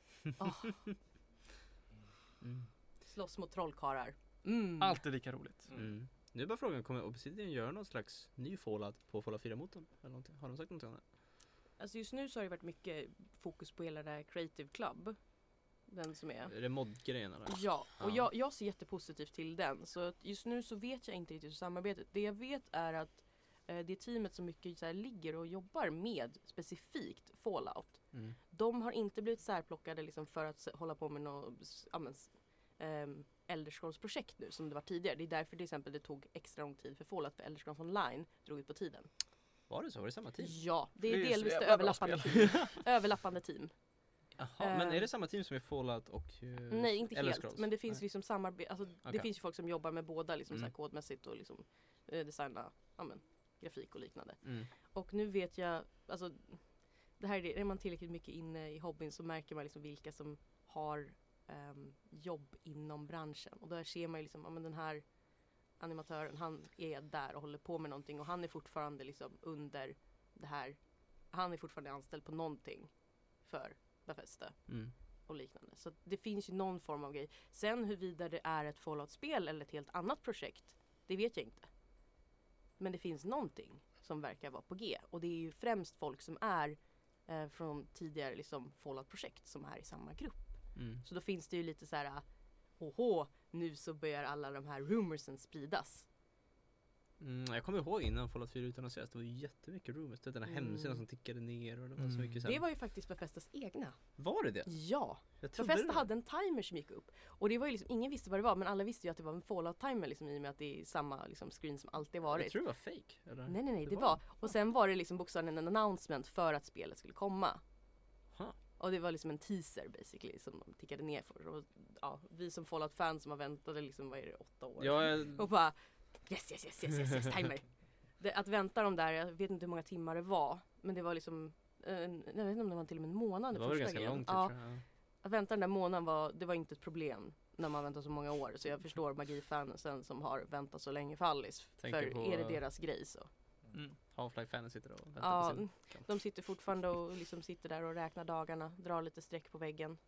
Slåss mot trollkarlar. Allt är lika roligt. Nu är bara frågan, kommer Obsidian göra någon slags ny Fallout på Fallout 4-motorn? Eller någonting? Har de sagt någonting om det? Alltså just nu så har det varit mycket fokus på hela det här Creative Club. Den som är det mod-grejen eller? Ja, och jag ser jättepositivt till den. Så att just nu så vet jag inte riktigt hur samarbetet. Det jag vet är att det teamet som mycket så här ligger och jobbar med specifikt Fallout. De har inte blivit särplockade liksom för att hålla på med något Elder Scrolls-projekt nu som det var tidigare. Det är därför till exempel det tog extra lång tid för Fallout för Elder Scrolls Online drog ut på tiden. Var det så? Var det samma team? Ja, det är delvis det överlappande team. Jaha, men är det samma team som är Fallout och nej, inte Elder helt. Scrolls? Men det finns liksom samarbete. Alltså, Okay. Det finns ju folk som jobbar med båda liksom, så här, kodmässigt och liksom, designa grafik och liknande. Och nu vet jag, alltså, det här är man tillräckligt mycket inne i hobbyn så märker man liksom vilka som har jobb inom branschen. Och där ser man ju liksom, den här animatören, han är där och håller på med någonting och han är fortfarande liksom under det här, han är fortfarande anställd på någonting för Bethesda och liknande. Så det finns ju någon form av grej. Sen huruvida det är ett Fallout-spel eller ett helt annat projekt, det vet jag inte. Men det finns någonting som verkar vara på G. Och det är ju främst folk som är från tidigare liksom Fallout-projekt som är i samma grupp. Så då finns det ju lite så här, nu så börjar alla de här rumorsen spridas. Jag kommer ihåg innan Fallout 4 utannonserades, det var ju jättemycket rumors. Den här hemsidan som tickade ner och det var så mycket så här. Det var ju faktiskt Bethesdas egna. Var det det? Ja. Bethesda Bethesda hade en timer som gick upp. Och det var ju liksom, ingen visste vad det var, men alla visste ju att det var en Fallout-timer liksom, i och med att det är samma liksom, screen som alltid varit. Jag tror det var fake. Eller? Nej, det var. Och sen var det liksom bokstavligen en announcement för att spelet skulle komma. Och det var liksom en teaser basically som de tickade ner för. Och, ja, vi som Fallout-fans som har väntat liksom, vad är det, 8 år. Och bara, yes, timer. Att vänta dem där, jag vet inte hur många timmar det var. Men det var liksom, jag vet inte om det var till och med en månad. Det var väl ganska lång tid tror jag. Att vänta den där månaden det var inte ett problem när man väntar så många år. Så jag förstår magifansen som har väntat så länge för Alice. För på, är det deras grej så. Half-Life-fanen sitter och väntar på sin kamp. De sitter fortfarande och liksom sitter där och räknar dagarna, drar lite streck på väggen.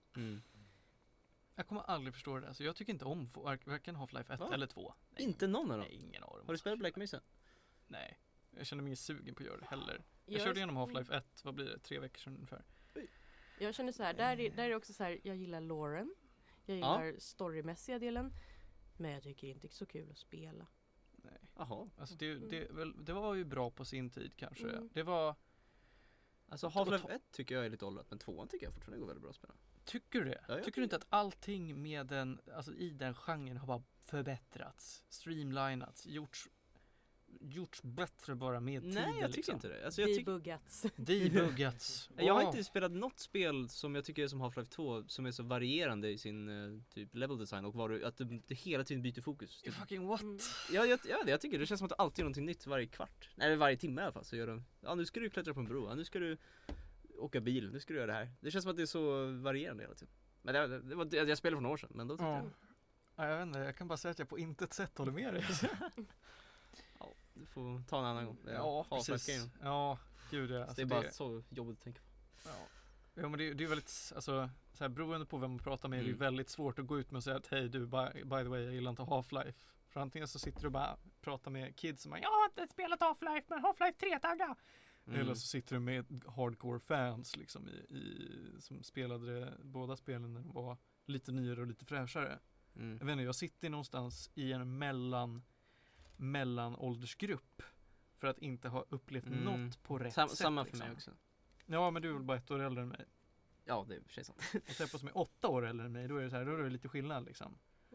Jag kommer aldrig förstå det där. Så jag tycker inte om varken Half-Life 1 eller 2. Nej, inte någon av dem? Nej, ingen av dem. Har du spelat Black Mesa? Nej, jag känner mig ingen sugen på att göra det heller. Jag körde igenom Half-Life 1, vad blir det? 3 veckor sedan ungefär. Jag känner så här, där är det också så här, jag gillar Lauren. Jag gillar storymässiga delen. Men jag tycker inte det är så kul att spela. Nej. Jaha. Alltså det var ju bra på sin tid kanske. Det var... Alltså Half-Life 1 tycker jag är lite åldrat, men 2 tycker jag fortfarande går väldigt bra att spela. Tycker du det? Ja, tycker du inte att allting med den, alltså i den genren har bara förbättrats, streamlinats, gjorts gjorts bättre bara med tiden. Nej, jag tycker liksom. inte det. Alltså, jag, Debuggats. Debuggats. jag har inte spelat något spel som jag tycker är som Half-Life 2 som är så varierande i sin typ level design och att det hela tiden byter fokus. Typ. Fucking what? Jag tycker det känns som att det alltid är någonting nytt varje kvart. Eller varje timme i alla fall så gör de. Ja, nu ska du klättra på en bro. Ja, nu ska du åka bil. Nu ska du göra det här. Det känns som att det är så varierande hela tiden. Men det var jag spelade för några år sedan, men då tyckte jag. Ja, jag vet inte, jag kan bara säga att jag på intet sätt håller med dig. Ja, du får ta en annan gång. Ja, precis. Ja, gud ja. Alltså, det är bara så jobbigt att tänka på. Ja, men det är väldigt, alltså, så här, beroende på vem man pratar med, det är väldigt svårt att gå ut med och säga att hej du, by the way, jag gillar inte Half-Life. För antingen så sitter du och bara pratar med kids som bara, jag har inte spelat Half-Life, men Half-Life 3 tagga. Eller så sitter du med hardcore fans liksom som spelade båda spelen när de var lite nyare och lite fräschare. Jag vet inte, jag sitter någonstans i en mellanåldersgrupp för att inte ha upplevt något på rätt sätt. Samma för liksom. mig också. Ja, men du är väl bara 1 år äldre än mig. Ja, det är för sig sant. Och Teppo som är 8 år äldre än mig, då är det så här, då är det lite skillnad liksom.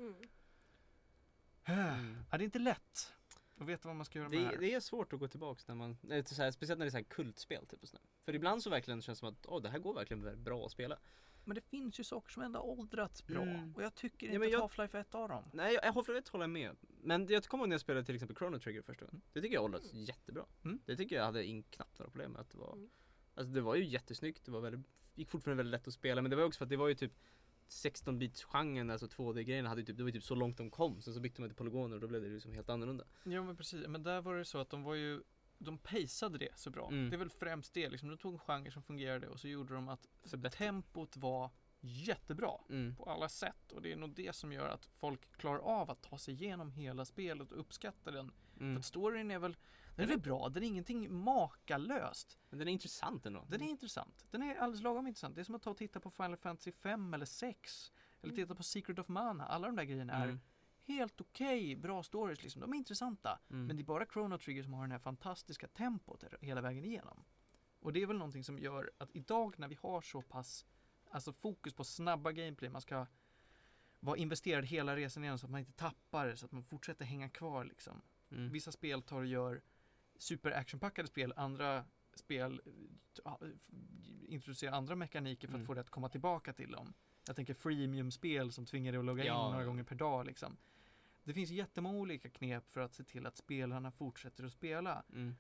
Ja, det är inte lätt att veta vad man ska göra med det här. Det är svårt att gå tillbaka när man, så här, speciellt när det är så här kultspel typ och sådär. För ibland så verkligen känns det som att det här går verkligen bra att spela. Men det finns ju saker som ändå åldrats bra. Och jag tycker inte men att Half-Life är ett av dem. Nej, Half-Life 1 håller jag med. Men jag kommer ihåg när jag spelade till exempel Chrono Trigger första gången. Det tycker jag åldrats jättebra. Det tycker jag hade knappt några problem med att det var. Alltså det var ju jättesnyggt. Det var gick fortfarande väldigt lätt att spela. Men det var också för att det var ju typ 16-bits-genren, alltså 2D-grejerna hade typ, det var typ så långt de kom. Så bytte man till polygoner och då blev det liksom helt annorlunda. Ja, men precis. Men där var det så att de paceade det så bra. Det är väl främst det liksom. De tog en genre som fungerade och så gjorde de att tempot var jättebra på alla sätt. Och det är nog det som gör att folk klarar av att ta sig igenom hela spelet och uppskatta den. För att storyn är väl bra. Den är ingenting makalöst. Men den är intressant ändå. Den är intressant. Den är alldeles lagom intressant. Det är som att ta och titta på Final Fantasy 5 eller 6. Eller titta på Secret of Mana. Alla de där grejerna är helt okej, bra stories liksom. De är intressanta. Men det är bara Chrono Trigger som har den här fantastiska tempot hela vägen igenom. Och det är väl någonting som gör att idag när vi har så pass fokus på snabba gameplay, man ska vara investerad hela resan igenom så att man inte tappar det, så att man fortsätter hänga kvar liksom. Vissa spel tar och gör super actionpackade spel, andra spel introducerar andra mekaniker för att få det att komma tillbaka till dem. Jag tänker freemium-spel som tvingar dig att logga in några gånger per dag liksom. Det finns jättemånga olika knep för att se till att spelarna fortsätter att spela.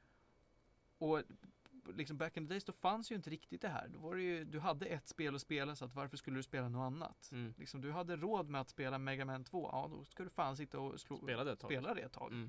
Och liksom back in the days då fanns ju inte riktigt det här. Då var det ju, du hade ett spel att spela, så att varför skulle du spela något annat? Liksom, du hade råd med att spela Mega Man 2, ja då ska du fan sitta och spela det ett tag.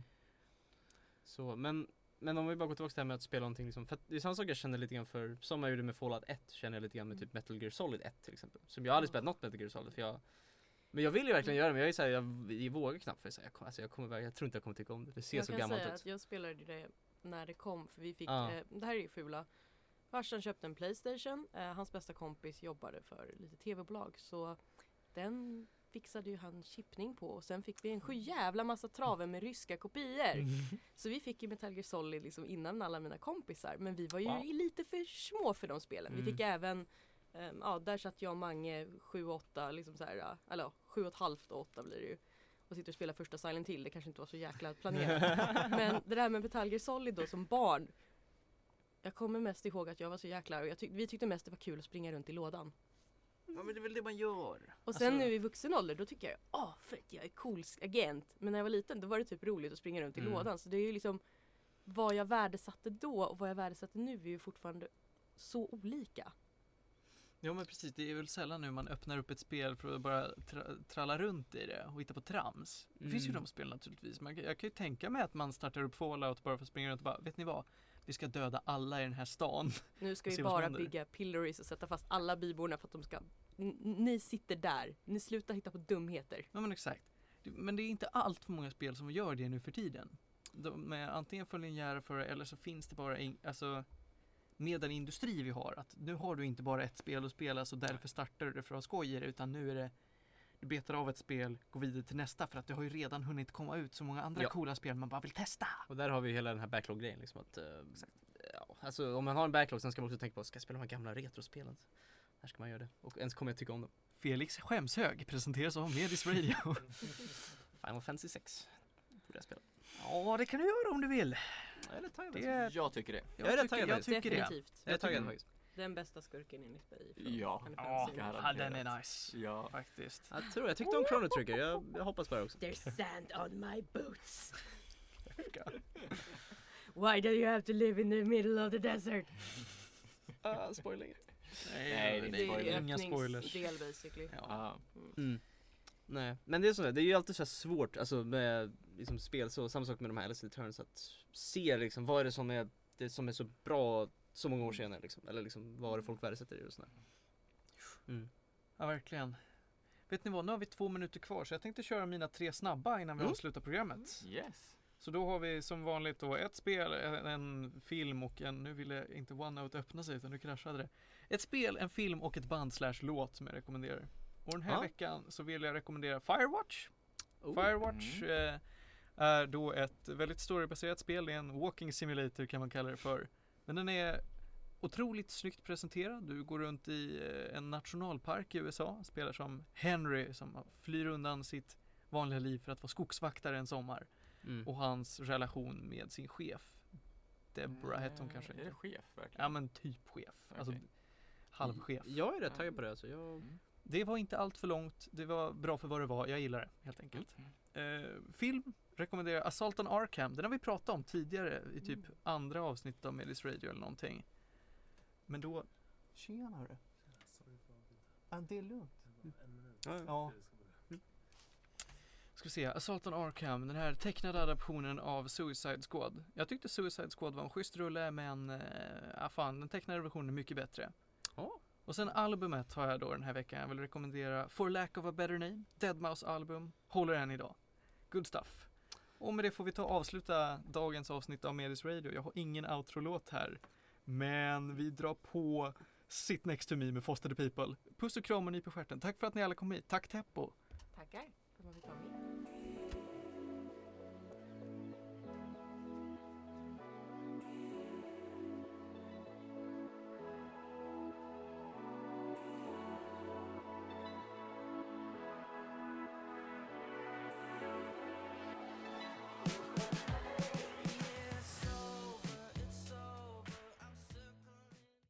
Så, men om vi bara går tillbaka till det här med att spela någonting liksom, för att det är samma sak jag känner lite grann för, som jag gjorde med Fallout 1 känner jag lite grann med typ Metal Gear Solid 1 till exempel, som jag aldrig spelat något Metal Gear Solid men jag vill ju verkligen göra det, men jag är så här, jag vågar knappt för jag tror inte jag kommer tycka om det. Det ser så gammalt ut. Jag kan säga att jag spelade det när det kom, för vi fick, det här är ju fula. Farsan köpte en PlayStation, hans bästa kompis jobbade för lite tv-bolag, så den fixade ju han chippning på, och sen fick vi en jävla massa traver med ryska kopior. Så vi fick ju Metal Gear Solid liksom innan alla mina kompisar, men vi var ju lite för små för de spelen. Vi fick även där satt jag och Mange 7-8 liksom så här, eller 7,5 och 8 blir det ju. Och sitter och spelar första Silent Hill, det kanske inte var så jäkla planerat. Men det där med Metal Gear Solid då som barn, jag kommer mest ihåg att jag var så jäkla, och vi tyckte mest det var kul att springa runt i lådan. Ja, men det är väl det man gör. Och sen nu i vuxen ålder, då tycker jag, för att jag är cool agent. Men när jag var liten, då var det typ roligt att springa runt i lådan. Så det är ju liksom, vad jag värdesatte då och vad jag värdesatte nu är ju fortfarande så olika. Ja, men precis, det är väl sällan nu man öppnar upp ett spel för att bara tralla runt i det och hitta på trams. Det finns ju de spel naturligtvis. Jag kan ju tänka mig att man startar upp Fallout bara för att springa runt och bara, vet ni vad? Vi ska döda alla i den här stan. Nu ska vi bara bygga pillories och sätta fast alla byborna för att de ska, ni sitter där. Ni slutar hitta på dumheter. Ja, men exakt. Men det är inte allt för många spel som gör det nu för tiden. De är antingen för linjära för, eller så finns det bara med den industri vi har, att nu har du inte bara ett spel att spela, så därför startar du det för att skoja, utan nu är det, du betar av ett spel, går vidare till nästa, för att det har ju redan hunnit komma ut så många andra coola spel man bara vill testa. Och där har vi hela den här backlog-grejen liksom, att alltså om man har en backlog, sen ska man också tänka på, ska jag spela de här gamla retrospelen? Här ska man göra det, och ens kommer jag tycka om dem. Felix Skämshög presenteras av Medis Radio. Final Fantasy 6 borde jag spela. Ja, det kan du göra om du vill. Jag är rätt taggad. Det, Jag tycker det. Jag är rätt taggad jag faktiskt. tycker det. Definitivt. Jag är taggad Mm. faktiskt. Den bästa skurken enligt mig. från Ja. Final Ja, Fantasy. ja, den är nice. Ja. Faktiskt. Jag tyckte om Chrono Trigger, jag hoppas på det också. There's sand on my boots. Ja. Why do you have to live in the middle of the desert? Spoiling. Nej, det är Det är inga spoilers. öppningsdel basically. Ja. Ja. Mm. Nej, men det är sådär, det är ju alltid så här svårt, alltså med liksom spel, så samma sak med de här LSD Turns, att se liksom, vad är det som är så bra så många år senare liksom, eller liksom, vad är det folk värdesätter i det och sådär. Ja, verkligen. Vet ni vad, nu har vi 2 minuter kvar så jag tänkte köra mina 3 snabba innan vi avslutar programmet. Yes. Så då har vi som vanligt då ett spel, en film och nu ville inte OneNote öppna sig utan nu kraschade det. Ett spel, en film och ett band/låt som jag rekommenderar. Och den här veckan så vill jag rekommendera Firewatch. Firewatch är då ett väldigt storybaserat spel, det är en walking simulator kan man kalla det för. Men den är otroligt snyggt presenterad. Du går runt i en nationalpark i USA, spelar som Henry som flyr undan sitt vanliga liv för att vara skogsvaktare en sommar. Och hans relation med sin chef. Deborah hette hon kanske Är det inte. chef verkligen? Ja men typ chef. Alltså Okej. halvchef. Jag är rätt taggad på det alltså, Det var inte allt för långt. Det var bra för vad det var. Jag gillar det helt enkelt. Film rekommenderar Assault on Arkham. Den har vi pratat om tidigare i typ andra avsnitt av Medis Radio eller någonting. Men då... Tjena hörru. Ja, det är lugnt. Ja. Ska vi se, Assault on Arkham, den här tecknade adaptionen av Suicide Squad. Jag tyckte Suicide Squad var en schysst rulle men den tecknade versionen är mycket bättre. Och sen albumet har jag då den här veckan. Jag vill rekommendera For Lack of a Better Name, Deadmau5 album, håller än idag. Good stuff. Och med det får vi avsluta dagens avsnitt av Medis Radio. Jag har ingen outro-låt här. Men vi drar på Sit Next to Me med Foster the People. Puss och kram och nyp på stjärten. Tack för att ni alla kom hit. Tack Teppo. Tackar för att man fick vara med.